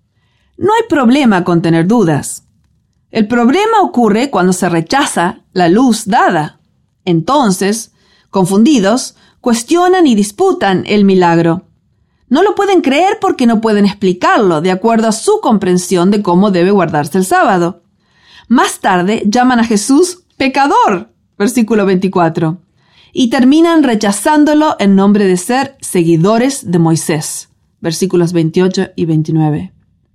No hay problema con tener dudas. El problema ocurre cuando se rechaza la luz dada. Entonces, confundidos, cuestionan y disputan el milagro. No lo pueden creer porque no pueden explicarlo de acuerdo a su comprensión de cómo debe guardarse el sábado. Más tarde llaman a Jesús pecador, versículo 24, y terminan rechazándolo en nombre de ser seguidores de Moisés, versículos 28 y 29.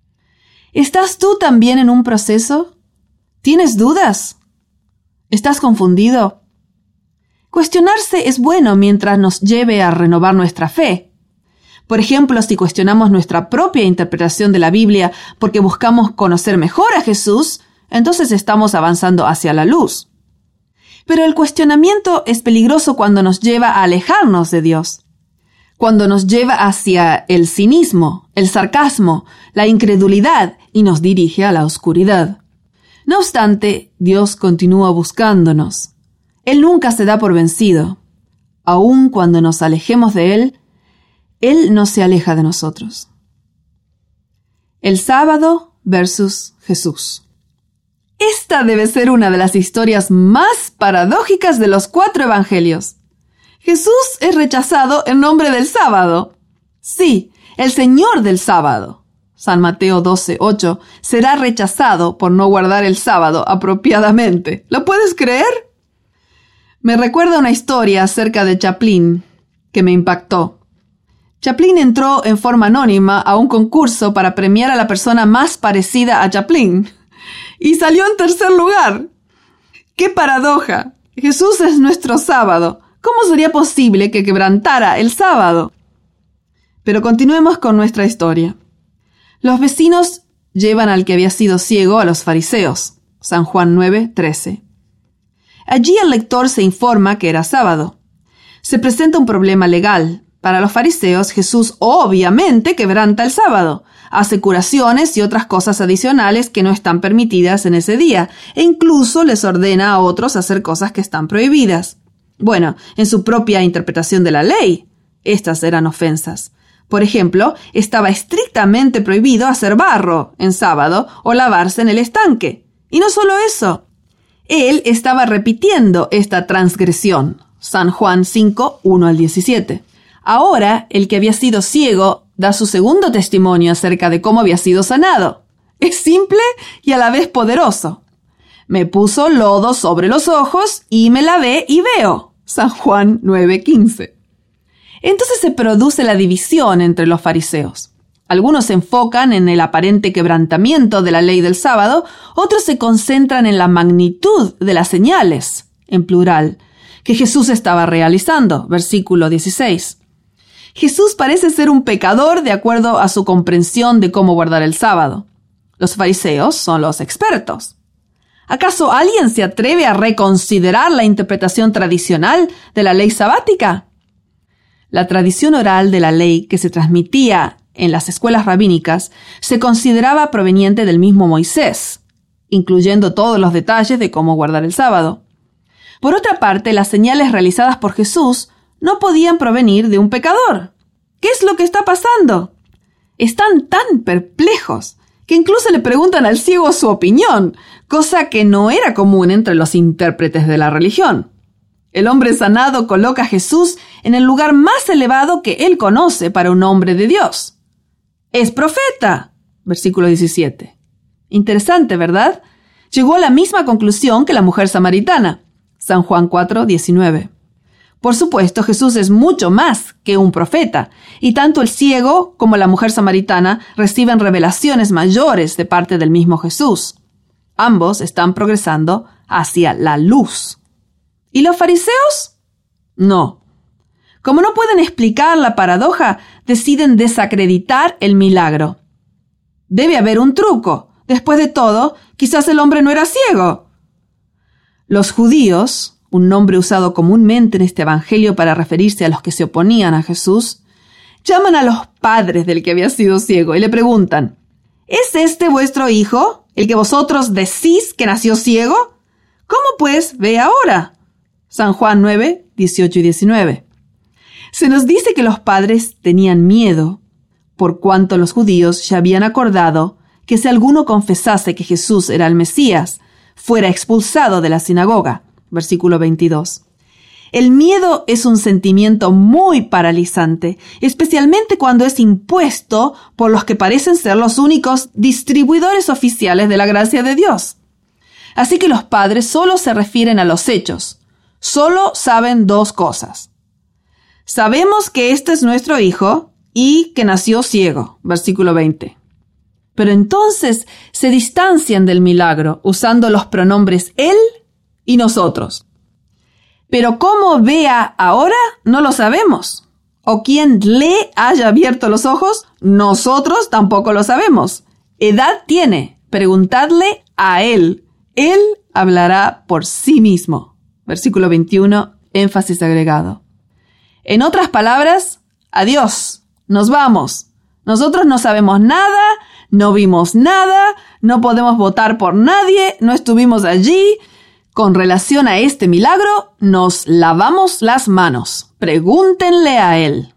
¿Estás tú también en un proceso? ¿Tienes dudas? ¿Estás confundido? Cuestionarse es bueno mientras nos lleve a renovar nuestra fe. Por ejemplo, si cuestionamos nuestra propia interpretación de la Biblia porque buscamos conocer mejor a Jesús, entonces estamos avanzando hacia la luz. Pero el cuestionamiento es peligroso cuando nos lleva a alejarnos de Dios, cuando nos lleva hacia el cinismo, el sarcasmo, la incredulidad y nos dirige a la oscuridad. No obstante, Dios continúa buscándonos. Él nunca se da por vencido. Aun cuando nos alejemos de Él no se aleja de nosotros. El sábado versus Jesús. Esta debe ser una de las historias más paradójicas de los 4 evangelios. Jesús es rechazado en nombre del sábado. Sí, el Señor del sábado. San Mateo 12:8 será rechazado por no guardar el sábado apropiadamente. ¿Lo puedes creer? Me recuerda una historia acerca de Chaplin que me impactó. Chaplin entró en forma anónima a un concurso para premiar a la persona más parecida a Chaplin y salió en tercer lugar. ¡Qué paradoja! Jesús es nuestro sábado. ¿Cómo sería posible que quebrantara el sábado? Pero continuemos con nuestra historia. Los vecinos llevan al que había sido ciego a los fariseos. San Juan 9:13. Allí el lector se informa que era sábado. Se presenta un problema legal. Para los fariseos, Jesús obviamente quebranta el sábado, hace curaciones y otras cosas adicionales que no están permitidas en ese día, e incluso les ordena a otros hacer cosas que están prohibidas. Bueno, en su propia interpretación de la ley, estas eran ofensas. Por ejemplo, estaba estrictamente prohibido hacer barro en sábado o lavarse en el estanque. Y no solo eso, él estaba repitiendo esta transgresión. San Juan 5:1-17. Ahora, el que había sido ciego da su segundo testimonio acerca de cómo había sido sanado. Es simple y a la vez poderoso. Me puso lodo sobre los ojos y me lavé y veo. San Juan 9:15. Entonces se produce la división entre los fariseos. Algunos se enfocan en el aparente quebrantamiento de la ley del sábado, otros se concentran en la magnitud de las señales, en plural, que Jesús estaba realizando. Versículo 16. Jesús parece ser un pecador de acuerdo a su comprensión de cómo guardar el sábado. Los fariseos son los expertos. ¿Acaso alguien se atreve a reconsiderar la interpretación tradicional de la ley sabática? La tradición oral de la ley que se transmitía en las escuelas rabínicas se consideraba proveniente del mismo Moisés, incluyendo todos los detalles de cómo guardar el sábado. Por otra parte, las señales realizadas por Jesús no podían provenir de un pecador. ¿Qué es lo que está pasando? Están tan perplejos que incluso le preguntan al ciego su opinión, cosa que no era común entre los intérpretes de la religión. El hombre sanado coloca a Jesús en el lugar más elevado que él conoce para un hombre de Dios. ¡Es profeta! Versículo 17. Interesante, ¿verdad? Llegó a la misma conclusión que la mujer samaritana. San Juan 4:19. Por supuesto, Jesús es mucho más que un profeta, y tanto el ciego como la mujer samaritana reciben revelaciones mayores de parte del mismo Jesús. Ambos están progresando hacia la luz. ¿Y los fariseos? No. Como no pueden explicar la paradoja, deciden desacreditar el milagro. Debe haber un truco. Después de todo, quizás el hombre no era ciego. Los judíos, un nombre usado comúnmente en este evangelio para referirse a los que se oponían a Jesús, llaman a los padres del que había sido ciego y le preguntan: ¿es este vuestro hijo, el que vosotros decís que nació ciego? ¿Cómo pues ve ahora? San Juan 9:18-19. Se nos dice que los padres tenían miedo, por cuanto los judíos ya habían acordado que si alguno confesase que Jesús era el Mesías, fuera expulsado de la sinagoga. Versículo 22. El miedo es un sentimiento muy paralizante, especialmente cuando es impuesto por los que parecen ser los únicos distribuidores oficiales de la gracia de Dios. Así que los padres solo se refieren a los hechos. Solo saben dos cosas. Sabemos que este es nuestro hijo y que nació ciego. Versículo 20. Pero entonces se distancian del milagro usando los pronombres él y nosotros. Pero cómo vea ahora, no lo sabemos. O quién le haya abierto los ojos, nosotros tampoco lo sabemos. Edad tiene, preguntadle a él. Él hablará por sí mismo. Versículo 21, énfasis agregado. En otras palabras, adiós, nos vamos. Nosotros no sabemos nada, no vimos nada, no podemos votar por nadie, no estuvimos allí. Con relación a este milagro, nos lavamos las manos. Pregúntenle a él.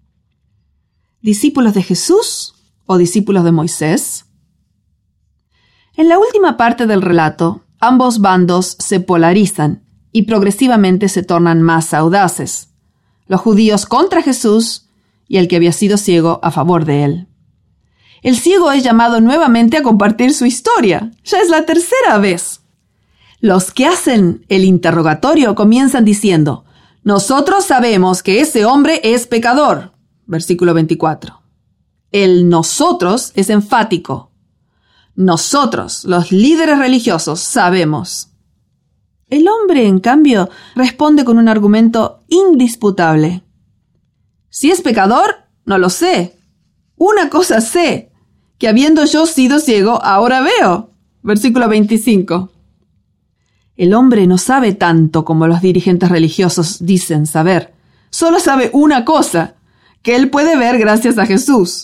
¿Discípulos de Jesús o discípulos de Moisés? En la última parte del relato, ambos bandos se polarizan y progresivamente se tornan más audaces. Los judíos contra Jesús y el que había sido ciego a favor de él. El ciego es llamado nuevamente a compartir su historia. Ya es la tercera vez. Los que hacen el interrogatorio comienzan diciendo, nosotros sabemos que ese hombre es pecador. Versículo 24. El nosotros es enfático. Nosotros, los líderes religiosos, sabemos. El hombre, en cambio, responde con un argumento indisputable. Si es pecador, no lo sé. Una cosa sé, que habiendo yo sido ciego, ahora veo. Versículo 25. El hombre no sabe tanto como los dirigentes religiosos dicen saber. Solo sabe una cosa, que él puede ver gracias a Jesús.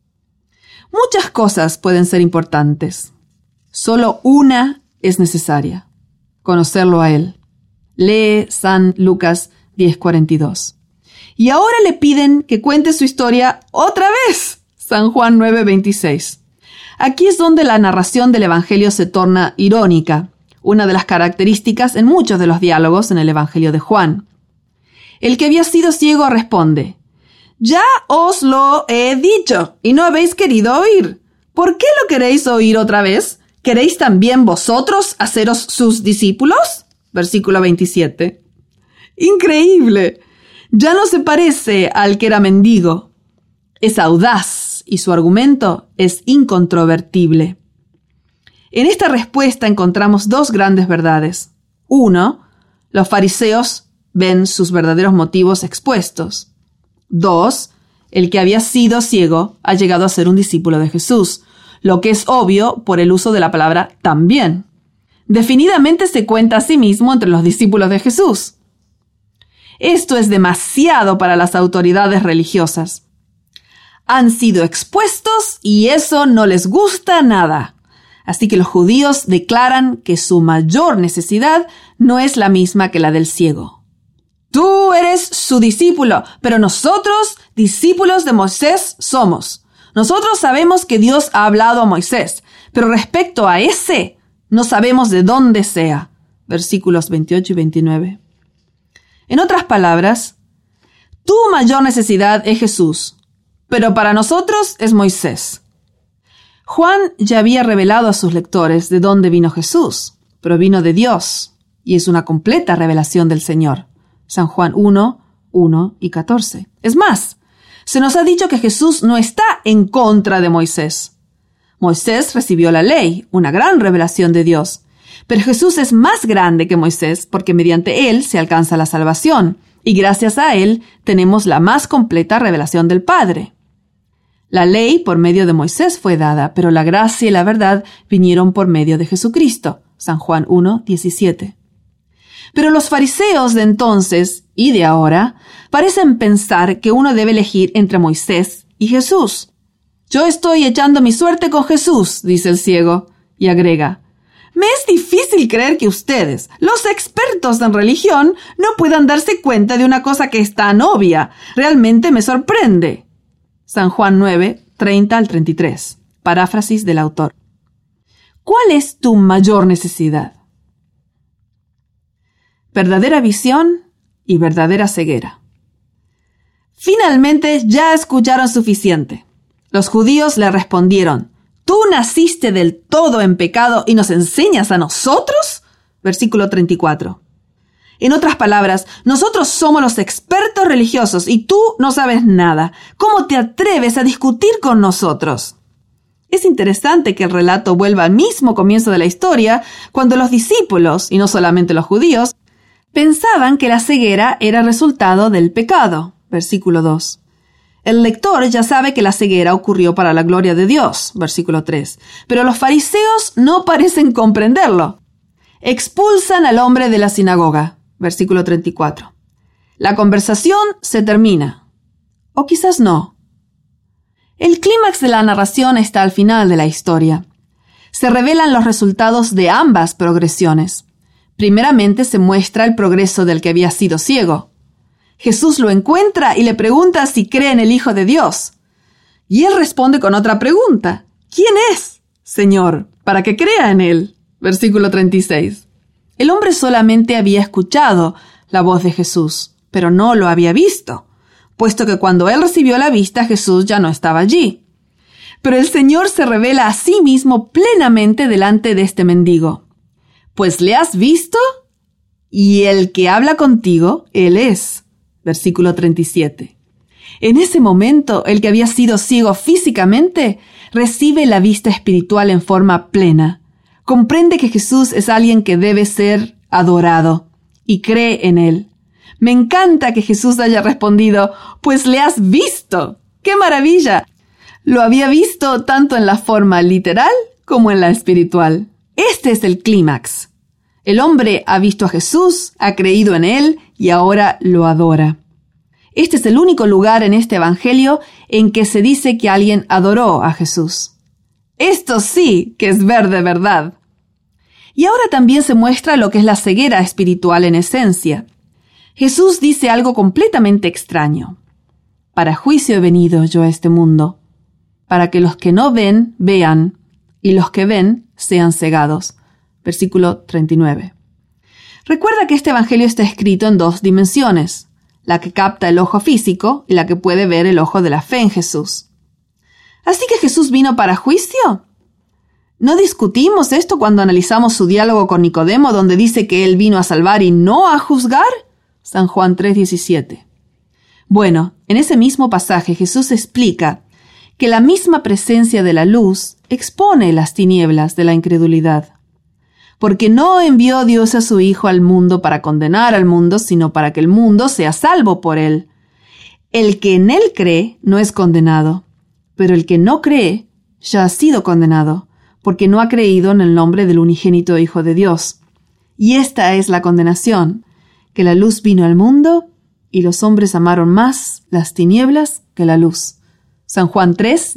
Muchas cosas pueden ser importantes. Solo una es necesaria. Conocerlo a él. Lee San Lucas 10:42. Y ahora le piden que cuente su historia otra vez. San Juan 9:26. Aquí es donde la narración del Evangelio se torna irónica, una de las características en muchos de los diálogos en el Evangelio de Juan. El que había sido ciego responde, ya os lo he dicho y no habéis querido oír. ¿Por qué lo queréis oír otra vez? ¿Queréis también vosotros haceros sus discípulos? Versículo 27. ¡Increíble! Ya no se parece al que era mendigo. Es audaz y su argumento es incontrovertible. En esta respuesta encontramos dos grandes verdades. Uno, los fariseos ven sus verdaderos motivos expuestos. Dos, el que había sido ciego ha llegado a ser un discípulo de Jesús, lo que es obvio por el uso de la palabra también. Definidamente se cuenta a sí mismo entre los discípulos de Jesús. Esto es demasiado para las autoridades religiosas. Han sido expuestos y eso no les gusta nada. Así que los judíos declaran que su mayor necesidad no es la misma que la del ciego. Tú eres su discípulo, pero nosotros, discípulos de Moisés, somos. Nosotros sabemos que Dios ha hablado a Moisés, pero respecto a ese, no sabemos de dónde sea. Versículos 28 y 29. En otras palabras, tu mayor necesidad es Jesús, pero para nosotros es Moisés. Juan ya había revelado a sus lectores de dónde vino Jesús, pero vino de Dios, y es una completa revelación del Señor. San Juan 1, 1 y 14. Es más, se nos ha dicho que Jesús no está en contra de Moisés. Moisés recibió la ley, una gran revelación de Dios. Pero Jesús es más grande que Moisés porque mediante él se alcanza la salvación, y gracias a él tenemos la más completa revelación del Padre. La ley por medio de Moisés fue dada, pero la gracia y la verdad vinieron por medio de Jesucristo. San Juan 1, 17. Pero los fariseos de entonces y de ahora parecen pensar que uno debe elegir entre Moisés y Jesús. Yo estoy echando mi suerte con Jesús, dice el ciego, y agrega, me es difícil creer que ustedes, los expertos en religión, no puedan darse cuenta de una cosa que es tan obvia. Realmente me sorprende. San Juan 9, 30 al 33. Paráfrasis del autor. ¿Cuál es tu mayor necesidad? Verdadera visión y verdadera ceguera. Finalmente ya escucharon suficiente. Los judíos le respondieron, ¿tú naciste del todo en pecado y nos enseñas a nosotros? Versículo 34. En otras palabras, nosotros somos los expertos religiosos y tú no sabes nada. ¿Cómo te atreves a discutir con nosotros? Es interesante que el relato vuelva al mismo comienzo de la historia, cuando los discípulos, y no solamente los judíos, pensaban que la ceguera era resultado del pecado. Versículo 2. El lector ya sabe que la ceguera ocurrió para la gloria de Dios. Versículo 3. Pero los fariseos no parecen comprenderlo. Expulsan al hombre de la sinagoga. versículo 34. La conversación se termina. O quizás no. El clímax de la narración está al final de la historia. Se revelan los resultados de ambas progresiones. Primeramente se muestra el progreso del que había sido ciego. Jesús lo encuentra y le pregunta si cree en el Hijo de Dios. Y él responde con otra pregunta. ¿Quién es, Señor, para que crea en él? Versículo 36. El hombre solamente había escuchado la voz de Jesús, pero no lo había visto, puesto que cuando él recibió la vista, Jesús ya no estaba allí. Pero el Señor se revela a sí mismo plenamente delante de este mendigo. Pues le has visto, y el que habla contigo, él es. Versículo 37. En ese momento, el que había sido ciego físicamente recibe la vista espiritual en forma plena. Comprende que Jesús es alguien que debe ser adorado y cree en él. Me encanta que Jesús haya respondido, pues le has visto. ¡Qué maravilla! Lo había visto tanto en la forma literal como en la espiritual. Este es el clímax. El hombre ha visto a Jesús, ha creído en él y ahora lo adora. Este es el único lugar en este evangelio en que se dice que alguien adoró a Jesús. Esto sí que es ver de verdad. Y ahora también se muestra lo que es la ceguera espiritual en esencia. Jesús dice algo completamente extraño. Para juicio he venido yo a este mundo, para que los que no ven, vean, y los que ven, sean cegados. Versículo 39. Recuerda que este evangelio está escrito en dos dimensiones, la que capta el ojo físico y la que puede ver el ojo de la fe en Jesús. ¿Así que Jesús vino para juicio? ¿No discutimos esto cuando analizamos su diálogo con Nicodemo, donde dice que él vino a salvar y no a juzgar? San Juan 3:17. Bueno, en ese mismo pasaje Jesús explica que la misma presencia de la luz expone las tinieblas de la incredulidad. Porque no envió Dios a su Hijo al mundo para condenar al mundo, sino para que el mundo sea salvo por él. El que en él cree no es condenado, pero el que no cree ya ha sido condenado, porque no ha creído en el nombre del unigénito Hijo de Dios. Y esta es la condenación, que la luz vino al mundo y los hombres amaron más las tinieblas que la luz. San Juan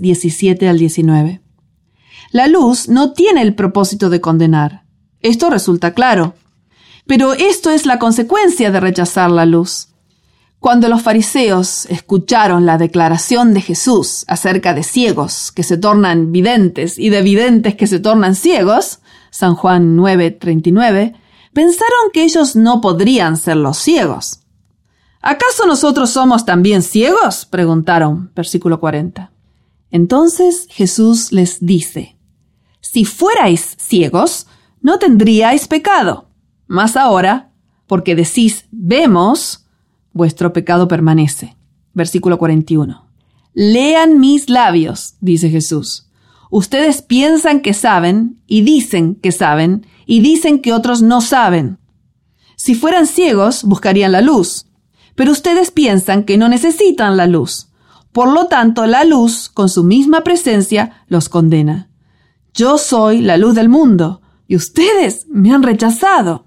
3:17-19. La luz no tiene el propósito de condenar. Esto resulta claro. Pero esto es la consecuencia de rechazar la luz. Cuando los fariseos escucharon la declaración de Jesús acerca de ciegos que se tornan videntes y de videntes que se tornan ciegos, San Juan 9:39, pensaron que ellos no podrían ser los ciegos. ¿Acaso nosotros somos también ciegos?, preguntaron, versículo 40. Entonces Jesús les dice, si fuerais ciegos, no tendríais pecado. Mas ahora, porque decís, vemos, vuestro pecado permanece. Versículo 41. Lean mis labios, dice Jesús. Ustedes piensan que saben, y dicen que otros no saben. Si fueran ciegos, buscarían la luz. Pero ustedes piensan que no necesitan la luz. Por lo tanto, la luz, con su misma presencia, los condena. Yo soy la luz del mundo, y ustedes me han rechazado.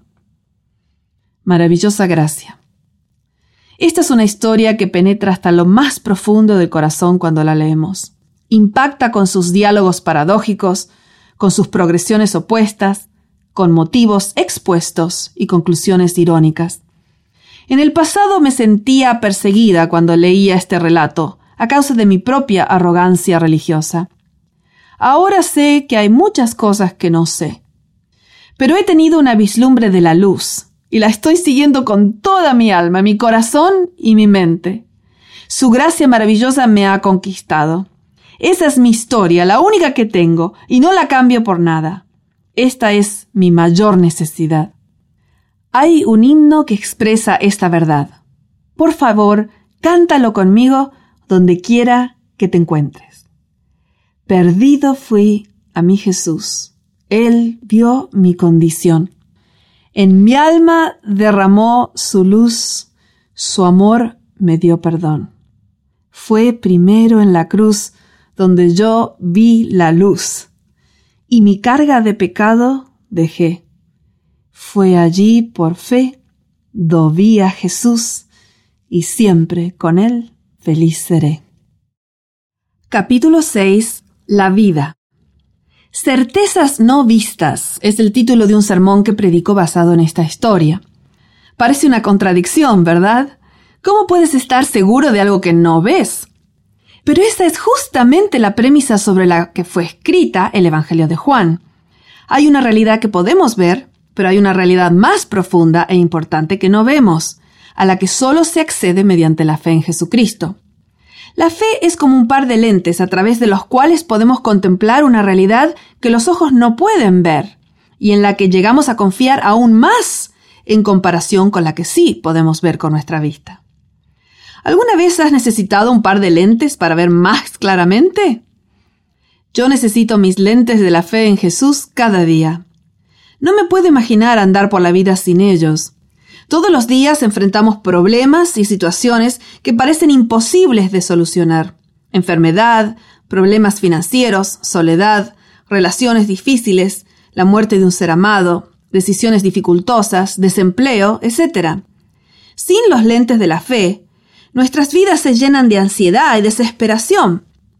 Maravillosa gracia. Esta es una historia que penetra hasta lo más profundo del corazón cuando la leemos. Impacta con sus diálogos paradójicos, con sus progresiones opuestas, con motivos expuestos y conclusiones irónicas. En el pasado me sentía perseguida cuando leía este relato, a causa de mi propia arrogancia religiosa. Ahora sé que hay muchas cosas que no sé. Pero he tenido una vislumbre de la luz, y la estoy siguiendo con toda mi alma, mi corazón y mi mente. Su gracia maravillosa me ha conquistado. Esa es mi historia, la única que tengo, y no la cambio por nada. Esta es mi mayor necesidad. Hay un himno que expresa esta verdad. Por favor, cántalo conmigo donde quiera que te encuentres. Perdido fui a mi Jesús. Él vio mi condición. En mi alma derramó su luz. Su amor me dio perdón. Fue primero en la cruz donde yo vi la luz. Y mi carga de pecado dejé. Fue allí por fe vi a Jesús, y siempre con Él feliz seré. Capítulo 6. La vida. Certezas no vistas es el título de un sermón que predico basado en esta historia. Parece una contradicción, ¿verdad? ¿Cómo puedes estar seguro de algo que no ves? Pero esa es justamente la premisa sobre la que fue escrita el Evangelio de Juan. Hay una realidad que podemos ver, pero hay una realidad más profunda e importante que no vemos, a la que solo se accede mediante la fe en Jesucristo. La fe es como un par de lentes a través de los cuales podemos contemplar una realidad que los ojos no pueden ver, y en la que llegamos a confiar aún más en comparación con la que sí podemos ver con nuestra vista. ¿Alguna vez has necesitado un par de lentes para ver más claramente? Yo necesito mis lentes de la fe en Jesús cada día. No me puedo imaginar andar por la vida sin ellos. Todos los días enfrentamos problemas y situaciones que parecen imposibles de solucionar. Enfermedad, problemas financieros, soledad, relaciones difíciles, la muerte de un ser amado, decisiones dificultosas, desempleo, etc. Sin los lentes de la fe, nuestras vidas se llenan de ansiedad y desesperación.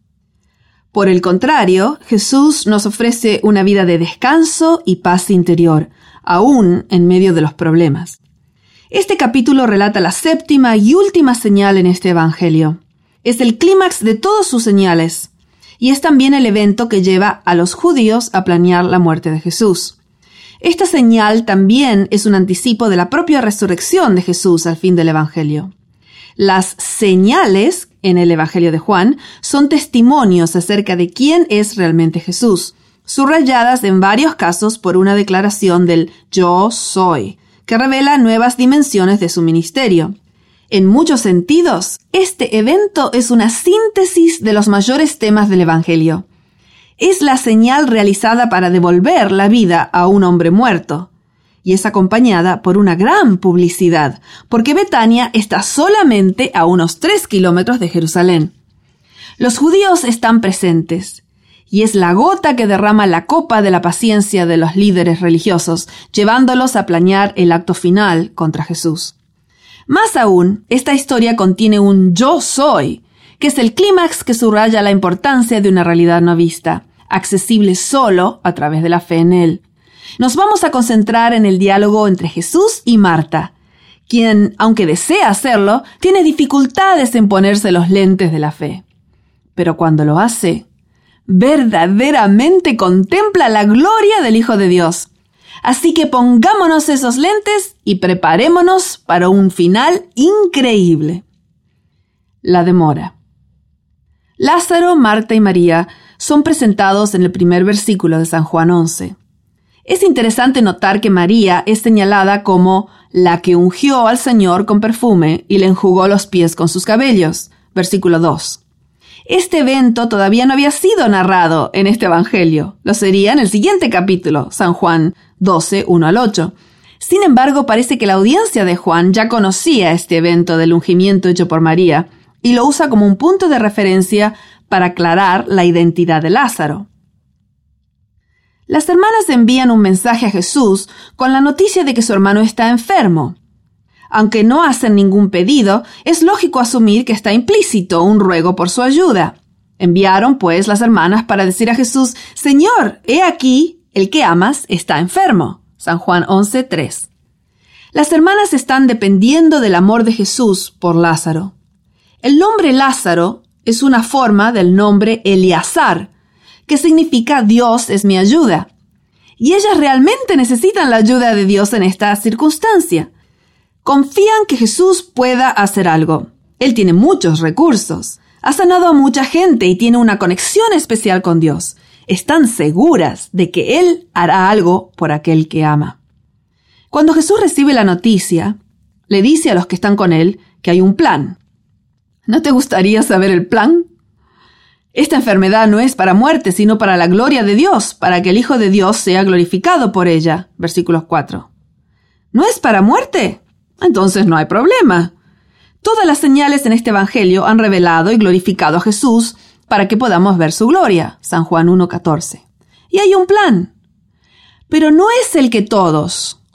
Por el contrario, Jesús nos ofrece una vida de descanso y paz interior, aún en medio de los problemas. Este capítulo relata la séptima y última señal en este evangelio. Es el clímax de todas sus señales, y es también el evento que lleva a los judíos a planear la muerte de Jesús. Esta señal también es un anticipo de la propia resurrección de Jesús al fin del evangelio. Las señales en el Evangelio de Juan son testimonios acerca de quién es realmente Jesús, subrayadas en varios casos por una declaración del yo soy, que revela nuevas dimensiones de su ministerio. En muchos sentidos, este evento es una síntesis de los mayores temas del Evangelio. Es la señal realizada para devolver la vida a un hombre muerto. Y es acompañada por una gran publicidad, porque Betania está solamente a unos 3 kilómetros de Jerusalén. Los judíos están presentes, y es la gota que derrama la copa de la paciencia de los líderes religiosos, llevándolos a planear el acto final contra Jesús. Más aún, esta historia contiene un yo soy, que es el clímax que subraya la importancia de una realidad no vista, accesible solo a través de la fe en Él. Nos vamos a concentrar en el diálogo entre Jesús y Marta, quien, aunque desea hacerlo, tiene dificultades en ponerse los lentes de la fe. Pero cuando lo hace, verdaderamente contempla la gloria del Hijo de Dios. Así que pongámonos esos lentes y preparémonos para un final increíble. La demora. Lázaro, Marta y María son presentados en el primer versículo de San Juan 11. Es interesante notar que María es señalada como la que ungió al Señor con perfume y le enjugó los pies con sus cabellos. Versículo 2. Este evento todavía no había sido narrado en este evangelio. Lo sería en el siguiente capítulo, San Juan 12, 1 al 8. Sin embargo, parece que la audiencia de Juan ya conocía este evento del ungimiento hecho por María y lo usa como un punto de referencia para aclarar la identidad de Lázaro. Las hermanas envían un mensaje a Jesús con la noticia de que su hermano está enfermo. Aunque no hacen ningún pedido, es lógico asumir que está implícito un ruego por su ayuda. Enviaron, pues, las hermanas para decir a Jesús: «Señor, he aquí, el que amas está enfermo». San Juan 11:3. Las hermanas están dependiendo del amor de Jesús por Lázaro. El nombre Lázaro es una forma del nombre Eleazar, que significa Dios es mi ayuda. Y ellas realmente necesitan la ayuda de Dios en esta circunstancia. Confían que Jesús pueda hacer algo. Él tiene muchos recursos. Ha sanado a mucha gente y tiene una conexión especial con Dios. Están seguras de que Él hará algo por aquel que ama. Cuando Jesús recibe la noticia, le dice a los que están con Él que hay un plan. ¿No te gustaría saber el plan? Esta enfermedad no es para muerte, sino para la gloria de Dios, para que el Hijo de Dios sea glorificado por ella. Versículos 4. ¿No es para muerte? Entonces no hay problema. Todas las señales en este evangelio han revelado y glorificado a Jesús para que podamos ver su gloria. San Juan 1:14. Y hay un plan. Pero no es el que todos,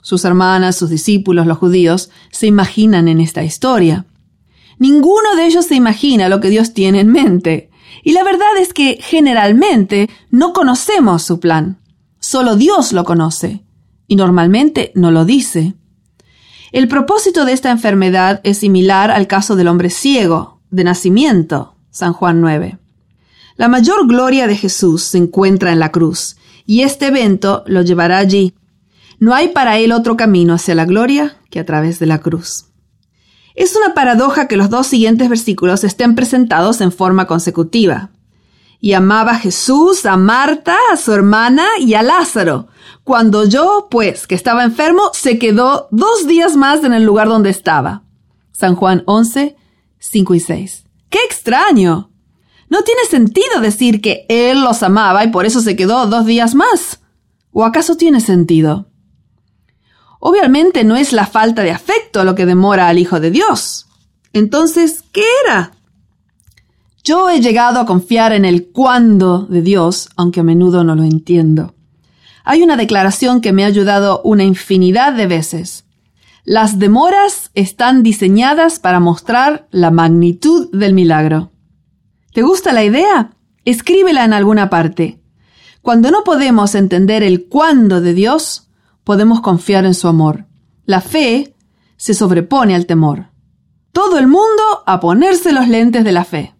Sus hermanas, sus discípulos, los judíos, se imaginan en esta historia. Ninguno de ellos se imagina lo que Dios tiene en mente. Y la verdad es que generalmente no conocemos su plan. Solo Dios lo conoce. Y normalmente no lo dice. El propósito de esta enfermedad es similar al caso del hombre ciego, de nacimiento, San Juan 9. La mayor gloria de Jesús se encuentra en la cruz, y este evento lo llevará allí. No hay para él otro camino hacia la gloria que a través de la cruz. Es una paradoja que los dos siguientes versículos estén presentados en forma consecutiva. Y amaba Jesús a Marta, a su hermana y a Lázaro. Cuando oyó, pues, que estaba enfermo, se quedó 2 días más en el lugar donde estaba. San Juan 11, 5 y 6. ¡Qué extraño! No tiene sentido decir que él los amaba y por eso se quedó 2 días más. ¿O acaso tiene sentido? Obviamente no es la falta de afecto lo que demora al Hijo de Dios. Entonces, ¿qué era? Yo he llegado a confiar en el cuándo de Dios, aunque a menudo no lo entiendo. Hay una declaración que me ha ayudado una infinidad de veces. Las demoras están diseñadas para mostrar la magnitud del milagro. ¿Te gusta la idea? Escríbela en alguna parte. Cuando no podemos entender el cuándo de Dios, podemos confiar en su amor. La fe se sobrepone al temor. Todo el mundo a ponerse los lentes de la fe.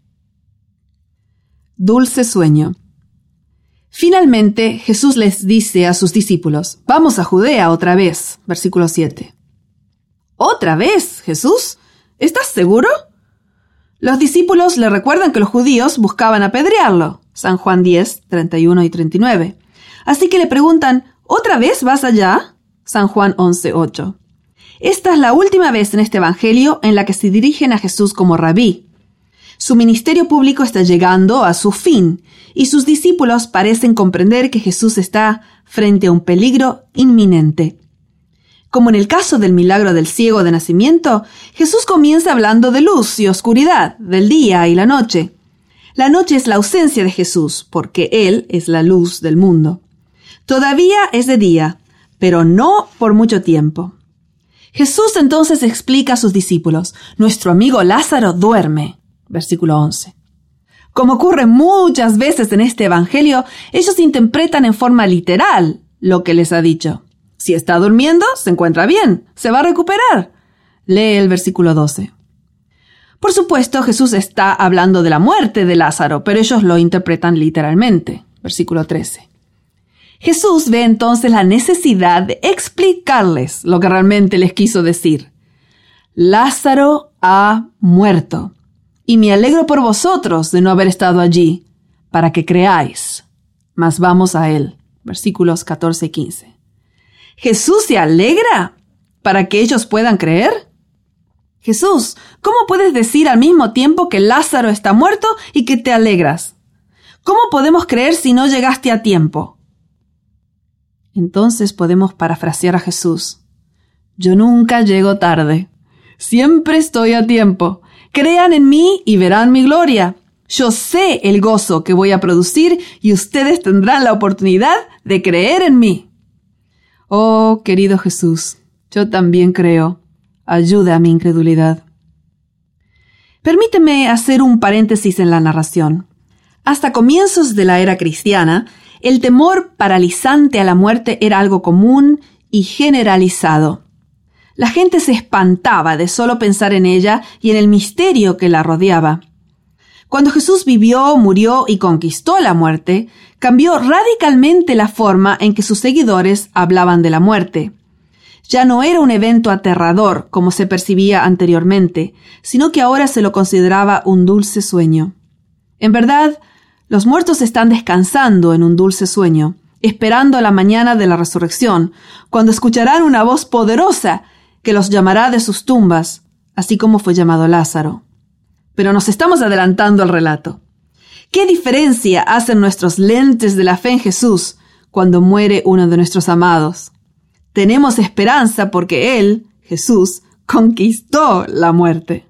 Dulce sueño. Finalmente, Jesús les dice a sus discípulos, vamos a Judea otra vez, versículo 7. ¿Otra vez, Jesús? ¿Estás seguro? Los discípulos le recuerdan que los judíos buscaban apedrearlo, San Juan 10, 31 y 39. Así que le preguntan, ¿otra vez vas allá? San Juan 11, 8. Esta es la última vez en este evangelio en la que se dirigen a Jesús como rabí. Su ministerio público está llegando a su fin y sus discípulos parecen comprender que Jesús está frente a un peligro inminente. Como en el caso del milagro del ciego de nacimiento, Jesús comienza hablando de luz y oscuridad, del día y la noche. La noche es la ausencia de Jesús, porque Él es la luz del mundo. Todavía es de día, pero no por mucho tiempo. Jesús entonces explica a sus discípulos, nuestro amigo Lázaro duerme. Versículo 11. Como ocurre muchas veces en este evangelio, ellos interpretan en forma literal lo que les ha dicho. Si está durmiendo, se encuentra bien, se va a recuperar. Lee el versículo 12. Por supuesto, Jesús está hablando de la muerte de Lázaro, pero ellos lo interpretan literalmente. Versículo 13. Jesús ve entonces la necesidad de explicarles lo que realmente les quiso decir. Lázaro ha muerto. Y me alegro por vosotros de no haber estado allí, para que creáis. Mas vamos a él. Versículos 14 y 15. ¿Jesús se alegra para que ellos puedan creer? Jesús, ¿cómo puedes decir al mismo tiempo que Lázaro está muerto y que te alegras? ¿Cómo podemos creer si no llegaste a tiempo? Entonces podemos parafrasear a Jesús. Yo nunca llego tarde. Siempre estoy a tiempo. Crean en mí y verán mi gloria. Yo sé el gozo que voy a producir y ustedes tendrán la oportunidad de creer en mí. Oh, querido Jesús, yo también creo. Ayuda a mi incredulidad. Permíteme hacer un paréntesis en la narración. Hasta comienzos de la era cristiana, el temor paralizante a la muerte era algo común y generalizado. La gente se espantaba de solo pensar en ella y en el misterio que la rodeaba. Cuando Jesús vivió, murió y conquistó la muerte, cambió radicalmente la forma en que sus seguidores hablaban de la muerte. Ya no era un evento aterrador como se percibía anteriormente, sino que ahora se lo consideraba un dulce sueño. En verdad, los muertos están descansando en un dulce sueño, esperando la mañana de la resurrección, cuando escucharán una voz poderosa que los llamará de sus tumbas, así como fue llamado Lázaro. Pero nos estamos adelantando al relato. ¿Qué diferencia hacen nuestros lentes de la fe en Jesús cuando muere uno de nuestros amados? Tenemos esperanza porque Él, Jesús, conquistó la muerte.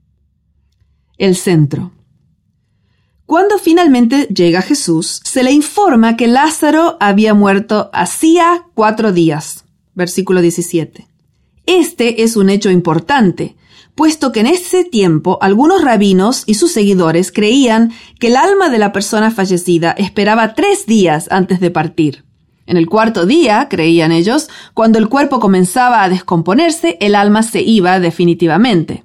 El centro. Cuando finalmente llega Jesús, se le informa que Lázaro había muerto hacía 4 días. versículo 17. Este es un hecho importante, puesto que en ese tiempo algunos rabinos y sus seguidores creían que el alma de la persona fallecida esperaba 3 días antes de partir. En el 4º día, creían ellos, cuando el cuerpo comenzaba a descomponerse, el alma se iba definitivamente.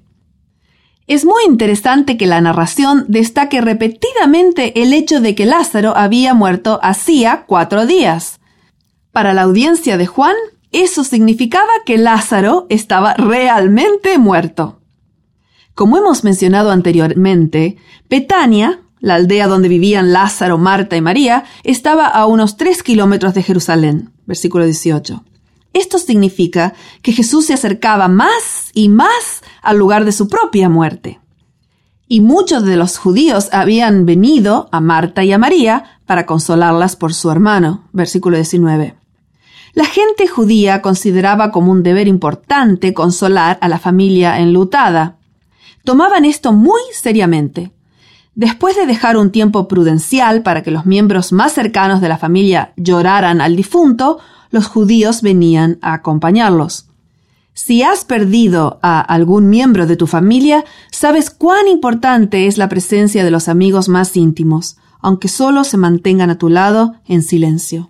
Es muy interesante que la narración destaque repetidamente el hecho de que Lázaro había muerto hacía 4 días. Para la audiencia de Juan, eso significaba que Lázaro estaba realmente muerto. Como hemos mencionado anteriormente, Betania, la aldea donde vivían Lázaro, Marta y María, estaba a unos 3 kilómetros de Jerusalén. Versículo 18. Esto significa que Jesús se acercaba más y más al lugar de su propia muerte. Y muchos de los judíos habían venido a Marta y a María para consolarlas por su hermano. Versículo 19. La gente judía consideraba como un deber importante consolar a la familia enlutada. Tomaban esto muy seriamente. Después de dejar un tiempo prudencial para que los miembros más cercanos de la familia lloraran al difunto, los judíos venían a acompañarlos. Si has perdido a algún miembro de tu familia, sabes cuán importante es la presencia de los amigos más íntimos, aunque solo se mantengan a tu lado en silencio.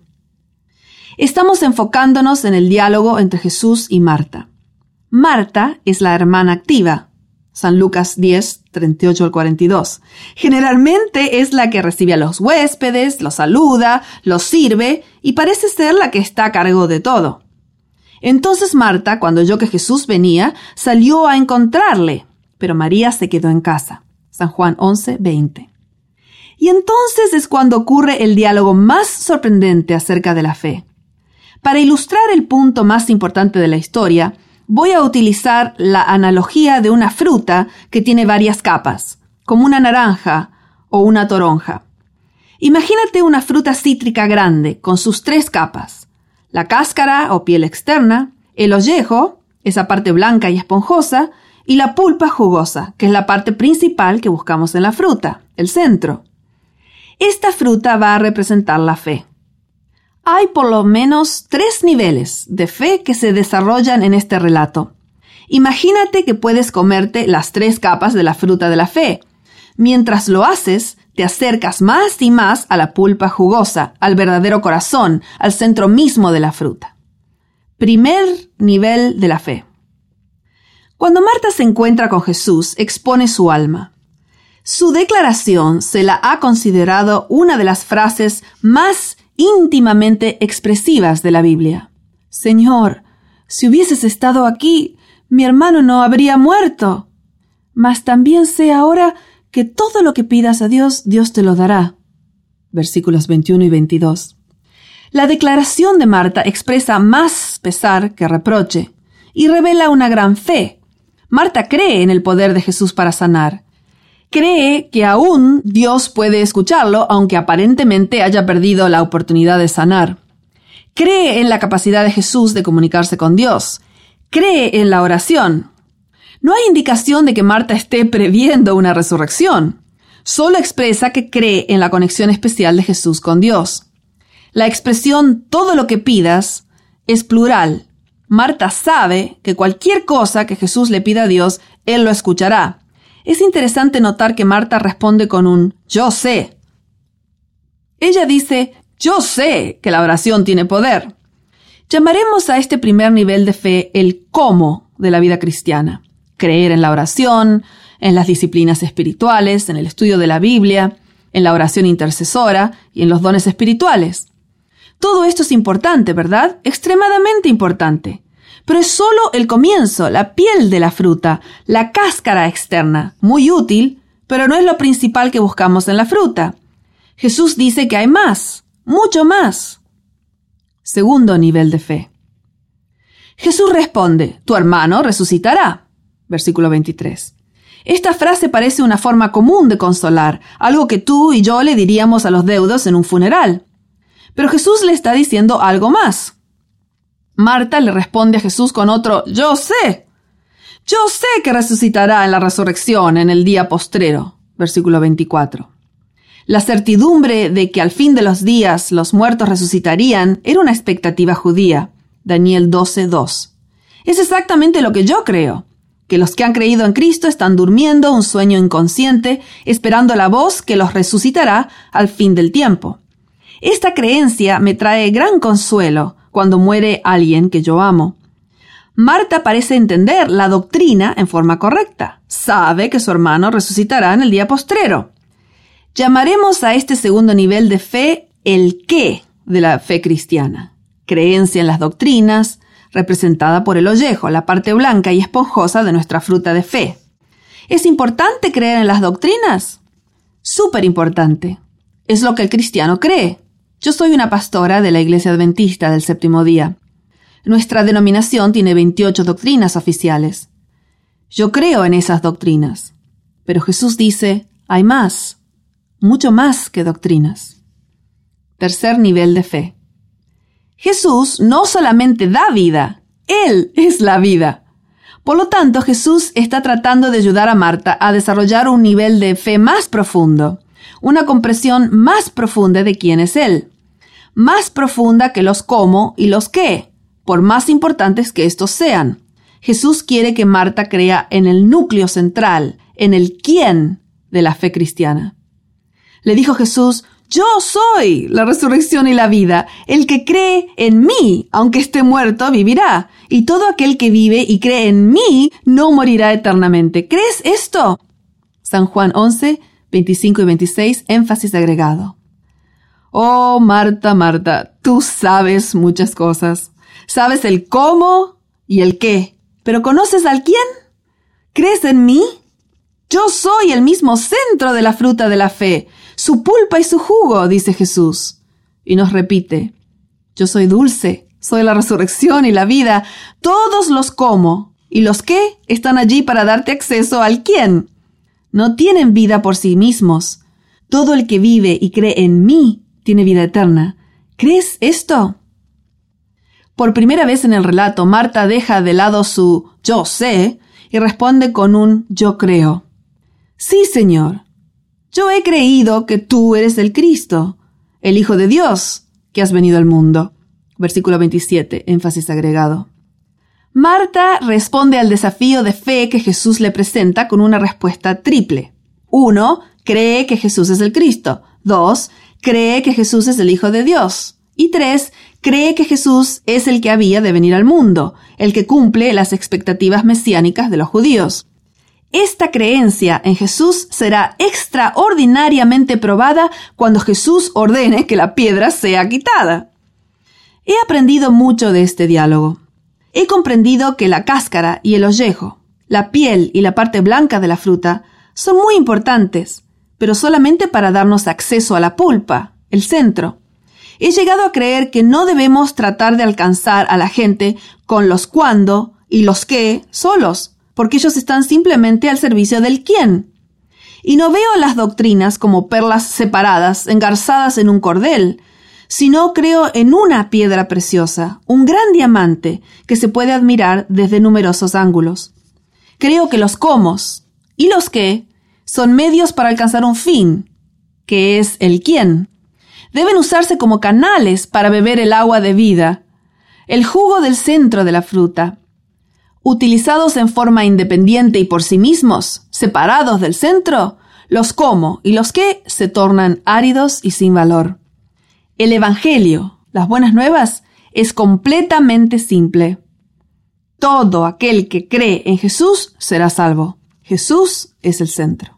Estamos enfocándonos en el diálogo entre Jesús y Marta. Marta es la hermana activa. San Lucas 10, 38 al 42. Generalmente es la que recibe a los huéspedes, los saluda, los sirve y parece ser la que está a cargo de todo. Entonces Marta, cuando oyó que Jesús venía, salió a encontrarle, pero María se quedó en casa. San Juan 11, 20. Y entonces es cuando ocurre el diálogo más sorprendente acerca de la fe. Para ilustrar el punto más importante de la historia, voy a utilizar la analogía de una fruta que tiene varias capas, como una naranja o una toronja. Imagínate una fruta cítrica grande con sus 3 capas: la cáscara o piel externa, el ollejo, esa parte blanca y esponjosa, y la pulpa jugosa, que es la parte principal que buscamos en la fruta, el centro. Esta fruta va a representar la fe. Hay por lo menos 3 niveles de fe que se desarrollan en este relato. Imagínate que puedes comerte las 3 capas de la fruta de la fe. Mientras lo haces, te acercas más y más a la pulpa jugosa, al verdadero corazón, al centro mismo de la fruta. Primer nivel de la fe. Cuando Marta se encuentra con Jesús, expone su alma. Su declaración se la ha considerado una de las frases más íntimamente expresivas de la Biblia. Señor, si hubieses estado aquí, mi hermano no habría muerto. Mas también sé ahora que todo lo que pidas a Dios, Dios te lo dará. Versículos 21 y 22. La declaración de Marta expresa más pesar que reproche y revela una gran fe. Marta cree en el poder de Jesús para sanar. Cree que aún Dios puede escucharlo, aunque aparentemente haya perdido la oportunidad de sanar. Cree en la capacidad de Jesús de comunicarse con Dios. Cree en la oración. No hay indicación de que Marta esté previendo una resurrección. Solo expresa que cree en la conexión especial de Jesús con Dios. La expresión todo lo que pidas es plural. Marta sabe que cualquier cosa que Jesús le pida a Dios, Él lo escuchará. Es interesante notar que Marta responde con un yo sé. Ella dice, yo sé que la oración tiene poder. Llamaremos a este primer nivel de fe el cómo de la vida cristiana. Creer en la oración, en las disciplinas espirituales, en el estudio de la Biblia, en la oración intercesora y en los dones espirituales. Todo esto es importante, ¿verdad? Extremadamente importante. Pero es solo el comienzo, la piel de la fruta, la cáscara externa, muy útil, pero no es lo principal que buscamos en la fruta. Jesús dice que hay más, mucho más. Segundo nivel de fe. Jesús responde, tu hermano resucitará. Versículo 23. Esta frase parece una forma común de consolar, algo que tú y yo le diríamos a los deudos en un funeral. Pero Jesús le está diciendo algo más. Marta le responde a Jesús con otro yo sé. Yo sé que resucitará en la resurrección en el día postrero. Versículo 24. La certidumbre de que al fin de los días los muertos resucitarían era una expectativa judía. Daniel 12:2. Es exactamente lo que yo creo, que los que han creído en Cristo están durmiendo un sueño inconsciente, esperando la voz que los resucitará al fin del tiempo. Esta creencia me trae gran consuelo cuando muere alguien que yo amo. Marta parece entender la doctrina en forma correcta. Sabe que su hermano resucitará en el día postrero. Llamaremos a este segundo nivel de fe el qué de la fe cristiana. Creencia en las doctrinas, representada por el ollejo, la parte blanca y esponjosa de nuestra fruta de fe. ¿Es importante creer en las doctrinas? Súper importante. Es lo que el cristiano cree. Yo soy una pastora de la Iglesia Adventista del Séptimo Día. Nuestra denominación tiene 28 doctrinas oficiales. Yo creo en esas doctrinas. Pero Jesús dice, hay más, mucho más que doctrinas. Tercer nivel de fe. Jesús no solamente da vida, Él es la vida. Por lo tanto, Jesús está tratando de ayudar a Marta a desarrollar un nivel de fe más profundo, una comprensión más profunda de quién es Él, más profunda que los cómo y los qué, por más importantes que estos sean. Jesús quiere que Marta crea en el núcleo central, en el quién de la fe cristiana. Le dijo Jesús, yo soy la resurrección y la vida. El que cree en mí, aunque esté muerto, vivirá. Y todo aquel que vive y cree en mí, no morirá eternamente. ¿Crees esto? San Juan 11, 25 y 26, énfasis agregado. Oh, Marta, Marta, tú sabes muchas cosas. Sabes el cómo y el qué. ¿Pero conoces al quién? ¿Crees en mí? Yo soy el mismo centro de la fruta de la fe, su pulpa y su jugo, dice Jesús. Y nos repite, yo soy dulce, soy la resurrección y la vida. Todos los cómo y los qué están allí para darte acceso al quién. No tienen vida por sí mismos. Todo el que vive y cree en mí tiene vida eterna. ¿Crees esto? Por primera vez en el relato, Marta deja de lado su yo sé y responde con un yo creo. Sí, Señor, yo he creído que tú eres el Cristo, el Hijo de Dios, que has venido al mundo. Versículo 27, énfasis agregado. Marta responde al desafío de fe que Jesús le presenta con una respuesta triple. 1. Cree que Jesús es el Cristo. 2. Cree que Jesús es el Hijo de Dios. Y 3. Cree que Jesús es el que había de venir al mundo, el que cumple las expectativas mesiánicas de los judíos. Esta creencia en Jesús será extraordinariamente probada cuando Jesús ordene que la piedra sea quitada. He aprendido mucho de este diálogo. He comprendido que la cáscara y el ollejo, la piel y la parte blanca de la fruta son muy importantes, pero solamente para darnos acceso a la pulpa, el centro. He llegado a creer que no debemos tratar de alcanzar a la gente con los cuándo y los qué solos, porque ellos están simplemente al servicio del quién. Y no veo las doctrinas como perlas separadas, engarzadas en un cordel, sino creo en una piedra preciosa, un gran diamante que se puede admirar desde numerosos ángulos. Creo que los cómos y los qué son medios para alcanzar un fin, que es el quién. Deben usarse como canales para beber el agua de vida, el jugo del centro de la fruta. Utilizados en forma independiente y por sí mismos, separados del centro, los cómo y los qué se tornan áridos y sin valor. El Evangelio, las buenas nuevas, es completamente simple. Todo aquel que cree en Jesús será salvo. Jesús es el centro.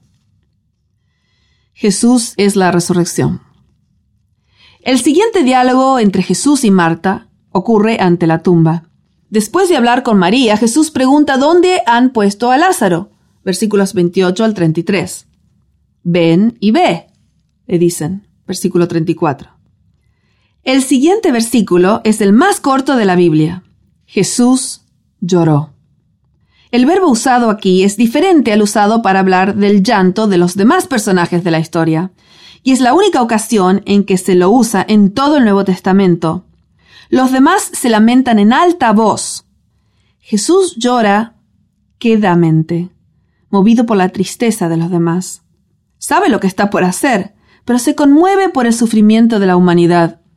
Jesús es la resurrección. El siguiente diálogo entre Jesús y Marta ocurre ante la tumba. Después de hablar con María, Jesús pregunta dónde han puesto a Lázaro. Versículos 28 al 33. Ven y ve, le dicen. Versículo 34. El siguiente versículo es el más corto de la Biblia. Jesús lloró. El verbo usado aquí es diferente al usado para hablar del llanto de los demás personajes de la historia, y es la única ocasión en que se lo usa en todo el Nuevo Testamento. Los demás se lamentan en alta voz. Jesús llora quedamente, movido por la tristeza de los demás. Sabe lo que está por hacer, pero se conmueve por el sufrimiento de la humanidad.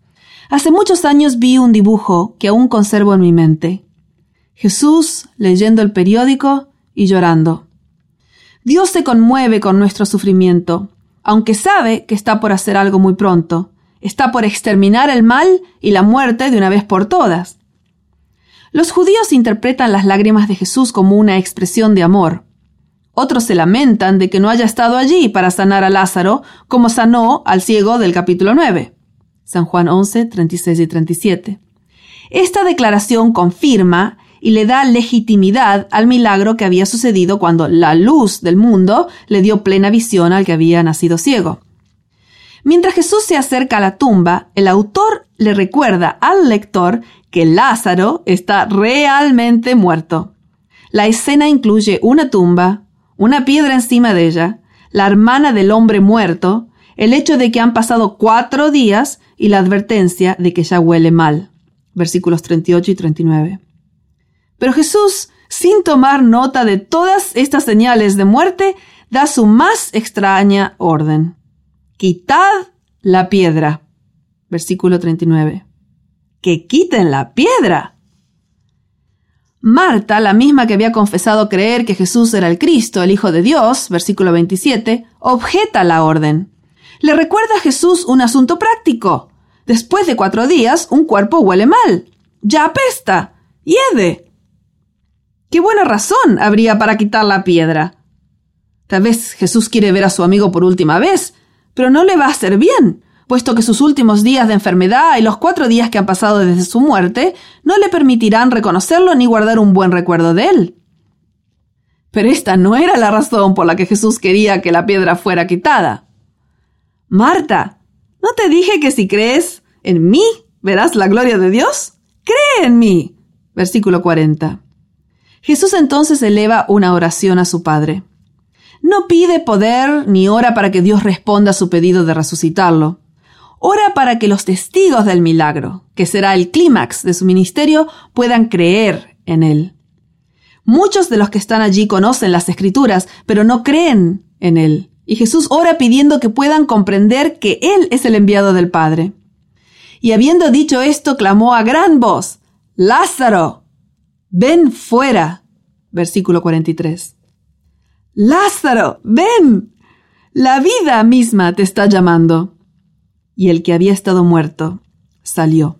Hace muchos años vi un dibujo que aún conservo en mi mente. Jesús leyendo el periódico y llorando. Dios se conmueve con nuestro sufrimiento, aunque sabe que está por hacer algo muy pronto. Está por exterminar el mal y la muerte de una vez por todas. Los judíos interpretan las lágrimas de Jesús como una expresión de amor. Otros se lamentan de que no haya estado allí para sanar a Lázaro, como sanó al ciego del capítulo 9. San Juan 11, 36 y 37. Esta declaración confirma y le da legitimidad al milagro que había sucedido cuando la luz del mundo le dio plena visión al que había nacido ciego. Mientras Jesús se acerca a la tumba, el autor le recuerda al lector que Lázaro está realmente muerto. La escena incluye una tumba, una piedra encima de ella, la hermana del hombre muerto, el hecho de que han pasado 4 días y la advertencia de que ya huele mal. Versículos 38 y 39. Pero Jesús, sin tomar nota de todas estas señales de muerte, da su más extraña orden. Quitad la piedra. Versículo 39. ¡Que quiten la piedra! Marta, la misma que había confesado creer que Jesús era el Cristo, el Hijo de Dios, versículo 27, objeta la orden. Le recuerda a Jesús un asunto práctico. Después de 4 días, un cuerpo huele mal. Ya apesta. Hiede. ¿Qué buena razón habría para quitar la piedra? Tal vez Jesús quiere ver a su amigo por última vez, pero no le va a hacer bien, puesto que sus últimos días de enfermedad y los 4 días que han pasado desde su muerte no le permitirán reconocerlo ni guardar un buen recuerdo de él. Pero esta no era la razón por la que Jesús quería que la piedra fuera quitada. Marta, ¿no te dije que si crees en mí verás la gloria de Dios? ¡Cree en mí! Versículo 40. Jesús entonces eleva una oración a su Padre. No pide poder ni ora para que Dios responda a su pedido de resucitarlo. Ora para que los testigos del milagro, que será el clímax de su ministerio, puedan creer en él. Muchos de los que están allí conocen las Escrituras, pero no creen en él. Y Jesús ora pidiendo que puedan comprender que él es el enviado del Padre. Y habiendo dicho esto, clamó a gran voz: ¡Lázaro, ven fuera! Versículo 43. ¡Lázaro, ven! La vida misma te está llamando. Y el que había estado muerto salió.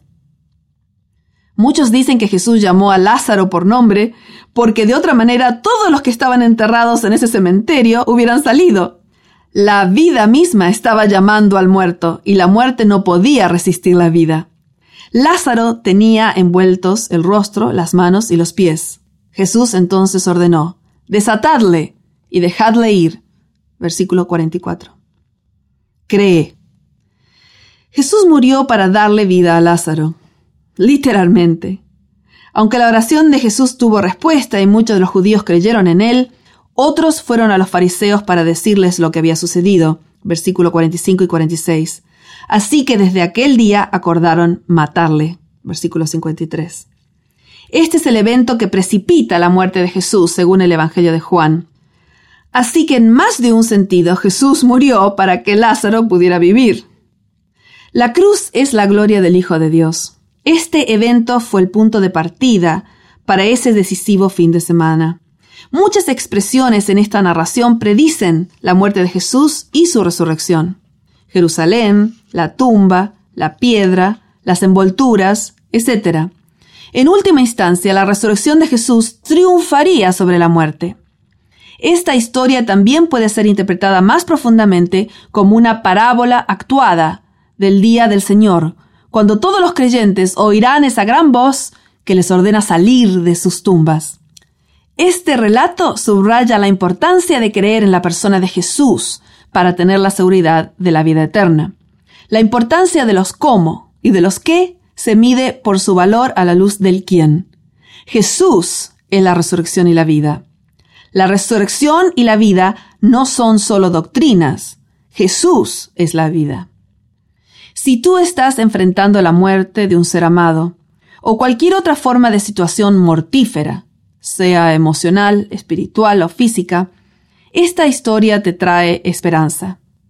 Muchos dicen que Jesús llamó a Lázaro por nombre porque de otra manera todos los que estaban enterrados en ese cementerio hubieran salido. La vida misma estaba llamando al muerto y la muerte no podía resistir la vida. Lázaro tenía envueltos el rostro, las manos y los pies. Jesús entonces ordenó: desatadle y dejadle ir. Versículo 44. Cree. Jesús murió para darle vida a Lázaro. Literalmente. Aunque la oración de Jesús tuvo respuesta y muchos de los judíos creyeron en él, otros fueron a los fariseos para decirles lo que había sucedido. Versículo 45 y 46. Así que desde aquel día acordaron matarle. Versículo 53. Este es el evento que precipita la muerte de Jesús, según el Evangelio de Juan. Así que en más de un sentido, Jesús murió para que Lázaro pudiera vivir. La cruz es la gloria del Hijo de Dios. Este evento fue el punto de partida para ese decisivo fin de semana. Muchas expresiones en esta narración predicen la muerte de Jesús y su resurrección. Jerusalén, la tumba, la piedra, las envolturas, etc. En última instancia, la resurrección de Jesús triunfaría sobre la muerte. Esta historia también puede ser interpretada más profundamente como una parábola actuada del día del Señor, cuando todos los creyentes oirán esa gran voz que les ordena salir de sus tumbas. Este relato subraya la importancia de creer en la persona de Jesús para tener la seguridad de la vida eterna. La importancia de los cómo y de los qué se mide por su valor a la luz del quién. Jesús es la resurrección y la vida. La resurrección y la vida no son solo doctrinas. Jesús es la vida. Si tú estás enfrentando la muerte de un ser amado o cualquier otra forma de situación mortífera, sea emocional, espiritual o física, esta historia te trae esperanza.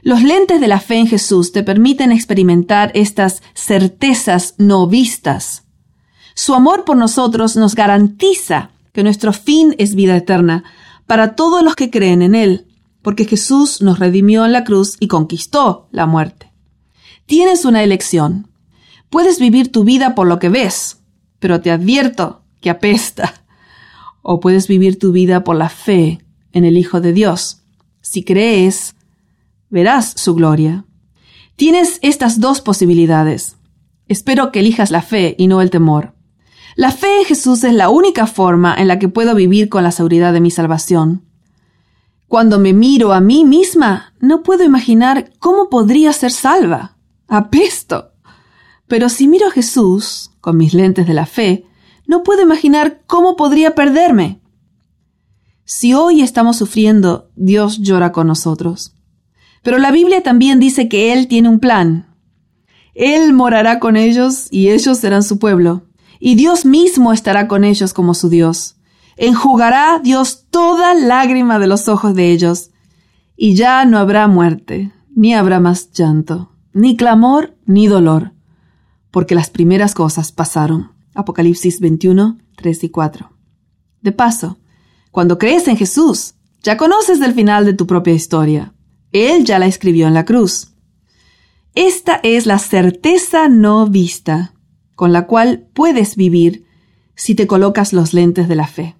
Los lentes de la fe en Jesús te permiten experimentar estas certezas no vistas. Su amor por nosotros nos garantiza que nuestro fin es vida eterna para todos los que creen en Él, porque Jesús nos redimió en la cruz y conquistó la muerte. Tienes una elección. Puedes vivir tu vida por lo que ves, pero te advierto que apesta. O puedes vivir tu vida por la fe en el Hijo de Dios. Si crees, verás su gloria. Tienes estas dos posibilidades. Espero que elijas la fe y no el temor. La fe en Jesús es la única forma en la que puedo vivir con la seguridad de mi salvación. Cuando me miro a mí misma, no puedo imaginar cómo podría ser salva. Apesto. Pero si miro a Jesús, con mis lentes de la fe, no puedo imaginar cómo podría perderme. Si hoy estamos sufriendo, Dios llora con nosotros. Pero la Biblia también dice que Él tiene un plan. Él morará con ellos y ellos serán su pueblo. Y Dios mismo estará con ellos como su Dios. Enjugará Dios toda lágrima de los ojos de ellos. Y ya no habrá muerte, ni habrá más llanto, ni clamor, ni dolor. Porque las primeras cosas pasaron. Apocalipsis 21, 3 y 4. De paso, cuando crees en Jesús, ya conoces el final de tu propia historia. Él ya la escribió en la cruz. Esta es la certeza no vista, con la cual puedes vivir si te colocas los lentes de la fe.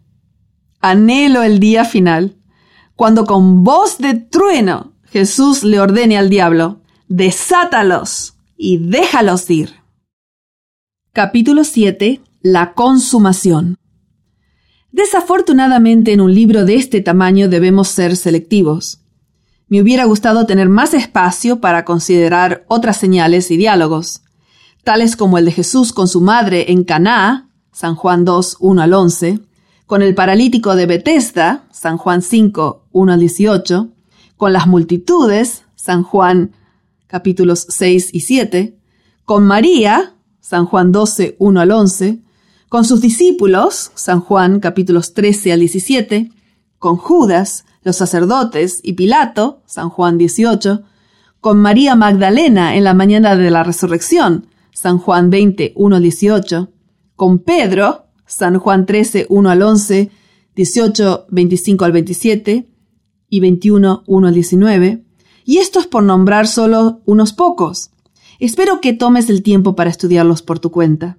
Anhelo el día final, cuando con voz de trueno Jesús le ordene al diablo: desátalos y déjalos ir. Capítulo 7. La consumación. Desafortunadamente, en un libro de este tamaño debemos ser selectivos. Me hubiera gustado tener más espacio para considerar otras señales y diálogos, tales como el de Jesús con su madre en Caná, San Juan 2, 1 al 11, con el paralítico de Betesda, San Juan 5, 1 al 18, con las multitudes, San Juan capítulos 6 y 7, con María, San Juan 12, 1 al 11, con sus discípulos, San Juan capítulos 13 al 17, con Judas, los sacerdotes y Pilato, San Juan 18, con María Magdalena en la mañana de la resurrección, San Juan 20, 1 al 18, con Pedro, San Juan 13, 1 al 11, 18, 25 al 27 y 21, 1 al 19, y esto es por nombrar solo unos pocos. Espero que tomes el tiempo para estudiarlos por tu cuenta.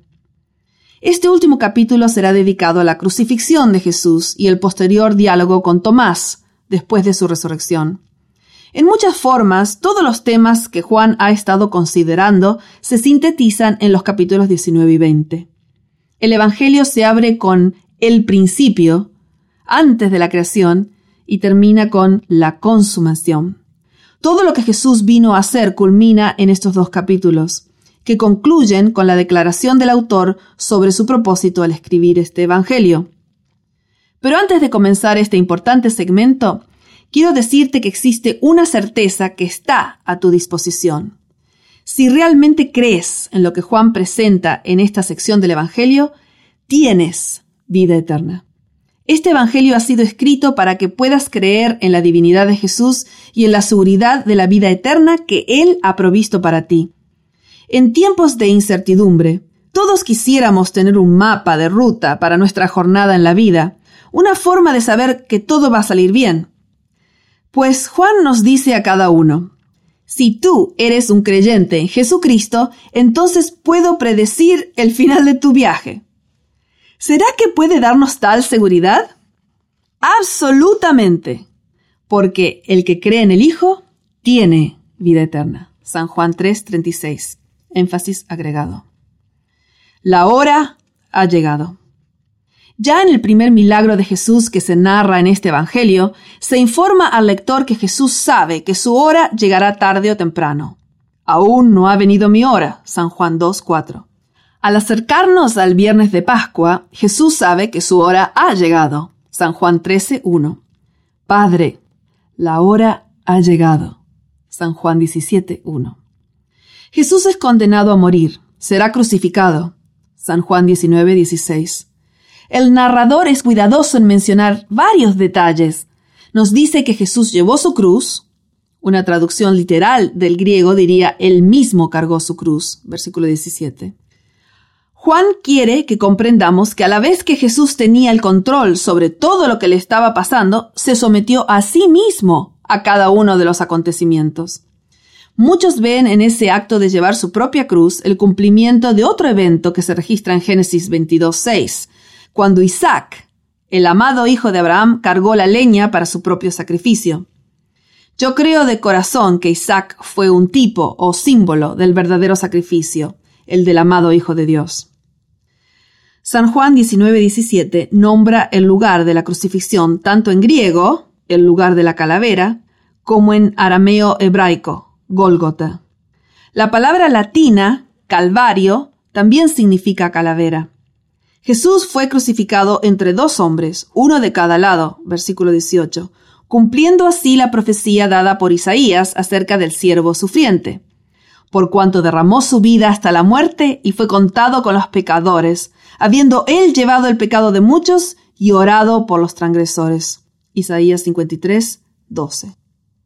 Este último capítulo será dedicado a la crucifixión de Jesús y el posterior diálogo con Tomás, después de su resurrección. En muchas formas, todos los temas que Juan ha estado considerando se sintetizan en los capítulos 19 y 20. El Evangelio se abre con el principio, antes de la creación, y termina con la consumación. Todo lo que Jesús vino a hacer culmina en estos dos capítulos, que concluyen con la declaración del autor sobre su propósito al escribir este Evangelio. Pero antes de comenzar este importante segmento, quiero decirte que existe una certeza que está a tu disposición. Si realmente crees en lo que Juan presenta en esta sección del Evangelio, tienes vida eterna. Este Evangelio ha sido escrito para que puedas creer en la divinidad de Jesús y en la seguridad de la vida eterna que Él ha provisto para ti. En tiempos de incertidumbre, todos quisiéramos tener un mapa de ruta para nuestra jornada en la vida, una forma de saber que todo va a salir bien. Pues Juan nos dice a cada uno: si tú eres un creyente en Jesucristo, entonces puedo predecir el final de tu viaje. ¿Será que puede darnos tal seguridad? Absolutamente, porque el que cree en el Hijo tiene vida eterna. San Juan 3:36. Énfasis agregado. La hora ha llegado. Ya en el primer milagro de Jesús que se narra en este Evangelio, se informa al lector que Jesús sabe que su hora llegará tarde o temprano. Aún no ha venido mi hora. San Juan 2:4. Al acercarnos al viernes de Pascua, Jesús sabe que su hora ha llegado. San Juan 13:1. Padre, la hora ha llegado. San Juan 17:1. Jesús es condenado a morir. Será crucificado. San Juan 19:16. El narrador es cuidadoso en mencionar varios detalles. Nos dice que Jesús llevó su cruz, Una traducción literal del griego diría, él mismo cargó su cruz. Versículo 17. Juan quiere que comprendamos que a la vez que Jesús tenía el control sobre todo lo que le estaba pasando, se sometió a sí mismo a cada uno de los acontecimientos. Muchos ven en ese acto de llevar su propia cruz el cumplimiento de otro evento que se registra en Génesis 22:6, cuando Isaac, el amado hijo de Abraham, cargó la leña para su propio sacrificio. Yo creo de corazón que Isaac fue un tipo o símbolo del verdadero sacrificio, el del amado Hijo de Dios. San Juan 19:17 nombra el lugar de la crucifixión tanto en griego, el lugar de la calavera, como en arameo hebraico, Gólgota. La palabra latina, Calvario, también significa calavera. Jesús fue crucificado entre dos hombres, uno de cada lado, versículo 18, cumpliendo así la profecía dada por Isaías acerca del siervo sufriente. Por cuanto derramó su vida hasta la muerte y fue contado con los pecadores, habiendo él llevado el pecado de muchos y orado por los transgresores. Isaías 53:12.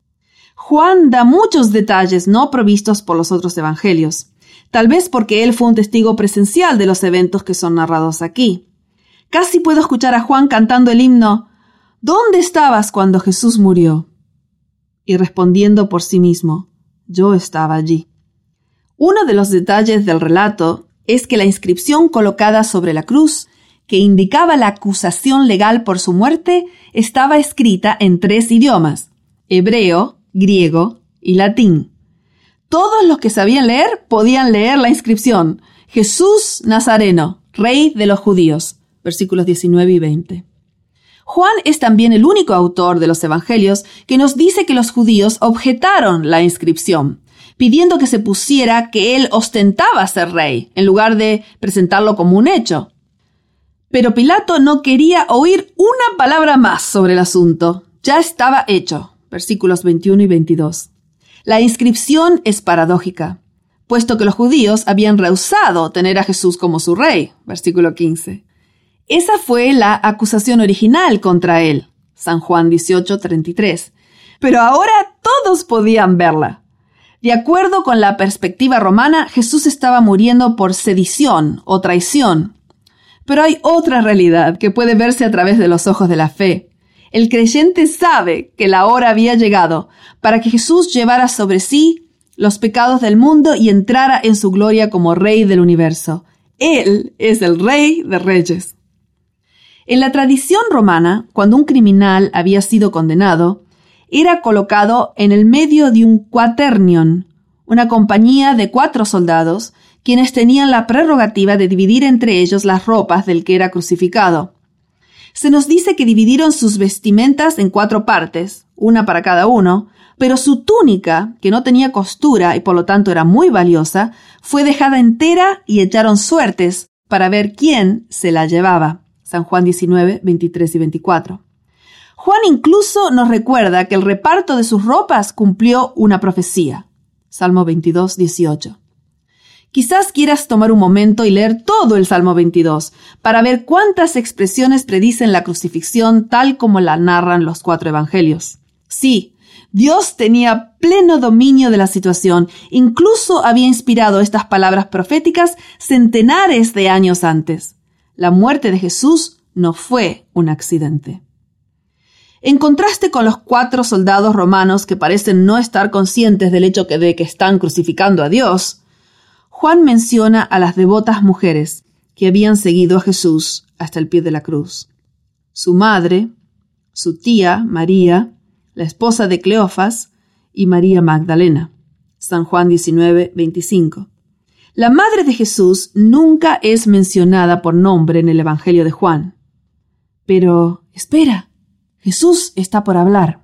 Juan da muchos detalles no provistos por los otros evangelios, tal vez porque él fue un testigo presencial de los eventos que son narrados aquí. Casi puedo escuchar a Juan cantando el himno, ¿dónde estabas cuando Jesús murió? Y respondiendo por sí mismo, yo estaba allí. Uno de los detalles del relato es que la inscripción colocada sobre la cruz, que indicaba la acusación legal por su muerte, estaba escrita en 3 idiomas, hebreo, griego y latín. Todos los que sabían leer podían leer la inscripción, Jesús Nazareno, Rey de los Judíos, versículos 19 y 20. Juan es también el único autor de los evangelios que nos dice que los judíos objetaron la inscripción, pidiendo que se pusiera que él ostentaba ser rey, en lugar de presentarlo como un hecho. Pero Pilato no quería oír una palabra más sobre el asunto. Ya estaba hecho. Versículos 21 y 22. La inscripción es paradójica, puesto que los judíos habían rehusado tener a Jesús como su rey. Versículo 15. Esa fue la acusación original contra él. San Juan 18:33. Pero ahora todos podían verla. De acuerdo con la perspectiva romana, Jesús estaba muriendo por sedición o traición. Pero hay otra realidad que puede verse a través de los ojos de la fe. El creyente sabe que la hora había llegado para que Jesús llevara sobre sí los pecados del mundo y entrara en su gloria como Rey del universo. Él es el Rey de Reyes. En la tradición romana, cuando un criminal había sido condenado, era colocado en el medio de un quaternion, una compañía de 4 soldados, quienes tenían la prerrogativa de dividir entre ellos las ropas del que era crucificado. Se nos dice que dividieron sus vestimentas en 4 partes, una para cada uno, pero su túnica, que no tenía costura y por lo tanto era muy valiosa, fue dejada entera y echaron suertes para ver quién se la llevaba. San Juan 19, 23 y 24. Juan incluso nos recuerda que el reparto de sus ropas cumplió una profecía. Salmo 22, 18. Quizás quieras tomar un momento y leer todo el Salmo 22 para ver cuántas expresiones predicen la crucifixión tal como la narran los 4 evangelios. Sí, Dios tenía pleno dominio de la situación, incluso había inspirado estas palabras proféticas centenares de años antes. La muerte de Jesús no fue un accidente. En contraste con los 4 soldados romanos que parecen no estar conscientes del hecho de que están crucificando a Dios, Juan menciona a las devotas mujeres que habían seguido a Jesús hasta el pie de la cruz. Su madre, su tía María, la esposa de Cleofas y María Magdalena. San Juan 19, 25. La madre de Jesús nunca es mencionada por nombre en el Evangelio de Juan. Pero, espera, Jesús está por hablar.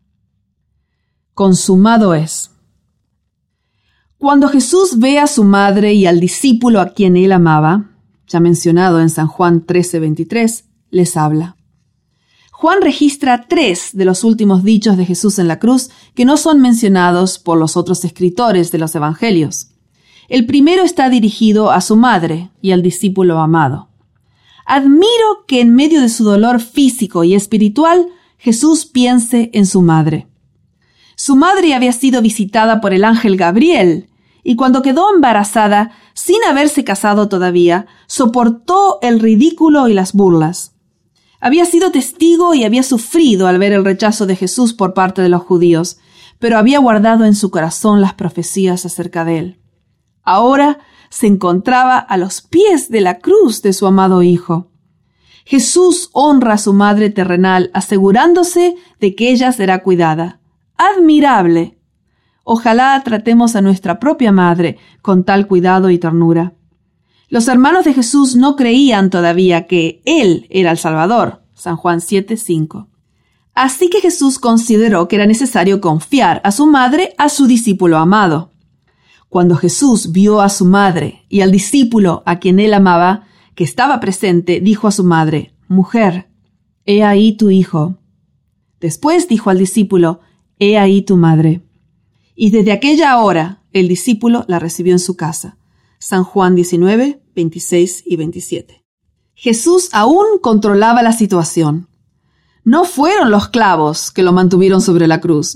Consumado es. Cuando Jesús ve a su madre y al discípulo a quien él amaba, ya mencionado en San Juan 13:23, les habla. Juan registra 3 de los últimos dichos de Jesús en la cruz que no son mencionados por los otros escritores de los evangelios. El primero está dirigido a su madre y al discípulo amado. Admiro que en medio de su dolor físico y espiritual, Jesús piense en su madre. Su madre había sido visitada por el ángel Gabriel, y cuando quedó embarazada, sin haberse casado todavía, soportó el ridículo y las burlas. Había sido testigo y había sufrido al ver el rechazo de Jesús por parte de los judíos, pero había guardado en su corazón las profecías acerca de él. Ahora se encontraba a los pies de la cruz de su amado Hijo. Jesús honra a su madre terrenal, asegurándose de que ella será cuidada. ¡Admirable! Ojalá tratemos a nuestra propia madre con tal cuidado y ternura. Los hermanos de Jesús no creían todavía que Él era el Salvador. San Juan 7:5. Así que Jesús consideró que era necesario confiar a su madre a su discípulo amado. Cuando Jesús vio a su madre y al discípulo a quien él amaba, que estaba presente, dijo a su madre: «Mujer, he ahí tu hijo». Después dijo al discípulo: «He ahí tu madre». Y desde aquella hora el discípulo la recibió en su casa. San Juan 19, 26 y 27. Jesús aún controlaba la situación. No fueron los clavos que lo mantuvieron sobre la cruz.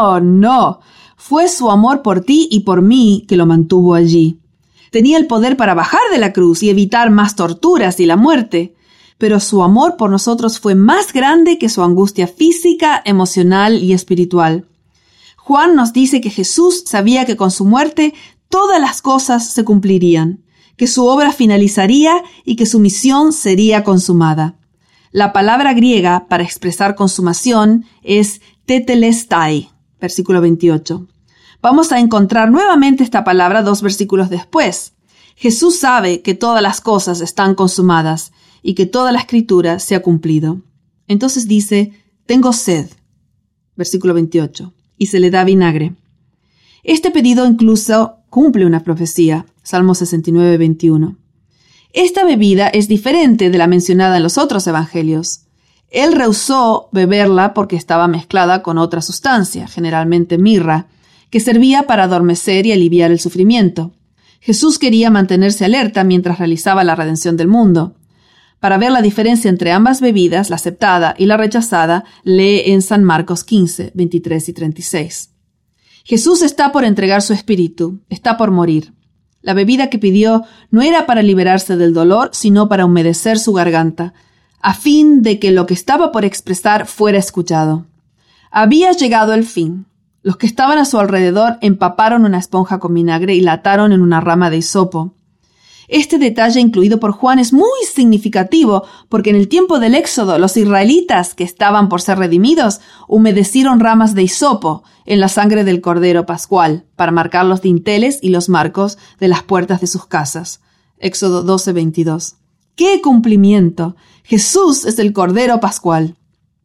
No. Fue su amor por ti y por mí que lo mantuvo allí. Tenía el poder para bajar de la cruz y evitar más torturas y la muerte, pero su amor por nosotros fue más grande que su angustia física, emocional y espiritual. Juan nos dice que Jesús sabía que con su muerte todas las cosas se cumplirían, que su obra finalizaría y que su misión sería consumada. La palabra griega para expresar consumación es tetelestai, versículo 28. Vamos a encontrar nuevamente esta palabra 2 versículos después. Jesús sabe que todas las cosas están consumadas y que toda la escritura se ha cumplido. Entonces dice: «Tengo sed», versículo 28, y se le da vinagre. Este pedido incluso cumple una profecía, Salmo 69, 21. Esta bebida es diferente de la mencionada en los otros evangelios. Él rehusó beberla porque estaba mezclada con otra sustancia, generalmente mirra, que servía para adormecer y aliviar el sufrimiento. Jesús quería mantenerse alerta mientras realizaba la redención del mundo. Para ver la diferencia entre ambas bebidas, la aceptada y la rechazada, lee en San Marcos 15, 23 y 36. Jesús está por entregar su espíritu, está por morir. La bebida que pidió no era para liberarse del dolor, sino para humedecer su garganta, a fin de que lo que estaba por expresar fuera escuchado. Había llegado el fin. Los que estaban a su alrededor empaparon una esponja con vinagre y la ataron en una rama de hisopo. Este detalle incluido por Juan es muy significativo porque en el tiempo del Éxodo los israelitas que estaban por ser redimidos humedecieron ramas de hisopo en la sangre del Cordero Pascual para marcar los dinteles y los marcos de las puertas de sus casas. Éxodo 12, 22. ¡Qué cumplimiento! Jesús es el Cordero Pascual.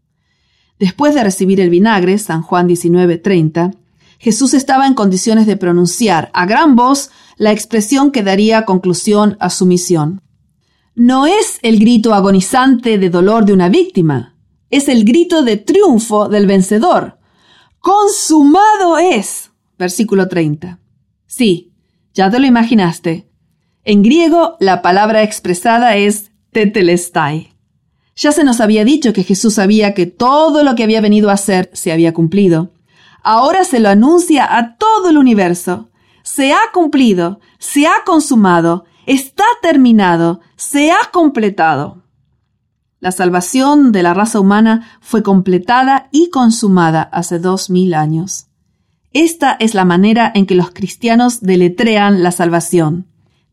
Después de recibir el vinagre, San Juan 19, 30, Jesús estaba en condiciones de pronunciar a gran voz la expresión que daría conclusión a su misión. No es el grito agonizante de dolor de una víctima, es el grito de triunfo del vencedor. ¡Consumado es! Versículo 30. Sí, ya te lo imaginaste. En griego, la palabra expresada es tetelestai. Ya se nos había dicho que Jesús sabía que todo lo que había venido a hacer se había cumplido. Ahora se lo anuncia a todo el universo. Se ha cumplido, se ha consumado, está terminado, se ha completado. La salvación de la raza humana fue completada y consumada hace 2000 años. Esta es la manera en que los cristianos deletrean la salvación.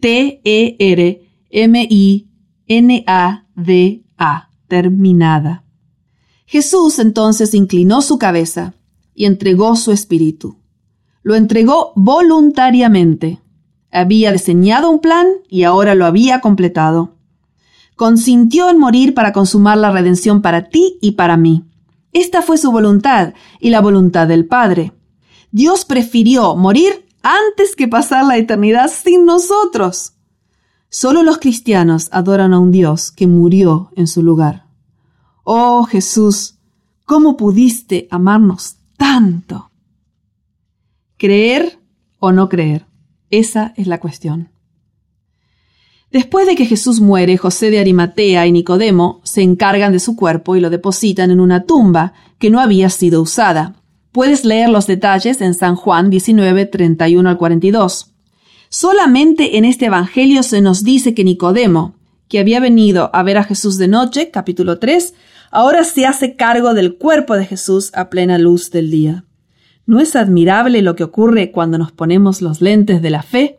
T-E-R-M-I-N-A-D-A, terminada. Jesús entonces inclinó su cabeza y entregó su espíritu. Lo entregó voluntariamente. Había diseñado un plan y ahora lo había completado. Consintió en morir para consumar la redención para ti y para mí. Esta fue su voluntad y la voluntad del Padre. Dios prefirió morir antes que pasar la eternidad sin nosotros. Solo los cristianos adoran a un Dios que murió en su lugar. Oh Jesús, ¿cómo pudiste amarnos tanto? ¿Creer o no creer? Esa es la cuestión. Después de que Jesús muere, José de Arimatea y Nicodemo se encargan de su cuerpo y lo depositan en una tumba que no había sido usada. Puedes leer los detalles en San Juan 19, 31 al 42. Solamente en este evangelio se nos dice que Nicodemo, que había venido a ver a Jesús de noche, capítulo 3, ahora se hace cargo del cuerpo de Jesús a plena luz del día. ¿No es admirable lo que ocurre cuando nos ponemos los lentes de la fe?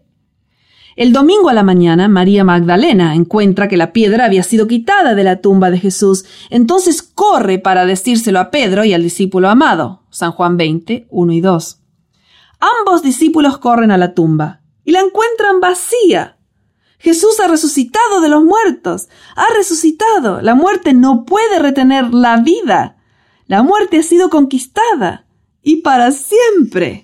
El domingo a la mañana, María Magdalena encuentra que la piedra había sido quitada de la tumba de Jesús. Entonces corre para decírselo a Pedro y al discípulo amado. San Juan 20, 1 y 2. Ambos discípulos corren a la tumba y la encuentran vacía. Jesús ha resucitado de los muertos. Ha resucitado. La muerte no puede retener la vida. La muerte ha sido conquistada. Y para siempre.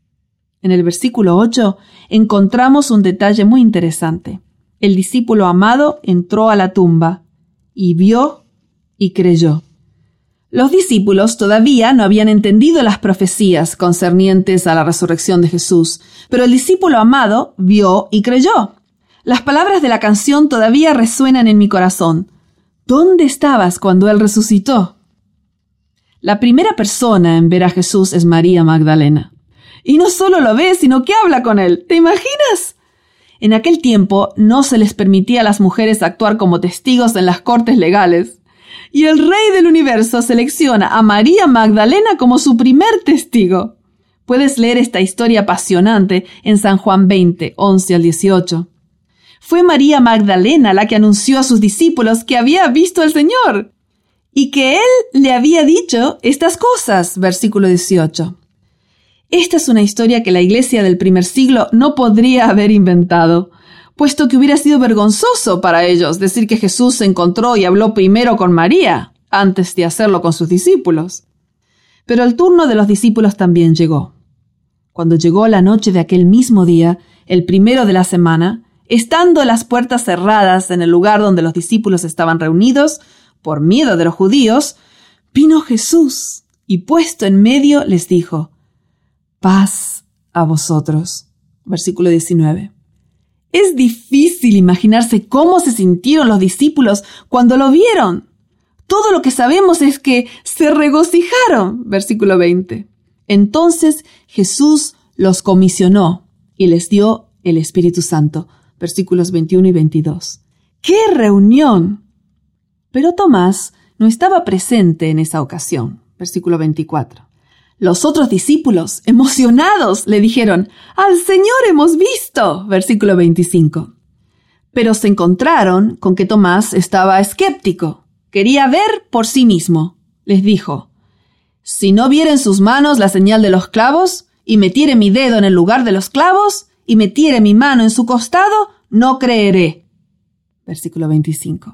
En el versículo 8 encontramos un detalle muy interesante. El discípulo amado entró a la tumba y vio y creyó. Los discípulos todavía no habían entendido las profecías concernientes a la resurrección de Jesús, pero el discípulo amado vio y creyó. Las palabras de la canción todavía resuenan en mi corazón. ¿Dónde estabas cuando Él resucitó? La primera persona en ver a Jesús es María Magdalena. Y no solo lo ve, sino que habla con Él. ¿Te imaginas? En aquel tiempo no se les permitía a las mujeres actuar como testigos en las cortes legales. Y el Rey del Universo selecciona a María Magdalena como su primer testigo. Puedes leer esta historia apasionante en San Juan 20, 11 al 18. Fue María Magdalena la que anunció a sus discípulos que había visto al Señor y que Él le había dicho estas cosas, versículo 18. Esta es una historia que la iglesia del primer siglo no podría haber inventado, puesto que hubiera sido vergonzoso para ellos decir que Jesús se encontró y habló primero con María, antes de hacerlo con sus discípulos. Pero el turno de los discípulos también llegó. Cuando llegó la noche de aquel mismo día, el primero de la semana, estando las puertas cerradas en el lugar donde los discípulos estaban reunidos, por miedo de los judíos, vino Jesús y puesto en medio les dijo: «Paz a vosotros». Versículo 19. Es difícil imaginarse cómo se sintieron los discípulos cuando lo vieron. Todo lo que sabemos es que se regocijaron. Versículo 20. Entonces Jesús los comisionó y les dio el Espíritu Santo. Versículos 21 y 22. ¡Qué reunión! Pero Tomás no estaba presente en esa ocasión. Versículo 24. Los otros discípulos, emocionados, le dijeron: «¡Al Señor hemos visto!» Versículo 25. Pero se encontraron con que Tomás estaba escéptico. Quería ver por sí mismo. Les dijo: «Si no viere en sus manos la señal de los clavos, y metiere mi dedo en el lugar de los clavos, y metiere mi mano en su costado, no creeré». Versículo 25.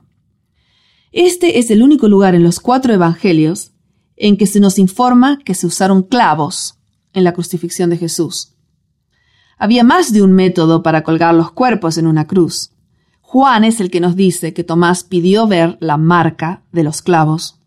Este es el único lugar en los 4 evangelios en que se nos informa que se usaron clavos en la crucifixión de Jesús. Había más de un método para colgar los cuerpos en una cruz. Juan es el que nos dice que Tomás pidió ver la marca de los clavos.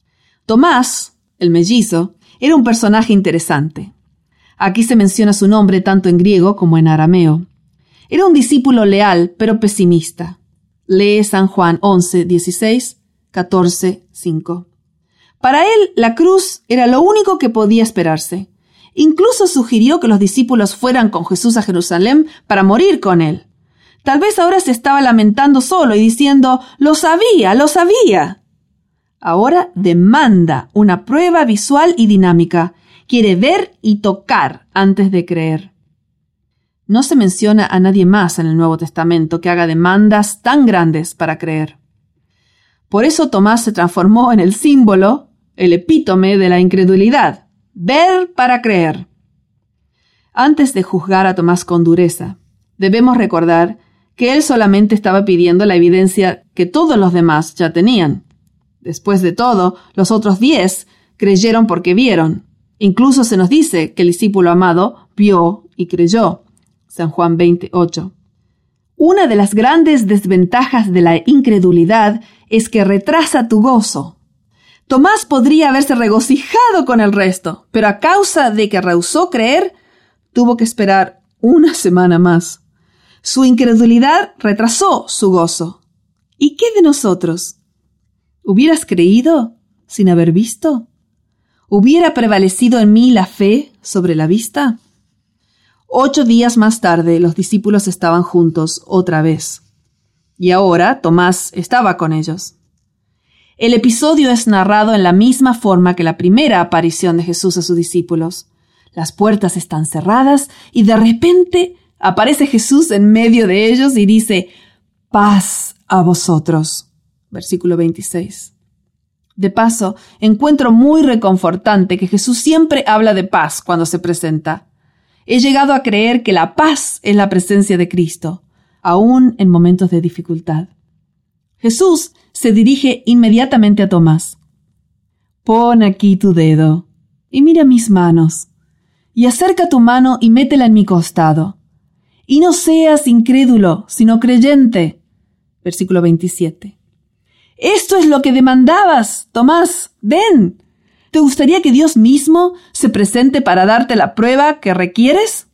Tomás, el mellizo, era un personaje interesante. Aquí se menciona su nombre tanto en griego como en arameo. Era un discípulo leal, pero pesimista. Lee San Juan 11, 16, 14, 5. Para él, la cruz era lo único que podía esperarse. Incluso sugirió que los discípulos fueran con Jesús a Jerusalén para morir con él. Tal vez ahora se estaba lamentando solo y diciendo: «Lo sabía, lo sabía». Ahora demanda una prueba visual y dinámica. Quiere ver y tocar antes de creer. No se menciona a nadie más en el Nuevo Testamento que haga demandas tan grandes para creer. Por eso Tomás se transformó en el símbolo, el epítome de la incredulidad. Ver para creer. Antes de juzgar a Tomás con dureza, debemos recordar que él solamente estaba pidiendo la evidencia que todos los demás ya tenían. Después de todo, los otros 10 creyeron porque vieron. Incluso se nos dice que el discípulo amado vio y creyó. San Juan 20:8. Una de las grandes desventajas de la incredulidad es que retrasa tu gozo. Tomás podría haberse regocijado con el resto, pero a causa de que rehusó creer, tuvo que esperar una semana más. Su incredulidad retrasó su gozo. ¿Y qué de nosotros? ¿Hubieras creído sin haber visto? ¿Hubiera prevalecido en mí la fe sobre la vista? 8 días más tarde, los discípulos estaban juntos otra vez. Y ahora Tomás estaba con ellos. El episodio es narrado en la misma forma que la primera aparición de Jesús a sus discípulos. Las puertas están cerradas y de repente aparece Jesús en medio de ellos y dice: «Paz a vosotros». Versículo 26. De paso, encuentro muy reconfortante que Jesús siempre habla de paz cuando se presenta. He llegado a creer que la paz es la presencia de Cristo, aún en momentos de dificultad. Jesús se dirige inmediatamente a Tomás. «Pon aquí tu dedo y mira mis manos, y acerca tu mano y métela en mi costado. Y no seas incrédulo, sino creyente». Versículo 27. «Esto es lo que demandabas, Tomás. Ven. ¿Te gustaría que Dios mismo se presente para darte la prueba que requieres?».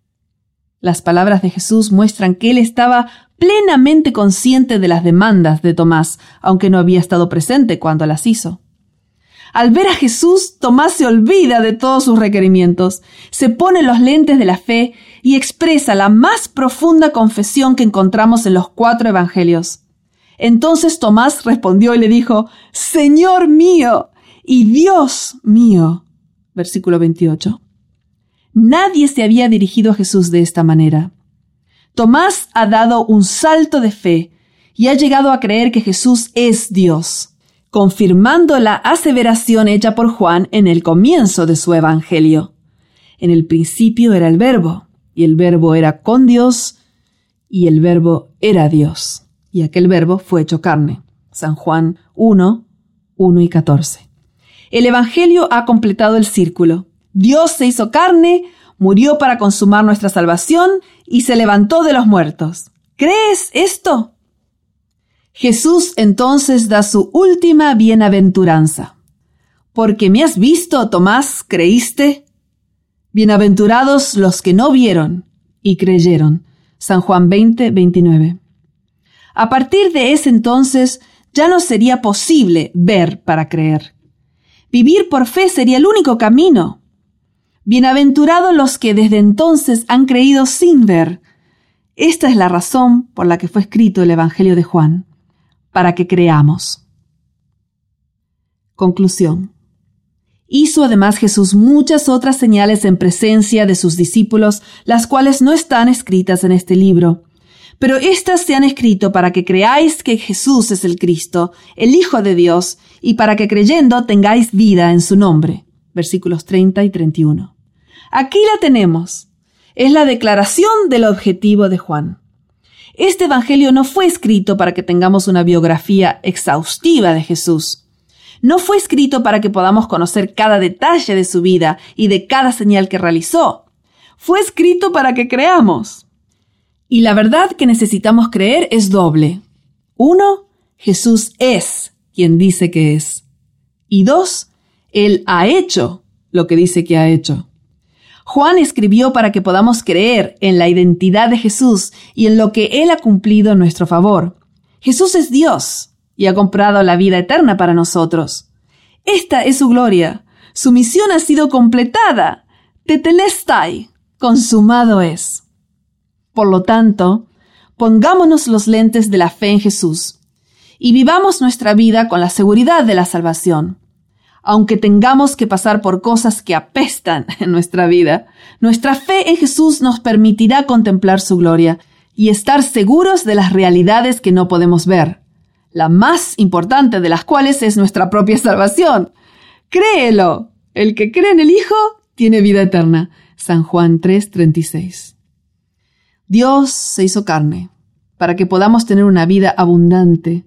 Las palabras de Jesús muestran que él estaba plenamente consciente de las demandas de Tomás, aunque no había estado presente cuando las hizo. Al ver a Jesús, Tomás se olvida de todos sus requerimientos, se pone los lentes de la fe y expresa la más profunda confesión que encontramos en los 4 evangelios. Entonces Tomás respondió y le dijo: «Señor mío y Dios mío». Versículo 28. Nadie se había dirigido a Jesús de esta manera. Tomás ha dado un salto de fe y ha llegado a creer que Jesús es Dios, confirmando la aseveración hecha por Juan en el comienzo de su evangelio. En el principio era el Verbo, y el Verbo era con Dios, y el Verbo era Dios, y aquel Verbo fue hecho carne. San Juan 1, 1 y 14. El evangelio ha completado el círculo. Dios se hizo carne, murió para consumar nuestra salvación y se levantó de los muertos. ¿Crees esto? Jesús entonces da su última bienaventuranza. «Porque me has visto, Tomás, ¿creíste? Bienaventurados los que no vieron y creyeron». San Juan 20, 29. A partir de ese entonces ya no sería posible ver para creer. Vivir por fe sería el único camino. Bienaventurados los que desde entonces han creído sin ver. Esta es la razón por la que fue escrito el Evangelio de Juan, para que creamos. Conclusión. Hizo además Jesús muchas otras señales en presencia de sus discípulos, las cuales no están escritas en este libro. Pero éstas se han escrito para que creáis que Jesús es el Cristo, el Hijo de Dios, y para que creyendo tengáis vida en su nombre. Versículos 30 y 31. Aquí la tenemos. Es la declaración del objetivo de Juan. Este evangelio no fue escrito para que tengamos una biografía exhaustiva de Jesús. No fue escrito para que podamos conocer cada detalle de su vida y de cada señal que realizó. Fue escrito para que creamos. Y la verdad que necesitamos creer es doble. 1, Jesús es quien dice que es. Y 2, Él ha hecho lo que dice que ha hecho. Juan escribió para que podamos creer en la identidad de Jesús y en lo que Él ha cumplido en nuestro favor. Jesús es Dios y ha comprado la vida eterna para nosotros. Esta es su gloria. Su misión ha sido completada. Tetelestai, consumado es. Por lo tanto, pongámonos los lentes de la fe en Jesús y vivamos nuestra vida con la seguridad de la salvación. Aunque tengamos que pasar por cosas que apestan en nuestra vida, nuestra fe en Jesús nos permitirá contemplar su gloria y estar seguros de las realidades que no podemos ver, la más importante de las cuales es nuestra propia salvación. Créelo. El que cree en el Hijo tiene vida eterna. San Juan 3:36. Dios se hizo carne para que podamos tener una vida abundante.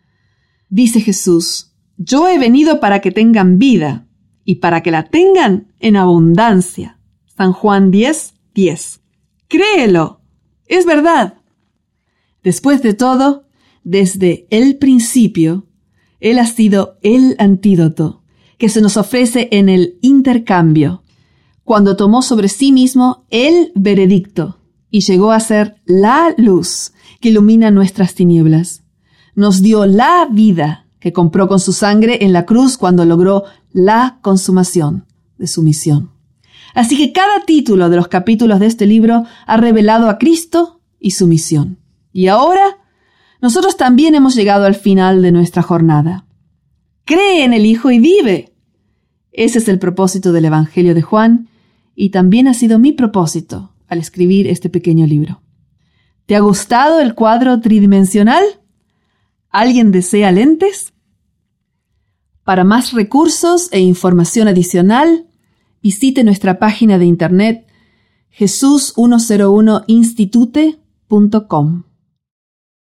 Dice Jesús: «Yo he venido para que tengan vida y para que la tengan en abundancia». San Juan 10:10. Créelo. Es verdad. Después de todo, desde el principio, Él ha sido el antídoto que se nos ofrece en el intercambio, cuando tomó sobre sí mismo el veredicto y llegó a ser la luz que ilumina nuestras tinieblas. Nos dio la vida que compró con su sangre en la cruz cuando logró la consumación de su misión. Así que cada título de los capítulos de este libro ha revelado a Cristo y su misión. Y ahora, nosotros también hemos llegado al final de nuestra jornada. Cree en el Hijo y vive. Ese es el propósito del Evangelio de Juan y también ha sido mi propósito al escribir este pequeño libro. ¿Te ha gustado el cuadro tridimensional? ¿Alguien desea lentes? Para más recursos e información adicional, visite nuestra página de internet jesus101institute.com.